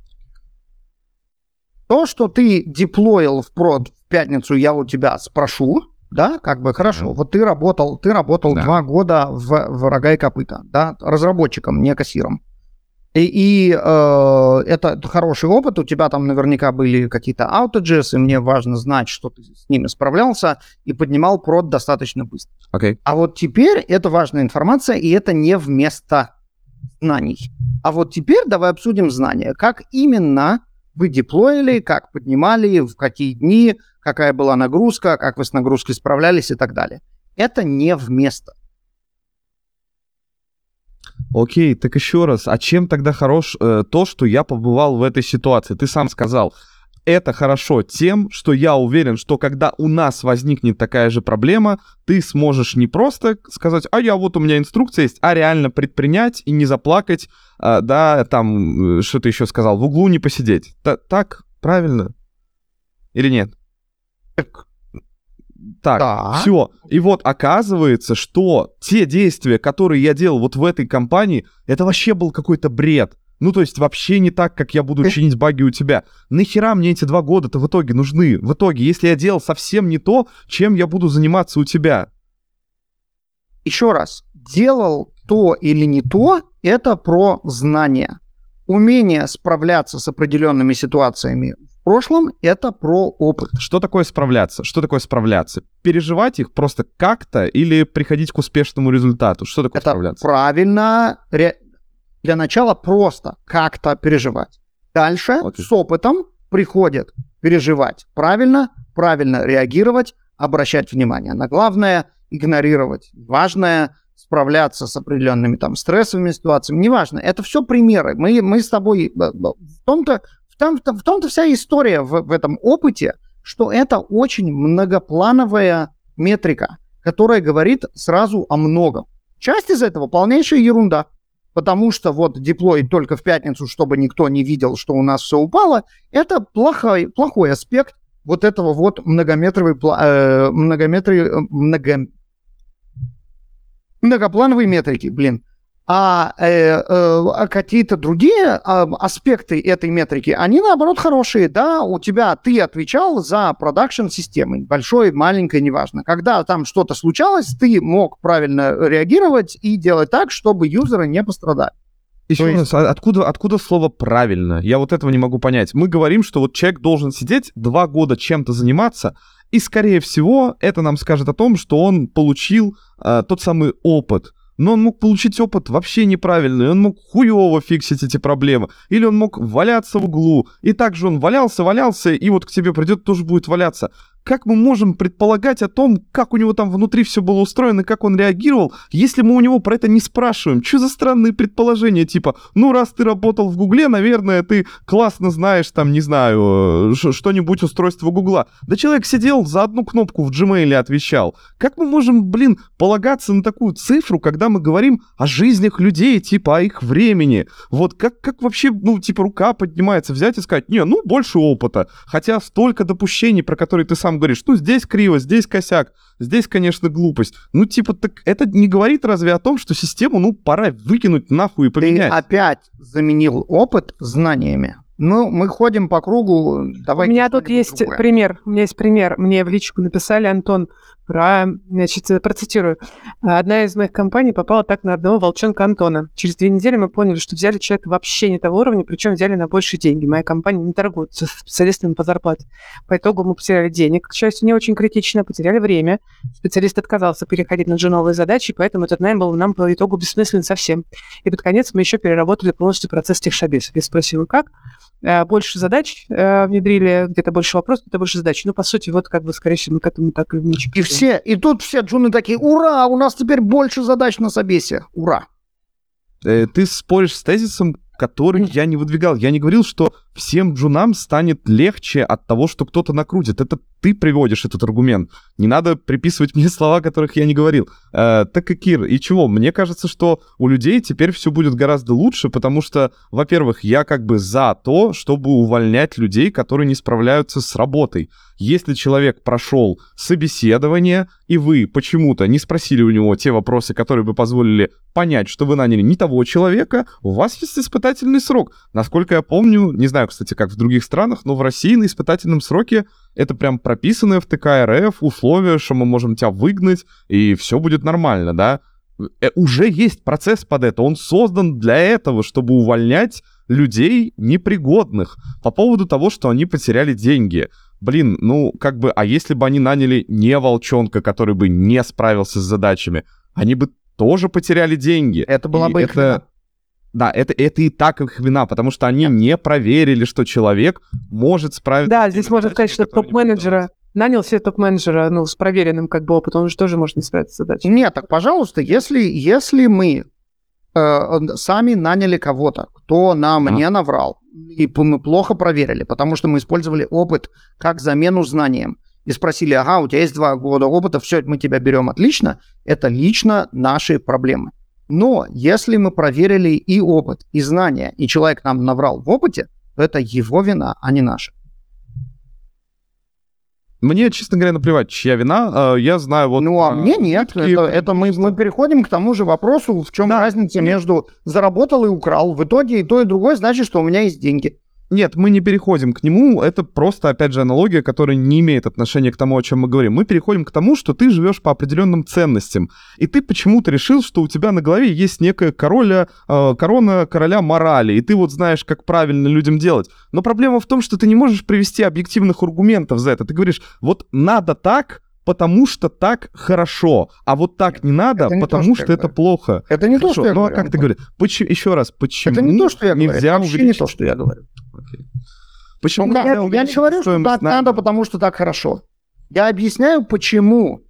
[SPEAKER 3] То, что ты деплоил в прод в пятницу, я у тебя спрошу, да, как бы хорошо.
[SPEAKER 2] Мгм.
[SPEAKER 3] Вот ты работал, ты работал
[SPEAKER 2] Да.
[SPEAKER 3] два года в, в рога и копыта, да, разработчиком, не кассиром. И, и э, это хороший опыт, у тебя там наверняка были какие-то outages, и мне важно знать, что ты с ними справлялся и поднимал прод достаточно быстро.
[SPEAKER 2] Окей.
[SPEAKER 3] А вот теперь это важная информация, и это не вместо знаний. А вот теперь давай обсудим знания. Как именно вы деплоили, как поднимали, в какие дни, какая была нагрузка, как вы с нагрузкой справлялись и так далее. Это не вместо.
[SPEAKER 2] Окей, так еще раз, а чем тогда хорош э, то, что я побывал в этой ситуации? Ты сам сказал, это хорошо тем, что я уверен, что когда у нас возникнет такая же проблема, ты сможешь не просто сказать, а я вот у меня инструкция есть, а реально предпринять и не заплакать, э, да, там, э, что ты еще сказал, в углу не посидеть. Та- так, правильно? Или нет?
[SPEAKER 3] Так,
[SPEAKER 2] Так,
[SPEAKER 3] Да.
[SPEAKER 2] все. И вот оказывается, что те действия, которые я делал вот в этой компании, это вообще был какой-то бред. Ну, то есть вообще не так, как я буду
[SPEAKER 3] Э.
[SPEAKER 2] чинить баги у тебя. Нахера мне эти два года-то в итоге нужны? В итоге, если я делал совсем не то, чем я буду заниматься у тебя?
[SPEAKER 3] еще раз, делал то или не то, это про знания. Умение справляться с определенными ситуациями в прошлом – это про опыт.
[SPEAKER 2] Что такое справляться? Что такое справляться? Переживать их просто как-то или приходить к успешному результату? Что такое
[SPEAKER 3] это
[SPEAKER 2] справляться?
[SPEAKER 3] Правильно. Ре... Для начала просто как-то переживать. Дальше okay. с опытом приходит переживать правильно, правильно реагировать, обращать внимание на главное, игнорировать важное, справляться с определенными там стрессовыми ситуациями, неважно. Это все примеры. Мы, мы с тобой... В том-то, в том-то, в том-то вся история в, в этом опыте, что это очень многоплановая метрика, которая говорит сразу о многом. Часть из этого полнейшая ерунда, потому что вот деплой только в пятницу, чтобы никто не видел, что у нас все упало, это плохой, плохой аспект вот этого вот многометровой... Э, многометровой... Много... многоплановые метрики, блин. А, э, э, какие-то другие э, аспекты этой метрики, они, наоборот, хорошие. Да, у тебя, ты отвечал за продакшн-системы, большой, маленькой, неважно. Когда там что-то случалось, ты мог правильно реагировать и делать так, чтобы юзеры не пострадали.
[SPEAKER 2] Еще
[SPEAKER 3] есть...
[SPEAKER 2] раз, откуда, откуда слово «правильно»? Я вот этого не могу понять. Мы говорим, что вот человек должен сидеть два года чем-то заниматься, и, скорее всего, это нам скажет о том, что он получил э, тот самый опыт. Но он мог получить опыт вообще неправильный, он мог хуёво фиксить эти проблемы, или он мог валяться в углу, и также он валялся, валялся, и вот к тебе придет, тоже будет валяться. Как мы можем предполагать о том, как у него там внутри все было устроено, как он реагировал, если мы у него про это не спрашиваем? Что за странные предположения, типа, ну, раз ты работал в Гугле, наверное, ты классно знаешь, там, не знаю, что-нибудь устройство Гугла. Да человек сидел, за одну кнопку в Gmail отвечал. Как мы можем, блин, полагаться на такую цифру, когда мы говорим о жизнях людей, типа, о их времени? Вот как, как вообще, ну, типа, рука поднимается взять и сказать, не, ну, больше опыта, хотя столько допущений, про которые ты сам говоришь, ну, здесь криво, здесь косяк, здесь, конечно, глупость. Ну, типа, так это не говорит разве о том, что систему, ну, пора выкинуть нахуй и поменять?
[SPEAKER 3] Ты опять заменил опыт знаниями. Ну, мы ходим по кругу, давай.
[SPEAKER 1] У меня тут есть другое. пример, у меня есть пример. Мне в личку написали, Антон, про, значит, процитирую. Одна из моих компаний попала так на одного волчонка Антона. Через две недели мы поняли, что взяли человека вообще не того уровня, причем взяли на большие деньги. Моя компания не торгует со специалистами по зарплате. По итогу мы потеряли денег, к счастью, не очень критично, потеряли время. Специалист отказался переходить на джуновые задачи, поэтому этот найм был нам по итогу бессмыслен совсем. И под конец мы еще переработали полностью процесс техшабесов. Я спросила, как? Больше задач э, внедрили, где-то больше вопросов, где-то больше задач. Ну, по сути, вот как бы, скорее всего, мы к этому так и не
[SPEAKER 3] И все, и тут все джуны такие, ура, у нас теперь больше задач на собесе, ура.
[SPEAKER 2] Э, ты споришь с тезисом, который я не выдвигал. Я не говорил, что всем джунам станет легче от того, что кто-то накрутит. Это ты приводишь этот аргумент. Не надо приписывать мне слова, которых я не говорил. Э, так и Кир, и чего? Мне кажется, что у людей теперь все будет гораздо лучше, потому что, во-первых, я как бы за то, чтобы увольнять людей, которые не справляются с работой. Если человек прошел собеседование, и вы почему-то не спросили у него те вопросы, которые бы позволили понять, что вы наняли не того человека, у вас есть испытательный срок. Насколько я помню, не знаю, кстати, как в других странах, но в России на испытательном сроке это прям прописанное в ТК РФ условие, что мы можем тебя выгнать, и все будет нормально, да? Э, уже есть процесс под это, он создан для этого, чтобы увольнять людей непригодных по поводу того, что они потеряли деньги. Блин, ну, как бы, а если бы они наняли не волчонка, который бы не справился с задачами, они бы тоже потеряли деньги.
[SPEAKER 3] Это была
[SPEAKER 2] и
[SPEAKER 3] бы их
[SPEAKER 2] это...
[SPEAKER 3] вина.
[SPEAKER 2] Да, это, это и так их вина, потому что они не проверили, что человек может справиться.
[SPEAKER 1] Да, здесь можно сказать, что топ-менеджера нанял себе топ-менеджера, ну, с проверенным как бы опытом, он же тоже может не справиться с задачей.
[SPEAKER 3] Нет, так, пожалуйста, если, если мы э, сами наняли кого-то, кто нам а. не наврал, и мы плохо проверили, потому что мы использовали опыт как замену знаниям, и спросили, ага, у тебя есть два года опыта, все, мы тебя берем, отлично, это лично наши проблемы. Но если мы проверили и опыт, и знания, и человек нам наврал в опыте, то это его вина, а не наша.
[SPEAKER 2] Мне, честно говоря, наплевать, чья вина. Я знаю вот...
[SPEAKER 3] Ну, а мне нет. Это, это мы, мы переходим к тому же вопросу, в чем да. разница между заработал и украл. В итоге и то, и другое значит, что у меня есть деньги.
[SPEAKER 2] Нет, мы не переходим к нему, это просто, опять же, аналогия, которая не имеет отношения к тому, о чем мы говорим. Мы переходим к тому, что ты живешь по определенным ценностям, и ты почему-то решил, что у тебя на голове есть некая короля, э, корона короля морали, и ты вот знаешь, как правильно людям делать. Но проблема в том, что ты не можешь привести объективных аргументов за это. Ты говоришь, вот надо так, потому что так хорошо, а вот так не надо,
[SPEAKER 3] это не
[SPEAKER 2] потому
[SPEAKER 3] то, что
[SPEAKER 2] что это
[SPEAKER 3] говорю.
[SPEAKER 2] плохо.
[SPEAKER 3] Это не
[SPEAKER 2] Хорошо,
[SPEAKER 3] то, что я
[SPEAKER 2] ну,
[SPEAKER 3] говорю.
[SPEAKER 2] Ну а как ты говоришь? Почему, еще раз, почему
[SPEAKER 3] Это не то, что я говорю.
[SPEAKER 2] нельзя
[SPEAKER 3] Это вообще
[SPEAKER 2] увеличить...
[SPEAKER 3] не то, что я говорю.
[SPEAKER 2] Okay. Почему
[SPEAKER 3] Ну, я, я не говорю, что так
[SPEAKER 2] найма?
[SPEAKER 3] надо, потому что так хорошо. Я объясняю, почему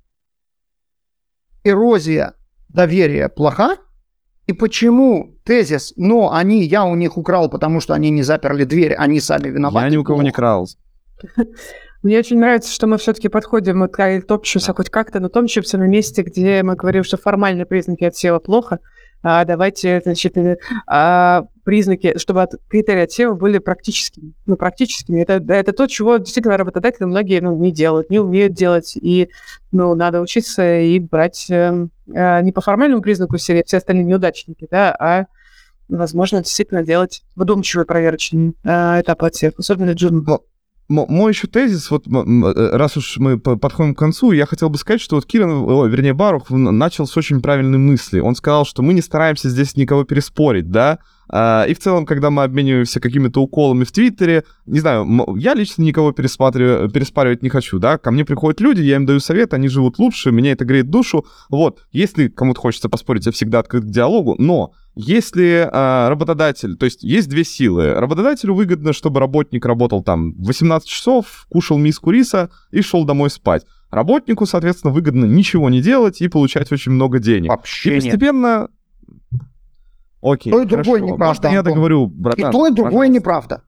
[SPEAKER 3] эрозия доверия плоха, и почему тезис «но они, я у них украл, потому что они не заперли дверь, они сами виноваты».
[SPEAKER 2] Я ни у кого
[SPEAKER 3] плохо.
[SPEAKER 2] не крал.
[SPEAKER 1] Мне очень нравится, что мы все-таки подходим, мы топчемся хоть как-то, но топчемся на месте, где мы говорим, что формальные признаки отсева плохо. А давайте, значит, а, признаки, чтобы от, критерии отсева были практическими. Ну, практическими. Это, это то, чего действительно работодатели многие ну, не делают, не умеют делать. И, ну, надо учиться и брать э, э, не по формальному признаку все, все остальные неудачники, да, а, возможно, действительно делать вдумчивые проверочные э, этапы отсева, особенно джунгл.
[SPEAKER 2] Мой еще тезис, вот раз уж мы подходим к концу, я хотел бы сказать, что вот Киран, о, вернее, Барух начал с очень правильной мысли. Он сказал, что мы не стараемся здесь никого переспорить, да, и в целом, когда мы обмениваемся какими-то уколами в Твиттере, не знаю, я лично никого переспаривать не хочу, да, ко мне приходят люди, я им даю совет, они живут лучше, меня это греет душу, вот, если кому-то хочется поспорить, я всегда открыт к диалогу, но если э, работодатель, то есть есть две силы, работодателю выгодно, чтобы работник работал там восемнадцать часов, кушал миску риса и шел домой спать. Работнику, соответственно, выгодно ничего не делать и получать очень много денег.
[SPEAKER 3] Вообще
[SPEAKER 2] и постепенно... Окей,
[SPEAKER 3] то и другое
[SPEAKER 2] хорошо.
[SPEAKER 3] неправда.
[SPEAKER 2] Может, я договорю, братан.
[SPEAKER 3] И то, и другое
[SPEAKER 2] пожалуйста.
[SPEAKER 3] неправда.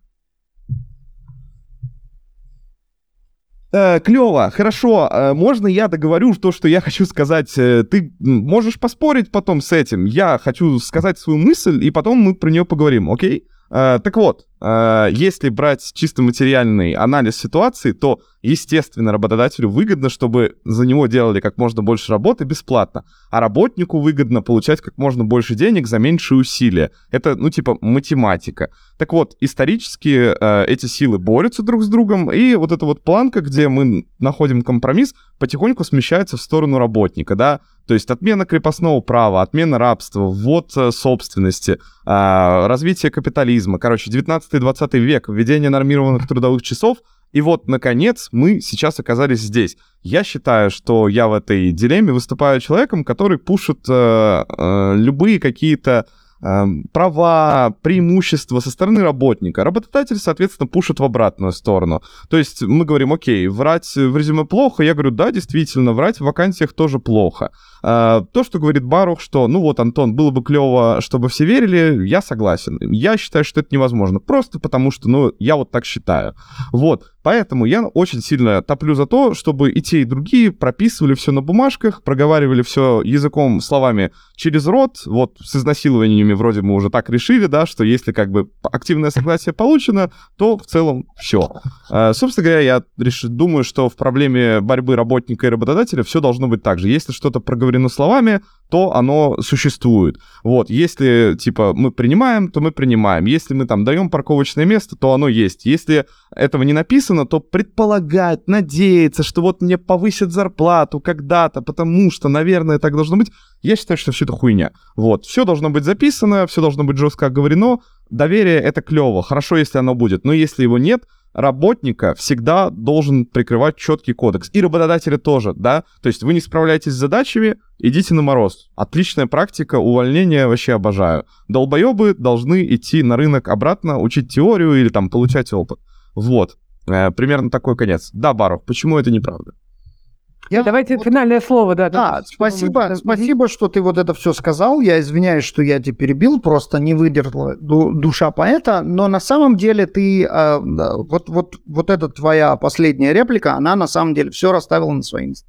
[SPEAKER 2] Э, клево, хорошо. Э, можно я договорю то, что я хочу сказать? Э, ты можешь поспорить потом с этим. Я хочу сказать свою мысль, и потом мы про нее поговорим, окей? Э, так вот, э, если брать чисто материальный анализ ситуации, то, естественно, работодателю выгодно, чтобы за него делали как можно больше работы бесплатно, а работнику выгодно получать как можно больше денег за меньшие усилия. Это, ну, типа, математика. Так вот, исторически э, эти силы борются друг с другом, и вот эта вот планка, где мы находим компромисс, потихоньку смещается в сторону работника, да, то есть отмена крепостного права, отмена рабства, ввод э, собственности, э, развитие капитализма, короче, девятнадцатый-двадцатый век, введение нормированных трудовых часов, и вот, наконец, мы сейчас оказались здесь. Я считаю, что я в этой дилемме выступаю человеком, который пушит э, э, любые какие-то э, права, преимущества со стороны работника. Работодатель, соответственно, пушит в обратную сторону. То есть мы говорим, окей, врать в резюме плохо. Я говорю, да, действительно, врать в вакансиях тоже плохо. Э, то, что говорит Барух, что, ну вот, Антон, было бы клево, чтобы все верили, я согласен. Я считаю, что это невозможно. Просто потому что, ну, я вот так считаю. Вот. Поэтому я очень сильно топлю за то, чтобы и те, и другие прописывали все на бумажках, проговаривали все языком, словами через рот. Вот с изнасилованиями вроде мы уже так решили, да, что если как бы активное согласие получено, то в целом все. А, собственно говоря, я реш... думаю, что в проблеме борьбы работника и работодателя все должно быть так же. Если что-то проговорено словами, то оно существует. Вот, если, типа, мы принимаем, то мы принимаем. Если мы там даем парковочное место, то оно есть. Если этого не написано, то предполагать, надеяться, что вот мне повысят зарплату когда-то, потому что, наверное, так должно быть, я считаю, что все это хуйня. Вот, все должно быть записано, все должно быть жестко оговорено. Доверие — это клево, хорошо, если оно будет. Но если его нет, работника всегда должен прикрывать четкий кодекс. И работодателя тоже, да? То есть вы не справляетесь с задачами, идите на мороз. Отличная практика, увольнение вообще обожаю. Долбоебы должны идти на рынок обратно, учить теорию или там получать опыт. Вот. Э, примерно такой конец. Да, Барух, почему это неправда?
[SPEAKER 1] Я... Давайте вот... финальное слово, да.
[SPEAKER 3] Да, спасибо, мы... спасибо, что ты вот это все сказал. Я извиняюсь, что я тебя перебил, просто не выдержала душа поэта. Но на самом деле ты, э, вот, вот, вот эта твоя последняя реплика, она на самом деле все расставила на свои места.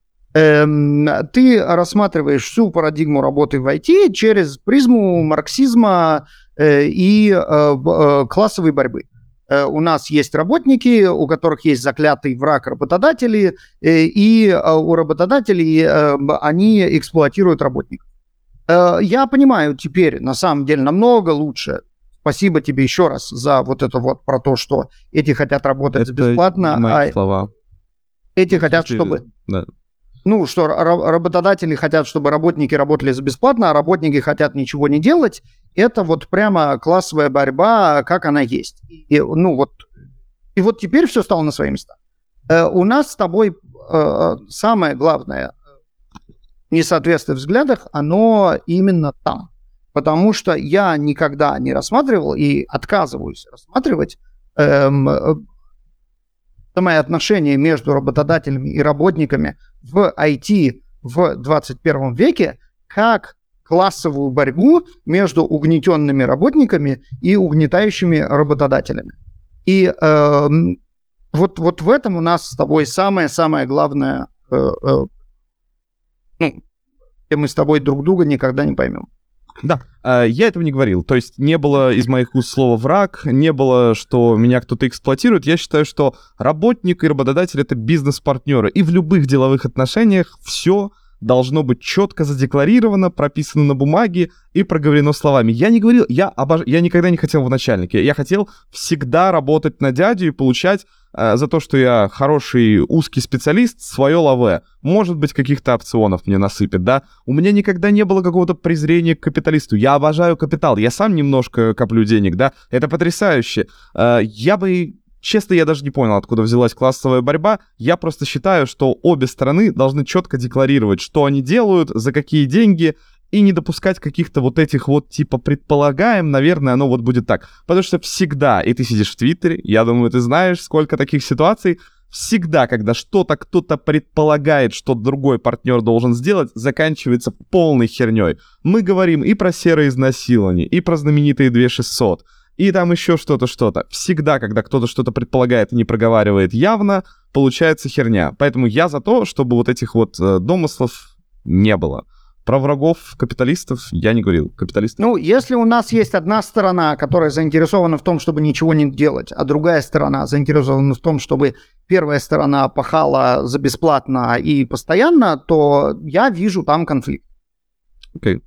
[SPEAKER 3] Эм, ты рассматриваешь всю парадигму работы в ай ти через призму марксизма э, и э, э, классовой борьбы. У нас есть работники, у которых есть заклятый враг работодатели, и у работодателей они эксплуатируют работников. Я понимаю теперь, на самом деле, намного лучше спасибо тебе еще раз за вот это вот про то, что эти хотят работать
[SPEAKER 2] Это
[SPEAKER 3] бесплатно,
[SPEAKER 2] мои
[SPEAKER 3] а
[SPEAKER 2] слова.
[SPEAKER 3] эти хотят,
[SPEAKER 2] Ты-
[SPEAKER 3] чтобы...
[SPEAKER 2] да.
[SPEAKER 3] Ну, что ра- работодатели хотят, чтобы работники работали за бесплатно, а работники хотят ничего не делать. Это вот прямо классовая борьба, как она есть. И, ну, вот, и вот теперь все стало на свои места. Э, у нас с тобой э, самое главное несоответствие в взглядах, оно именно там. Потому что я никогда не рассматривал и отказываюсь рассматривать эм, э, самые отношения между работодателями и работниками в ай ти в двадцать первом веке как классовую борьбу между угнетенными работниками и угнетающими работодателями. И эм, вот, вот в этом у нас с тобой самое-самое главное, э, э, ну, где мы с тобой друг друга никогда не поймем.
[SPEAKER 2] Да, э, я этого не говорил. То есть не было из моих уст слова «враг», не было, что меня кто-то эксплуатирует. Я считаю, что работник и работодатель — это бизнес-партнеры. И в любых деловых отношениях все должно быть четко задекларировано, прописано на бумаге и проговорено словами. Я не говорил, я, обож... я никогда не хотел в начальнике. Я хотел всегда работать на дядю и получать э, за то, что я хороший узкий специалист, свое лаве. Может быть, каких-то опционов мне насыпят, да? У меня никогда не было какого-то презрения к капиталисту. Я обожаю капитал. Я сам немножко коплю денег, да? Это потрясающе. Э, я бы... Честно, я даже не понял, откуда взялась классовая борьба. Я просто считаю, что обе стороны должны четко декларировать, что они делают, за какие деньги, и не допускать каких-то вот этих вот, типа, предполагаем, наверное, оно вот будет так. Потому что всегда, и ты сидишь в Твиттере, я думаю, ты знаешь, сколько таких ситуаций, всегда, когда что-то кто-то предполагает, что другой партнер должен сделать, заканчивается полной херней. Мы говорим и про серое изнасилование, и про знаменитые две тысячи шестьсот, и там еще что-то, что-то. Всегда, когда кто-то что-то предполагает и не проговаривает явно, получается херня. Поэтому я за то, чтобы вот этих вот э, домыслов не было. Про врагов капиталистов я не говорил. Капиталистов.
[SPEAKER 3] Ну, если у нас есть одна сторона, которая заинтересована в том, чтобы ничего не делать, а другая сторона заинтересована в том, чтобы первая сторона пахала за бесплатно и постоянно, то я вижу там конфликт.
[SPEAKER 2] Окей.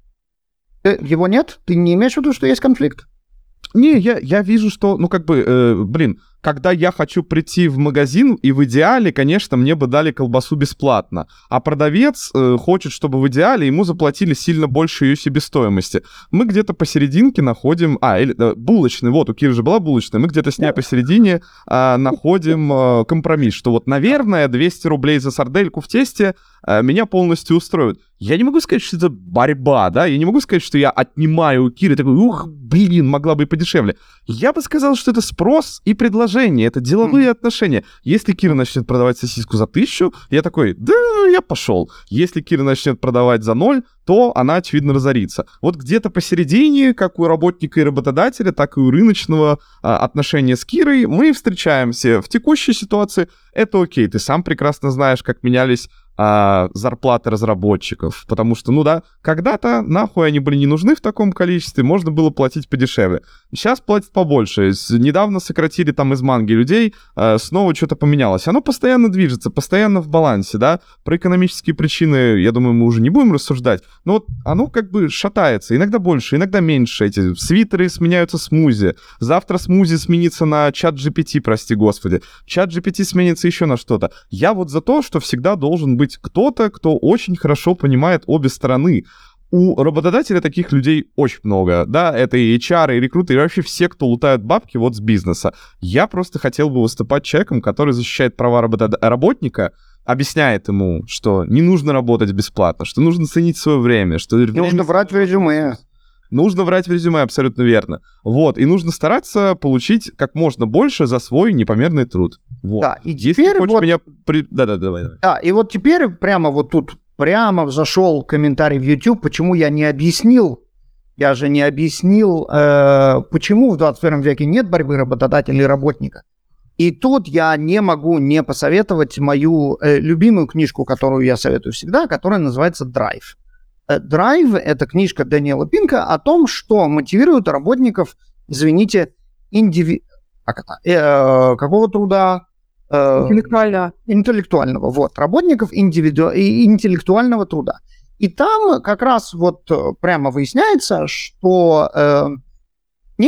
[SPEAKER 3] Э, Его нет? Ты не имеешь в виду, что есть конфликт?
[SPEAKER 2] Не, я, я вижу, что, ну, как бы, э, блин, когда я хочу прийти в магазин, и в идеале, конечно, мне бы дали колбасу бесплатно, а продавец э, хочет, чтобы в идеале ему заплатили сильно больше ее себестоимости. Мы где-то посерединке находим... А, или, э, булочный, вот, у Киры же была булочная, мы где-то с ней посередине э, находим э, компромисс, что вот, наверное, двести рублей за сардельку в тесте э, меня полностью устроит. Я не могу сказать, что это борьба, да, я не могу сказать, что я отнимаю у Киры, такой, ух, блин, могла бы и подешевле. Я бы сказал, что это спрос и предложение, это деловые mm. отношения. Если Кира начнет продавать сосиску за тысячу, я такой, да, я пошел. Если Кира начнет продавать за ноль, то она, очевидно, разорится. Вот где-то посередине, как у работника и работодателя, так и у рыночного а, отношения с Кирой, мы встречаемся. В текущей ситуации это окей, ты сам прекрасно знаешь, как менялись а, зарплаты разработчиков, потому что, ну да, когда-то нахуй они были не нужны в таком количестве, можно было платить подешевле. Сейчас платят побольше. Недавно сократили там из манги людей, а, снова что-то поменялось. Оно постоянно движется, постоянно в балансе, да. Про экономические причины, я думаю, мы уже не будем рассуждать, но вот оно как бы шатается, иногда больше, иногда меньше. Эти свитеры сменяются смузи, завтра смузи сменится на чат джи пи ти, прости господи, чат джи пи ти сменится еще на что-то. Я вот за то, что всегда должен быть кто-то, кто очень хорошо понимает обе стороны. У работодателя таких людей очень много, да, это и эйч ар, и рекруты, и вообще все, кто лутают бабки вот с бизнеса. Я просто хотел бы выступать человеком, который защищает права работод... работника, объясняет ему, что не нужно работать бесплатно, что нужно ценить свое время, что...
[SPEAKER 3] Нужно
[SPEAKER 2] время...
[SPEAKER 3] врать в резюме.
[SPEAKER 2] Нужно врать в резюме, абсолютно верно. Вот, и нужно стараться получить как можно больше за свой непомерный труд. Вот.
[SPEAKER 3] Да, и
[SPEAKER 2] Если
[SPEAKER 3] теперь
[SPEAKER 2] хочешь
[SPEAKER 3] вот...
[SPEAKER 2] меня... При... Да-да, давай, давай.
[SPEAKER 3] Да, и вот теперь прямо вот тут прямо зашел комментарий в YouTube, почему я не объяснил, я же не объяснил, э, почему в двадцать первом веке нет борьбы работодателя и работника. И тут я не могу не посоветовать мою э, любимую книжку, которую я советую всегда, которая называется «Драйв». «Драйв» — это книжка Дэниела Пинка о том, что мотивирует работников, извините, индиви... как это? Э, какого труда? Э,
[SPEAKER 1] Интеллектуально.
[SPEAKER 3] Интеллектуального. Вот. Работников индивиду... интеллектуального труда. И там как раз вот прямо выясняется, что э, нет,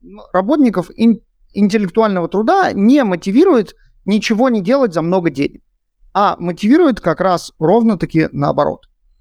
[SPEAKER 3] работников ин- интеллектуального труда не мотивирует ничего не делать за много денег, а мотивирует как раз ровно-таки наоборот.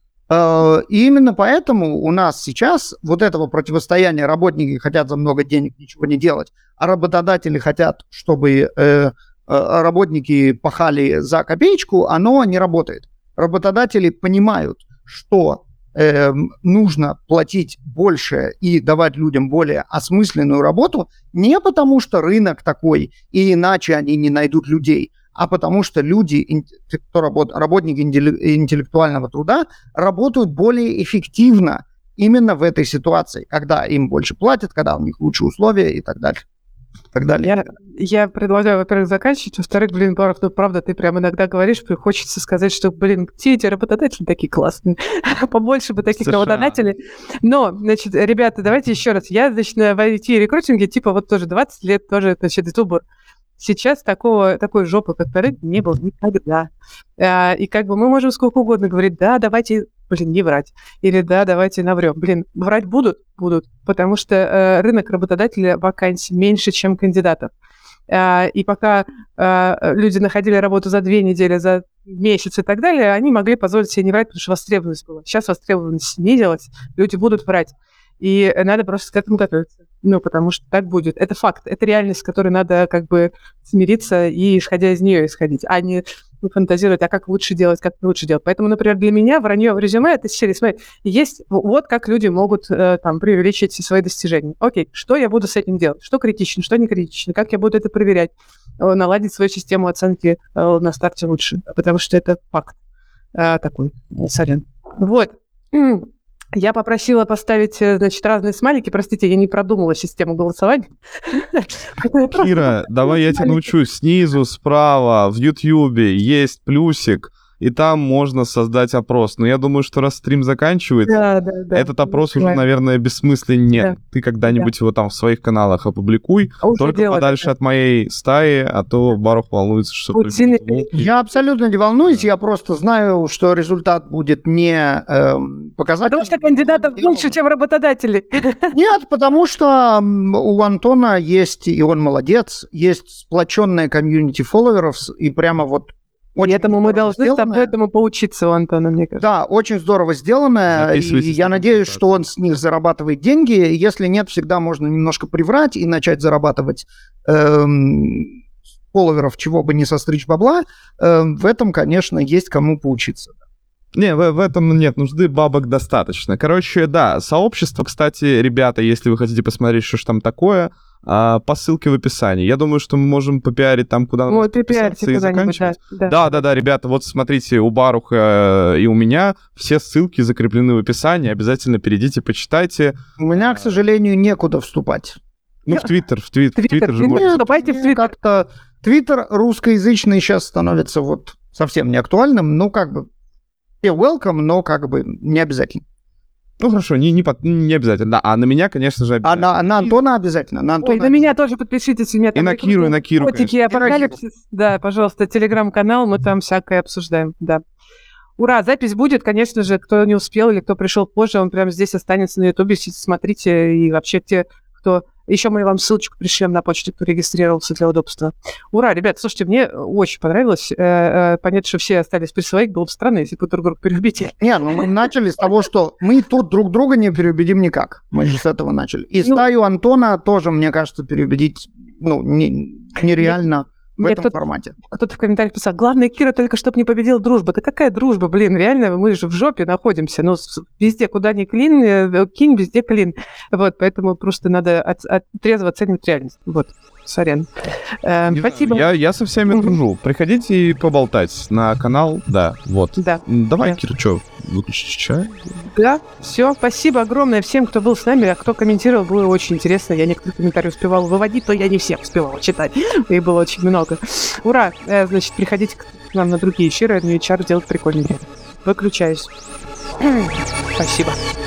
[SPEAKER 3] И именно поэтому у нас сейчас вот этого противостояния работники хотят за много денег ничего не делать, а работодатели хотят, чтобы э, работники пахали за копеечку, оно не работает. Работодатели понимают, что э, нужно платить больше и давать людям более осмысленную работу не потому, что рынок такой, и иначе они не найдут людей, а потому что люди, кто работ, работники интеллектуального труда, работают более эффективно именно в этой ситуации, когда им больше платят, когда у них лучшие условия и так далее. Так далее.
[SPEAKER 1] Я, я предлагаю, во-первых, заканчивать, во-вторых, блин, Баров, ну правда, ты прямо иногда говоришь, хочется сказать, что, блин, все эти работодатели такие классные, побольше бы таких США. Работодателей. Но, значит, ребята, давайте еще раз. Я, значит, в ай ти-рекрутинге, типа, вот тоже двадцать лет, тоже, значит, ютубер. Сейчас такого, такой жопы, как на рынке, не было никогда. А, и как бы мы можем сколько угодно говорить, да, давайте, блин, не врать. Или да, давайте наврем. Блин, врать будут? Будут. Потому что э, рынок работодателя вакансий меньше, чем кандидатов. А, и пока а, люди находили работу за две недели, за месяц и так далее, они могли позволить себе не врать, потому что востребованность была. Сейчас востребованность не делать, люди будут врать. И надо просто к этому готовиться. Ну, потому что так будет. Это факт. Это реальность, с которой надо как бы смириться и, исходя из нее, исходить, а не фантазировать, а как лучше делать, как лучше делать. Поэтому, например, для меня вранье в резюме — это серия, смотри, есть вот как люди могут э, там преувеличить свои достижения. Окей, что я буду с этим делать? Что критично, что не критично? Как я буду это проверять? Наладить свою систему оценки э, на старте лучше. Потому что это факт э, такой. Сорян. Вот. Я попросила поставить, значит, разные смайлики. Простите, я не продумала систему голосования.
[SPEAKER 2] Кира, давай я тебя научу. Снизу, справа, в Ютьюбе есть плюсик, и там можно создать опрос. Но я думаю, что раз стрим заканчивается,
[SPEAKER 1] да, да, да.
[SPEAKER 2] этот опрос да. уже, наверное, бессмысленен. Да. Ты когда-нибудь да. его там в своих каналах опубликуй, а только делать, подальше да. от моей стаи, а то Барух волнуется, что...
[SPEAKER 3] Путин... Я абсолютно не волнуюсь, я просто знаю, что результат будет не э, показательным.
[SPEAKER 1] Потому что кандидатов меньше, чем работодатели.
[SPEAKER 3] Нет, потому что у Антона есть, и он молодец, есть сплоченная комьюнити фолловеров, и прямо вот
[SPEAKER 1] очень и этому мы должны сделанное. Этому поучиться у Антона, мне кажется.
[SPEAKER 3] Да, очень здорово сделано, и я надеюсь, что он с них зарабатывает деньги. Если нет, всегда можно немножко приврать и начать зарабатывать эм, фолловеров, чего бы не состричь бабла. Эм, в этом, конечно, есть кому поучиться.
[SPEAKER 2] Не, в, в этом нет нужды, бабок достаточно. Короче, да, сообщество, кстати, ребята, если вы хотите посмотреть, что ж там такое, а, по ссылке в описании. Я думаю, что мы можем попиарить там, куда
[SPEAKER 1] надо подписаться и заканчивать.
[SPEAKER 2] Да, да, да, да, ребята, вот смотрите, у Баруха и у меня все ссылки закреплены в описании. Обязательно перейдите, почитайте.
[SPEAKER 3] У меня, к сожалению, некуда вступать.
[SPEAKER 2] Ну, в Твиттер, в Твиттер. В Твиттер же
[SPEAKER 3] можно. Вступайте в Твиттер. Как-то Твиттер русскоязычный сейчас становится вот совсем не актуальным. Ну, как бы, все welcome, но как бы не обязательно.
[SPEAKER 2] Ну, хорошо, не, не, не обязательно. Да, а на меня, конечно же,
[SPEAKER 3] обязательно. А на, на Антона обязательно. На, Антона
[SPEAKER 1] Ой, на меня тоже подпишитесь. У меня
[SPEAKER 2] и на Киру, и на Киру,
[SPEAKER 1] Котики, Апокалипсис. Да, пожалуйста, телеграм-канал, мы там всякое обсуждаем, да. Ура, запись будет, конечно же, кто не успел или кто пришел позже, он прямо здесь останется на Ютубе, смотрите, и вообще те, кто... Еще мы вам ссылочку пришлем на почту, кто регистрировался для удобства. Ура, ребят, слушайте, мне очень понравилось. Э, э, понятно, что все остались при своих. Было бы странно, если бы друг друга переубедили.
[SPEAKER 3] Не, ну мы начали с того, что мы тут друг друга не переубедим никак. Мы же с этого начали. И ну, стаю Антона тоже, мне кажется, переубедить ну, не, нереально. В Мне этом кто-то, формате.
[SPEAKER 1] Кто-то в комментариях писал, главное, Кира, только чтобы не победила дружба. Да какая дружба, блин, реально, мы же в жопе находимся. Ну, везде, куда ни клин, кинь, везде клин. Вот, поэтому просто надо от, от, трезво оценивать реальность. Вот, сорян. Э, спасибо.
[SPEAKER 2] Я, я со всеми mm-hmm. дружу. Приходите и поболтать на канал, да, вот.
[SPEAKER 1] Да.
[SPEAKER 2] Давай,
[SPEAKER 1] да.
[SPEAKER 2] Кира, что, выключить чай?
[SPEAKER 1] Да, все, спасибо огромное всем, кто был с нами, а кто комментировал, было очень интересно. Я некоторые комментарии успевала выводить, но я не всех успевала читать. Их было очень много. Ура! Значит, приходите к нам на другие эфиры, New эйч ар делать прикольнее. Выключаюсь. Спасибо.